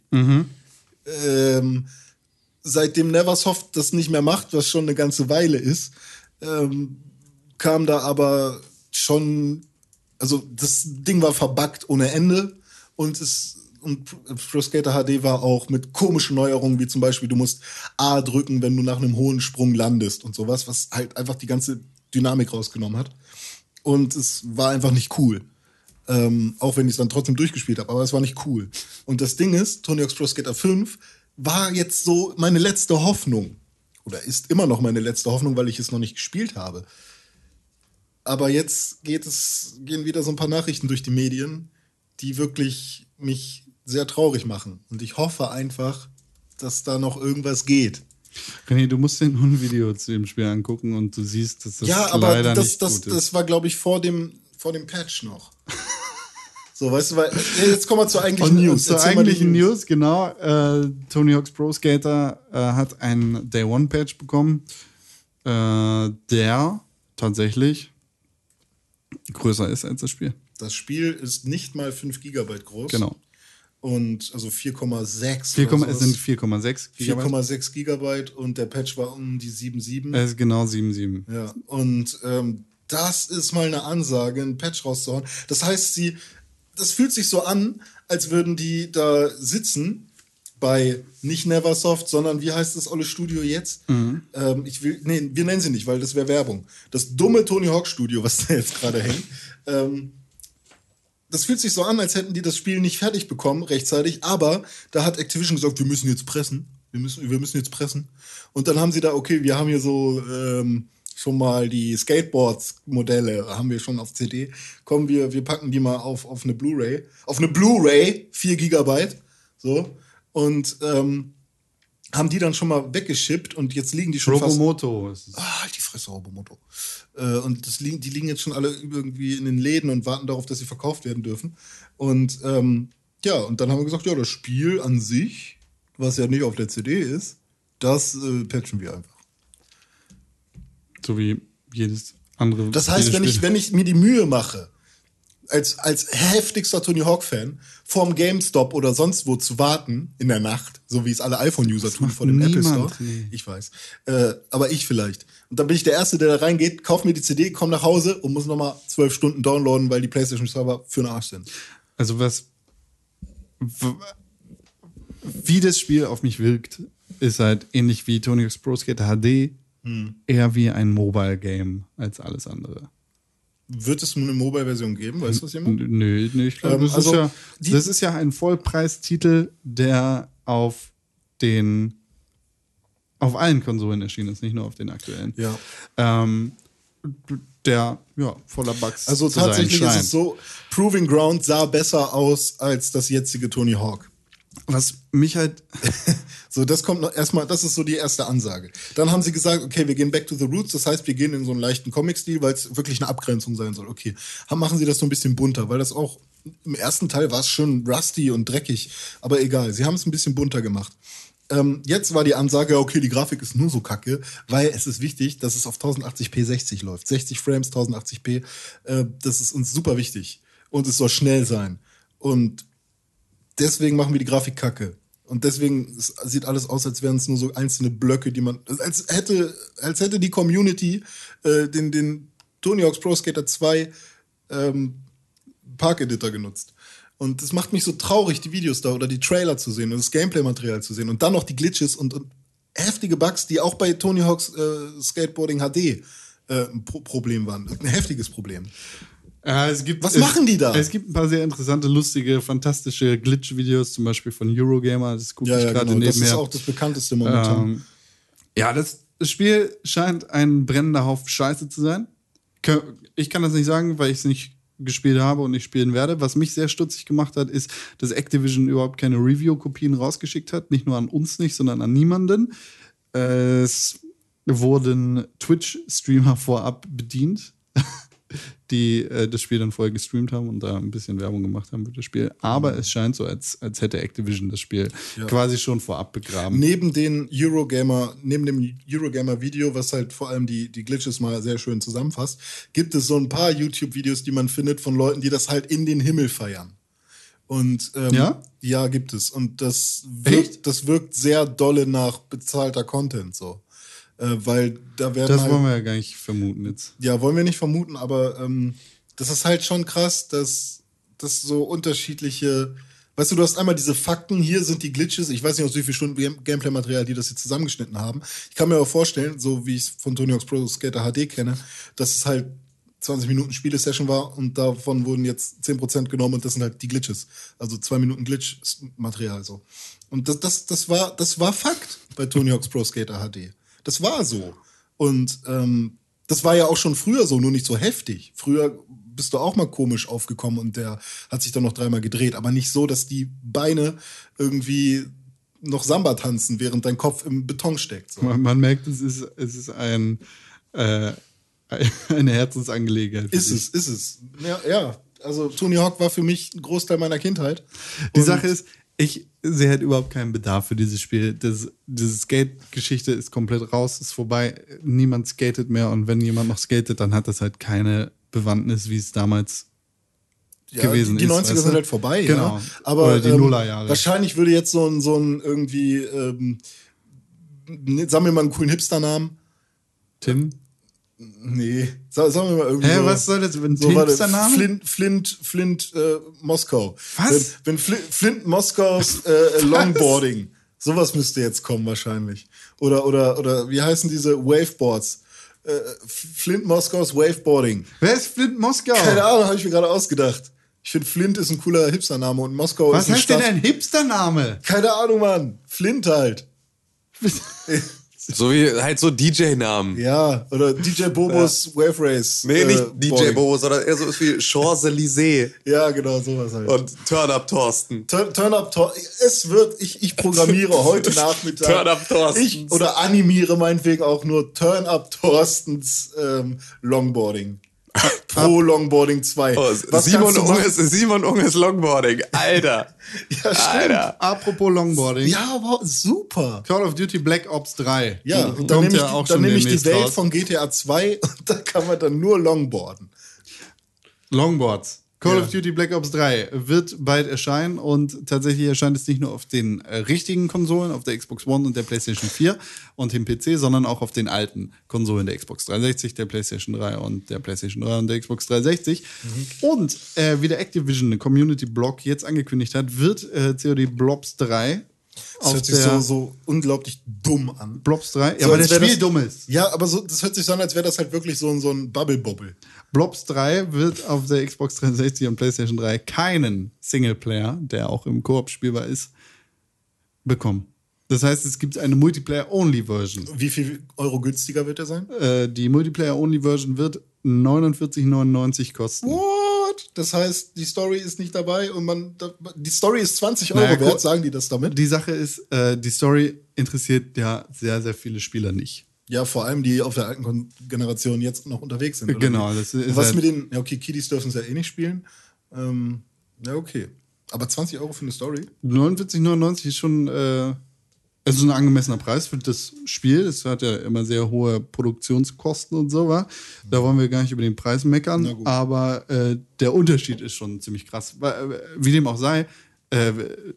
Ähm, seitdem Neversoft das nicht mehr macht, was schon eine ganze Weile ist, ähm, kam da aber schon, also das Ding war verbuggt ohne Ende und es und Pro Skater H D war auch mit komischen Neuerungen, wie zum Beispiel, du musst A drücken, wenn du nach einem hohen Sprung landest und sowas, was halt einfach die ganze Dynamik rausgenommen hat. Und es war einfach nicht cool. Ähm, auch wenn ich es dann trotzdem durchgespielt habe, aber es war nicht cool. Und das Ding ist, Tony Hawk's Pro Skater fünf war jetzt so meine letzte Hoffnung. Oder ist immer noch meine letzte Hoffnung, weil ich es noch nicht gespielt habe. Aber jetzt geht es, gehen wieder so ein paar Nachrichten durch die Medien, die wirklich mich sehr traurig machen. Und ich hoffe einfach, dass da noch irgendwas geht. René, du musst dir nur ein Video zu dem Spiel angucken und du siehst, dass das ja, aber leider das, nicht das, gut ist. das war, glaube ich, vor dem, vor dem Patch noch. So, weißt du, weil jetzt kommen wir zur eigentlichen Und News. zur Erzähl mal die eigentlichen News, genau. Äh, Tony Hawk's Pro Skater äh, hat einen Day One Patch bekommen, äh, der tatsächlich größer ist als das Spiel. Das Spiel ist nicht mal fünf Gigabyte groß. Genau. Und also vier Komma sechs. vier, oder es sowas. sind vier Komma sechs vier Gigabyte. Komma sechs Gigabyte und der Patch war um die sieben Komma sieben. Es ist genau sieben Komma sieben. Ja, und ähm, das ist mal eine Ansage, einen Patch rauszuhauen. Das heißt, sie, das fühlt sich so an, als würden die da sitzen bei nicht Neversoft, sondern wie heißt das olle Studio jetzt? Mhm. Ähm, ich will, nee, wir nennen sie nicht, weil das wäre Werbung. Das dumme Tony Hawk Studio, was da jetzt gerade hängt. Ähm, das fühlt sich so an, als hätten die das Spiel nicht fertig bekommen rechtzeitig, aber da hat Activision gesagt, wir müssen jetzt pressen. Wir müssen, wir müssen jetzt pressen. Und dann haben sie da, okay, wir haben hier so ähm, schon mal die Skateboards-Modelle, haben wir schon auf C D. Kommen wir, wir packen die mal auf, auf eine Blu-ray. Auf eine Blu-ray, vier Gigabyte. So. Und ähm, haben die dann schon mal weggeschippt und jetzt liegen die schon Robomoto ist es. fast... Ah, halt die Fresse, Robomoto. Äh, und das liegen, die liegen jetzt schon alle irgendwie in den Läden und warten darauf, dass sie verkauft werden dürfen. Und ähm, ja, und dann haben wir gesagt, ja, das Spiel an sich, was ja nicht auf der C D ist, das äh, patchen wir einfach. So wie jedes andere. Das heißt, jedes wenn ich, Spiel. wenn ich mir die Mühe mache, als, als heftigster Tony Hawk-Fan, vorm GameStop oder sonst wo zu warten, in der Nacht, so wie es alle iPhone-User tun vor dem Apple niemand, Store. nee. Ich weiß. Äh, aber ich vielleicht. Und dann bin ich der Erste, der da reingeht, kauft mir die C D, komm nach Hause und muss nochmal zwölf Stunden downloaden, weil die PlayStation-Server für den Arsch sind. Also was. w- Wie das Spiel auf mich wirkt, ist halt ähnlich wie Tony Hawk's Pro Skater H D, Hm. eher wie ein Mobile-Game als alles andere. Wird es eine Mobile-Version geben? Weiß das jemand? N- Nö, nö, ich glaube, Ähm, das, also ist ja, die- das ist ja ein Vollpreistitel, der auf den auf allen Konsolen erschienen ist, nicht nur auf den aktuellen. Ja. Ähm, der ja voller Bugs Also zu sein tatsächlich ist scheint. es so, Proving Ground sah besser aus als das jetzige Tony Hawk. Was mich halt So, das kommt noch erstmal, das ist so die erste Ansage. Dann haben sie gesagt, okay, wir gehen back to the roots, das heißt, wir gehen in so einen leichten Comic-Stil, weil es wirklich eine Abgrenzung sein soll. Okay, haben, machen sie das so ein bisschen bunter, weil das auch im ersten Teil war es schon rusty und dreckig, aber egal, sie haben es ein bisschen bunter gemacht. Ähm, jetzt war die Ansage, okay, die Grafik ist nur so kacke, weil es ist wichtig, dass es auf tausendachtzig p sechzig läuft. sechzig Frames, tausendachtzig p, äh, das ist uns super wichtig. Und es soll schnell sein. Und deswegen machen wir die Grafik kacke. Und deswegen es sieht alles aus, als wären es nur so einzelne Blöcke, die man, als hätte, als hätte die Community äh, den, den Tony Hawk's Pro Skater zwei ähm, Park Editor genutzt. Und das macht mich so traurig, die Videos da oder die Trailer zu sehen und das Gameplay-Material zu sehen und dann noch die Glitches und, und heftige Bugs, die auch bei Tony Hawk's äh, Skateboarding H D äh, ein Pro- Problem waren. Ein heftiges Problem. Ja, es gibt, Was es, machen die da? Es gibt ein paar sehr interessante, lustige, fantastische Glitch-Videos, zum Beispiel von Eurogamer. Das gucke Ja, ich ja, gerade genau. Das nebenher. ist auch das bekannteste momentan. Ähm, ja, das, das Spiel scheint ein brennender Haufen Scheiße zu sein. Kö- Ich kann das nicht sagen, weil ich es nicht gespielt habe und nicht spielen werde. Was mich sehr stutzig gemacht hat, ist, dass Activision überhaupt keine Review-Kopien rausgeschickt hat. Nicht nur an uns nicht, sondern an niemanden. Es wurden Twitch-Streamer vorab bedient, die äh, das Spiel dann vorher gestreamt haben und da ein bisschen Werbung gemacht haben für das Spiel. Aber es scheint so, als, als hätte Activision das Spiel Ja. quasi schon vorab begraben. Neben den Eurogamer, neben dem Eurogamer-Video, was halt vor allem die, die Glitches mal sehr schön zusammenfasst, gibt es so ein paar YouTube-Videos, die man findet von Leuten, die das halt in den Himmel feiern. Und ähm, Ja? ja, gibt es. Und das wirkt, das wirkt sehr dolle nach bezahlter Content so. Äh, weil da werden Das halt, wollen wir ja gar nicht vermuten jetzt. ja, wollen wir nicht vermuten, aber ähm, das ist halt schon krass, dass, dass so unterschiedliche, weißt du, du hast einmal diese Fakten, hier sind die Glitches, ich weiß nicht, aus wie vielen Stunden Game- Gameplay-Material die das jetzt zusammengeschnitten haben. Ich kann mir aber vorstellen, so wie ich es von Tony Hawk's Pro Skater H D kenne, dass es halt zwanzig Minuten Spiele-Session war und davon wurden jetzt zehn Prozent genommen und das sind halt die Glitches. Also zwei Minuten Glitch-Material so. Und das, das, das, war, das war Fakt bei Tony Hawk's Pro Skater H D. Das war so. Und ähm, das war ja auch schon früher so, nur nicht so heftig. Früher bist du auch mal komisch aufgekommen und der hat sich dann noch dreimal gedreht. Aber nicht so, dass die Beine irgendwie noch Samba tanzen, während dein Kopf im Beton steckt. So. Man, man merkt, es ist, es ist ein, äh, eine Herzensangelegenheit. für Ist dich. es, ist es. Ja, ja, also Tony Hawk war für mich ein Großteil meiner Kindheit. Die Und Sache ist, ich sehe halt überhaupt keinen Bedarf für dieses Spiel. Das, diese Skate-Geschichte ist komplett raus, ist vorbei. Niemand skatet mehr und wenn jemand noch skatet, dann hat das halt keine Bewandtnis, wie es damals Ja, gewesen die ist. neunziger weißt sind du? halt vorbei, Genau. ja. Aber Oder die ähm, Nullerjahre. wahrscheinlich würde jetzt so ein, so ein irgendwie, ähm, ne, sagen wir mal einen coolen Hipster-Namen. Tim? Nee, sag, sagen wir mal irgendwie Hä, so. was soll das? Ein So, warte, Hipster-Name? Flint, Flint, Flint, äh, Moskau. Was? Wenn, wenn Flint, Flint Moskaus äh, Longboarding. Sowas müsste jetzt kommen wahrscheinlich. Oder, oder, oder wie heißen diese Waveboards? Äh, Flint Moskaus Waveboarding. Wer ist Flint Moskau? Keine Ahnung, habe ich mir gerade ausgedacht. Ich finde, Flint ist ein cooler Hipster-Name und Moskau Was ist ein heißt denn Stadt. ein Hipster-Name? Keine Ahnung, Mann. Flint halt. So wie halt so D J-Namen. Ja, oder D J Bobos Wave Race. Nee, nicht äh, D J Boarding. Bobo, sondern eher so wie Champs-Élysées Ja, genau, sowas halt. und Turn Up Thorsten. Turn, Turn Up Tor. Es wird, ich, ich programmiere heute Nachmittag. Turn Up Thorstens. Ich, oder animiere meinetwegen auch nur Turn Up Thorstens ähm, Longboarding. Pro Longboarding zwei. Oh, Was Simon, kannst du machen? Unges, Simon Unges Longboarding. Alter. Ja, stimmt. Alter. Apropos Longboarding. Ja, aber super. Call of Duty Black Ops drei. Ja, Kommt und dann nehme ich, ja die- auch dann schon nehme ich die demnächst Welt raus. von G T A zwei und da kann man dann nur Longboarden. Longboards. Call Ja. of Duty Black Ops drei wird bald erscheinen und tatsächlich erscheint es nicht nur auf den äh, richtigen Konsolen, auf der Xbox One und der PlayStation vier und dem P C, sondern auch auf den alten Konsolen der Xbox dreihundertsechzig, der PlayStation drei und der PlayStation drei und der Xbox dreihundertsechzig. Mhm. Und äh, wie der Activision, eine Community Blog, jetzt angekündigt hat, wird äh, C O D Blobs drei Das auf hört sich der so, so unglaublich dumm an. Blobs drei, ja, So, weil als das wär Spiel dumm ist. Ja, aber so, das hört sich so an, als wäre das halt wirklich so, ein- so ein Bubble-Bobble. Blobs drei wird auf der Xbox dreihundertsechzig und PlayStation drei keinen Singleplayer, der auch im Koop spielbar ist, bekommen. Das heißt, es gibt eine Multiplayer-Only-Version. Wie viel Euro günstiger wird der sein? Äh, die Multiplayer-Only-Version wird neunundvierzig neunundneunzig kosten. What? Das heißt, die Story ist nicht dabei und man, da, die Story ist zwanzig Euro Naja, wert, guck- sagen die das damit? Die Sache ist, äh, die Story interessiert ja sehr, sehr viele Spieler nicht. Ja, vor allem die auf der alten Kon- Generation jetzt noch unterwegs sind. oder Genau, wie? das ist Und was halt- mit den, ja okay, Kiddies dürfen es ja eh nicht spielen. Ähm, ja, okay. Aber zwanzig Euro für eine Story? neunundvierzig neunundneunzig ist schon äh, also ein angemessener Preis für das Spiel. Es hat ja immer sehr hohe Produktionskosten und so, wa? Da wollen wir gar nicht über den Preis meckern, Na gut. aber äh, der Unterschied ist schon ziemlich krass. Weil, äh, Wie dem auch sei, äh,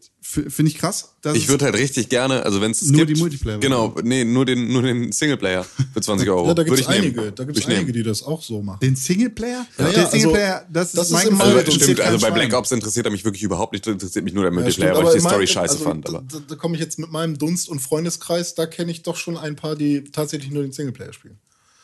f- finde ich krass. Dass Ich würde halt richtig gerne, also wenn es Nur gibt, die Multiplayer- Genau, nee, nur den, nur den Singleplayer für zwanzig Euro. Ja, da gibt Würde es ich nehmen. einige. Da gibt Würde es ich nehmen. einige, die das auch so machen. den Singleplayer? Ja, ja, der also, Singleplayer, das ist das ist mein immer- Gefühl, Also, interessiert Stimmt, kein also bei Schwein. Black Ops interessiert er mich wirklich überhaupt nicht, interessiert mich nur der Ja, Multiplayer, stimmt, weil ich die aber Story in meinem- scheiße also, fand. Da, Aber. da, da komme ich jetzt mit meinem Dunst- und Freundeskreis, da kenne ich doch schon ein paar, die tatsächlich nur den Singleplayer spielen.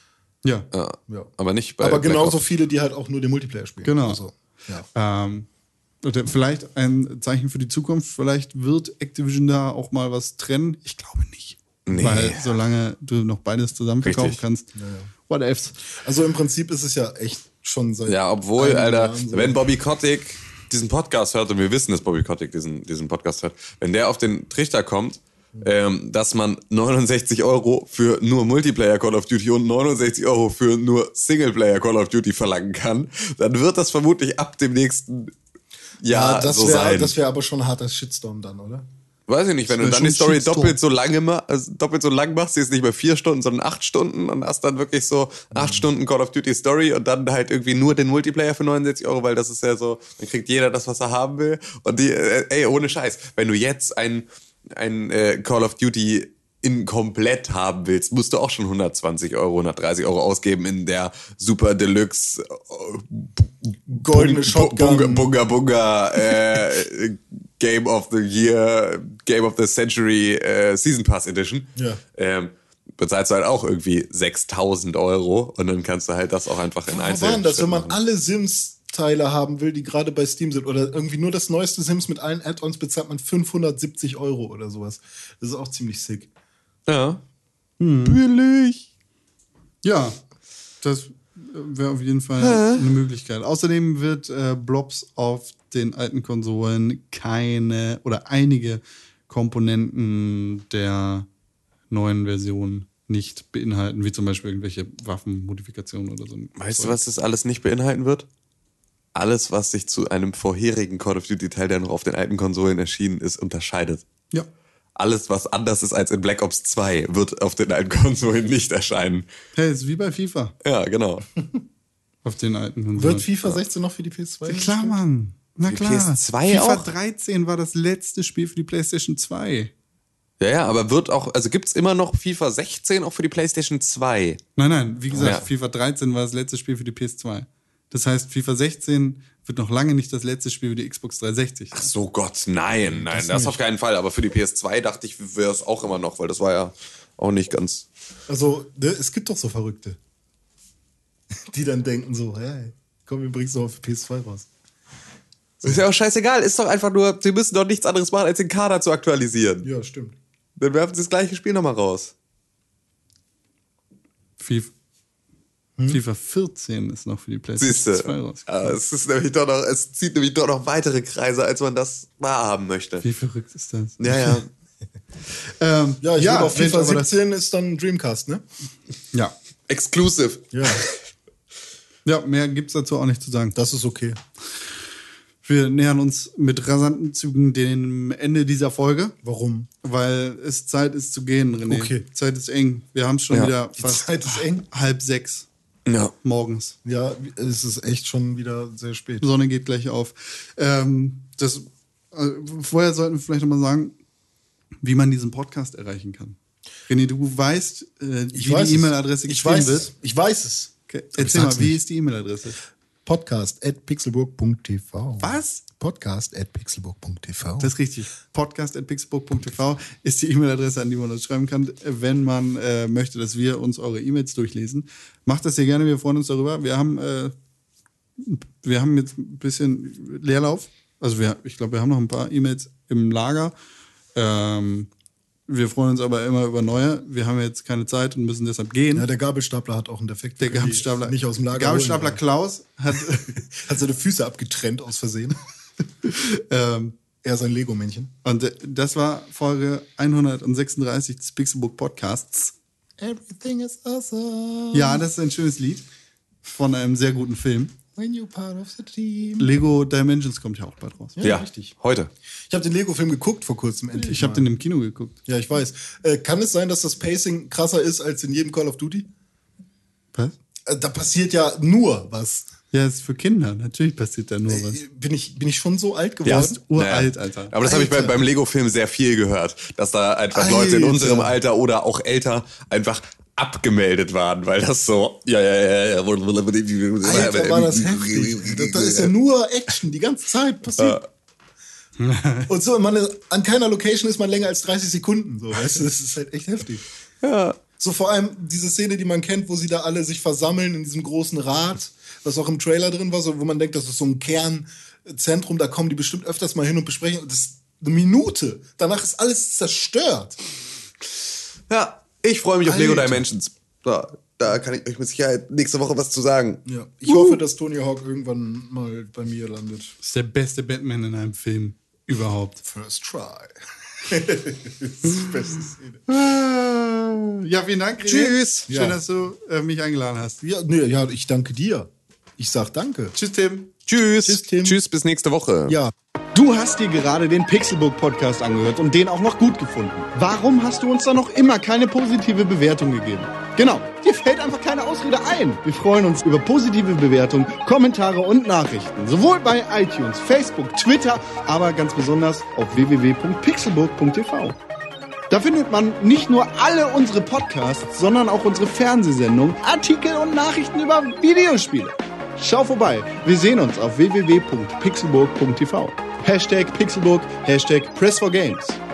Ja. Ja. Ja. Aber nicht bei Aber Black genauso Ops. viele, die halt auch nur den Multiplayer spielen. Genau. Also, ja. Ähm, oder vielleicht ein Zeichen für die Zukunft. Vielleicht wird Activision da auch mal was trennen. Ich glaube nicht. Nee. Weil solange du noch beides zusammen verkaufen Richtig. kannst, what ifs. Also im Prinzip ist es ja echt schon seit. Ja, obwohl, einigen Alter, Jahren so. wenn Bobby Kotick diesen Podcast hört, und wir wissen, dass Bobby Kotick diesen, diesen Podcast hört, wenn der auf den Trichter kommt, ähm, dass man neunundsechzig Euro für nur Multiplayer Call of Duty und neunundsechzig Euro für nur Singleplayer Call of Duty verlangen kann, dann wird das vermutlich ab dem nächsten Jahr ja, das so wäre sein. das wär aber schon ein harter Shitstorm dann, oder? Weiß ich nicht, wenn Das du wär dann die schon Story Shitstorm. doppelt so lange ma also doppelt so lang machst, die ist nicht mehr vier Stunden, sondern acht Stunden und hast dann wirklich so acht Stunden Call of Duty Story und dann halt irgendwie nur den Multiplayer für neunundsechzig Euro, weil das ist ja so, dann kriegt jeder das, was er haben will. Und die, äh, ey, ohne Scheiß, wenn du jetzt ein, ein äh, Call of Duty in komplett haben willst, musst du auch schon hundertzwanzig Euro, hundertdreißig Euro ausgeben in der Super Deluxe äh, Goldene Bung- Shotgun. Bunga, Bunga, Bunga äh, Game of the Year, Game of the Century äh, Season Pass Edition. Ja. Ähm, bezahlst du halt auch irgendwie sechstausend Euro und dann kannst du halt das auch einfach in Wo einzelnen waren das, wenn man machen. alle Sims-Teile haben will, die gerade bei Steam sind oder irgendwie nur das neueste Sims mit allen Add-ons, bezahlt man fünfhundertsiebzig Euro oder sowas. Das ist auch ziemlich sick. Ja. Billig. Ja, das wäre auf jeden Fall eine Möglichkeit. Außerdem wird äh, Blobs auf den alten Konsolen keine oder einige Komponenten der neuen Version nicht beinhalten, wie zum Beispiel irgendwelche Waffenmodifikationen oder so. Weißt du, was das alles nicht beinhalten wird? Alles, was sich zu einem vorherigen Call of Duty Teil, der noch auf den alten Konsolen erschienen ist, unterscheidet. Ja. Alles, was anders ist als in Black Ops zwei, wird auf den alten Konsolen nicht erscheinen. Hey, ist wie bei FIFA. Ja, genau. Auf den alten Konsolen. Wird FIFA sechzehn noch für die P S zwei? Klar, Mann. Na Die klar. P S zwei FIFA auch? dreizehn war das letzte Spiel für die PlayStation zwei. Ja, ja, aber wird auch, also gibt's immer noch FIFA sechzehn auch für die PlayStation zwei? Nein, nein, wie gesagt, Ja. FIFA dreizehn war das letzte Spiel für die P S zwei. Das heißt, FIFA sechzehn wird noch lange nicht das letzte Spiel für die Xbox dreihundertsechzig. Ach so Gott, nein, nein, das, auf keinen Fall. Aber für die P S zwei dachte ich, wäre es auch immer noch, weil das war ja auch nicht ganz... Also, ne, es gibt doch so Verrückte, die dann denken so, hey, komm, wir bringen es doch für P S zwei raus. Ist ja auch scheißegal, ist doch einfach nur, sie müssen doch nichts anderes machen, als den Kader zu aktualisieren. Ja, stimmt. Dann werfen sie das gleiche Spiel nochmal raus. FIFA, Hm? FIFA vierzehn ist noch für die PlayStation Siehste, zwei rausgekommen. ja, es ist nämlich doch noch, es zieht nämlich doch noch weitere Kreise, als man das wahrhaben möchte. Wie verrückt ist das? Ja, ja. Ähm, Ja, ich glaube, auf Mensch, FIFA aber das- siebzehn ist dann Dreamcast, ne? Ja. Exclusive. Ja. Ja, mehr gibt's dazu auch nicht zu sagen. Das ist okay. Wir nähern uns mit rasanten Zügen dem Ende dieser Folge, Warum? weil es Zeit ist zu gehen, René. Okay. Zeit ist eng. Wir haben schon Ja. wieder Die fast Zeit ist eng. halb sechs Ja. morgens. Ja, es ist echt schon wieder sehr spät. Die Sonne geht gleich auf. Ähm, das, äh, vorher sollten wir vielleicht nochmal sagen, wie man diesen Podcast erreichen kann. René, du weißt, äh, Ich wie weiß die es. E-Mail-Adresse Ich geschrieben weiß wird. es. Ich weiß es. Okay. ich Erzähl mal, sag's wie nicht. ist die E-Mail-Adresse? Podcast at pixelburg punkt t v. Was? Podcast at pixelburg punkt t v. Das ist richtig. podcast at pixelburg punkt t v ist die E-Mail-Adresse, an die man uns schreiben kann, wenn man äh, möchte, dass wir uns eure E-Mails durchlesen. Macht das sehr gerne, wir freuen uns darüber. Wir haben, äh, wir haben jetzt ein bisschen Leerlauf. Also wir, ich glaube, wir haben noch ein paar E-Mails im Lager. Ähm, wir freuen uns aber immer über neue. Wir haben jetzt keine Zeit und müssen deshalb gehen. Ja, der Gabelstapler hat auch einen Defekt. der Wir können die Gabelstapler, Nicht aus dem Lager Gabelstapler holen, Klaus hat hat seine Füße abgetrennt aus Versehen. ähm, Er sein Lego-Männchen. und äh, das war Folge hundertsechsunddreißig des Pixelbook Podcasts. Everything is awesome Ja, das ist ein schönes Lied von einem sehr guten Film. when you're part of the team. Lego Dimensions kommt ja auch bald raus. Ja, Ja, richtig. heute. Ich habe den Lego-Film geguckt vor kurzem endlich. Ich habe mal. den im Kino geguckt. Ja, ich weiß. Äh, kann es sein, dass das Pacing krasser ist als in jedem Call of Duty? Was? Äh, da passiert ja nur was. Ja, ist für Kinder. Natürlich passiert da nur was. Äh, Bin ich, bin ich schon so alt Ja, geworden? uralt, naja. Alter. Aber das habe ich bei, Alter. beim Lego-Film sehr viel gehört, dass da einfach Leute in Alter. unserem Alter oder auch älter einfach abgemeldet waren, weil das so, ja, ja, ja, ja. Alter, war das heftig. Da, da ist ja nur Action die ganze Zeit passiert. Und so, man, an keiner Location ist man länger als dreißig Sekunden. So, weißt du, das ist halt echt heftig. Ja. So vor allem diese Szene, die man kennt, wo sie da alle sich versammeln in diesem großen Rad, was auch im Trailer drin war, so, wo man denkt, das ist so ein Kernzentrum, da kommen die bestimmt öfters mal hin und besprechen. Und das ist eine Minute. Danach ist alles zerstört. Ja, ich freue mich auf Lego Alter. Dimensions. Da, da kann ich euch mit Sicherheit nächste Woche was zu sagen. Ja. Ich hoffe, dass Tony Hawk irgendwann mal bei mir landet. Das ist der beste Batman in einem Film überhaupt. First try. Das ist die beste Szene. Ja, vielen Dank. René. Tschüss. Schön, Ja. dass du äh, mich eingeladen hast. Ja, nee, ja, ich danke dir. Ich sag danke. Tschüss, Tim. Tschüss. Tschüss, Tim. Tschüss, bis nächste Woche. Ja. Du hast dir gerade den Pixelbook Podcast angehört und den auch noch gut gefunden. Warum hast du uns da noch immer keine positive Bewertung gegeben? Genau, dir fällt einfach keine Ausrede ein. Wir freuen uns über positive Bewertungen, Kommentare und Nachrichten. Sowohl bei iTunes, Facebook, Twitter, aber ganz besonders auf w w w punkt pixelbook punkt t v. Da findet man nicht nur alle unsere Podcasts, sondern auch unsere Fernsehsendungen, Artikel und Nachrichten über Videospiele. Schau vorbei. Wir sehen uns auf w w w punkt pixelburg punkt t v. Hashtag Pixelburg, Hashtag Press for Games.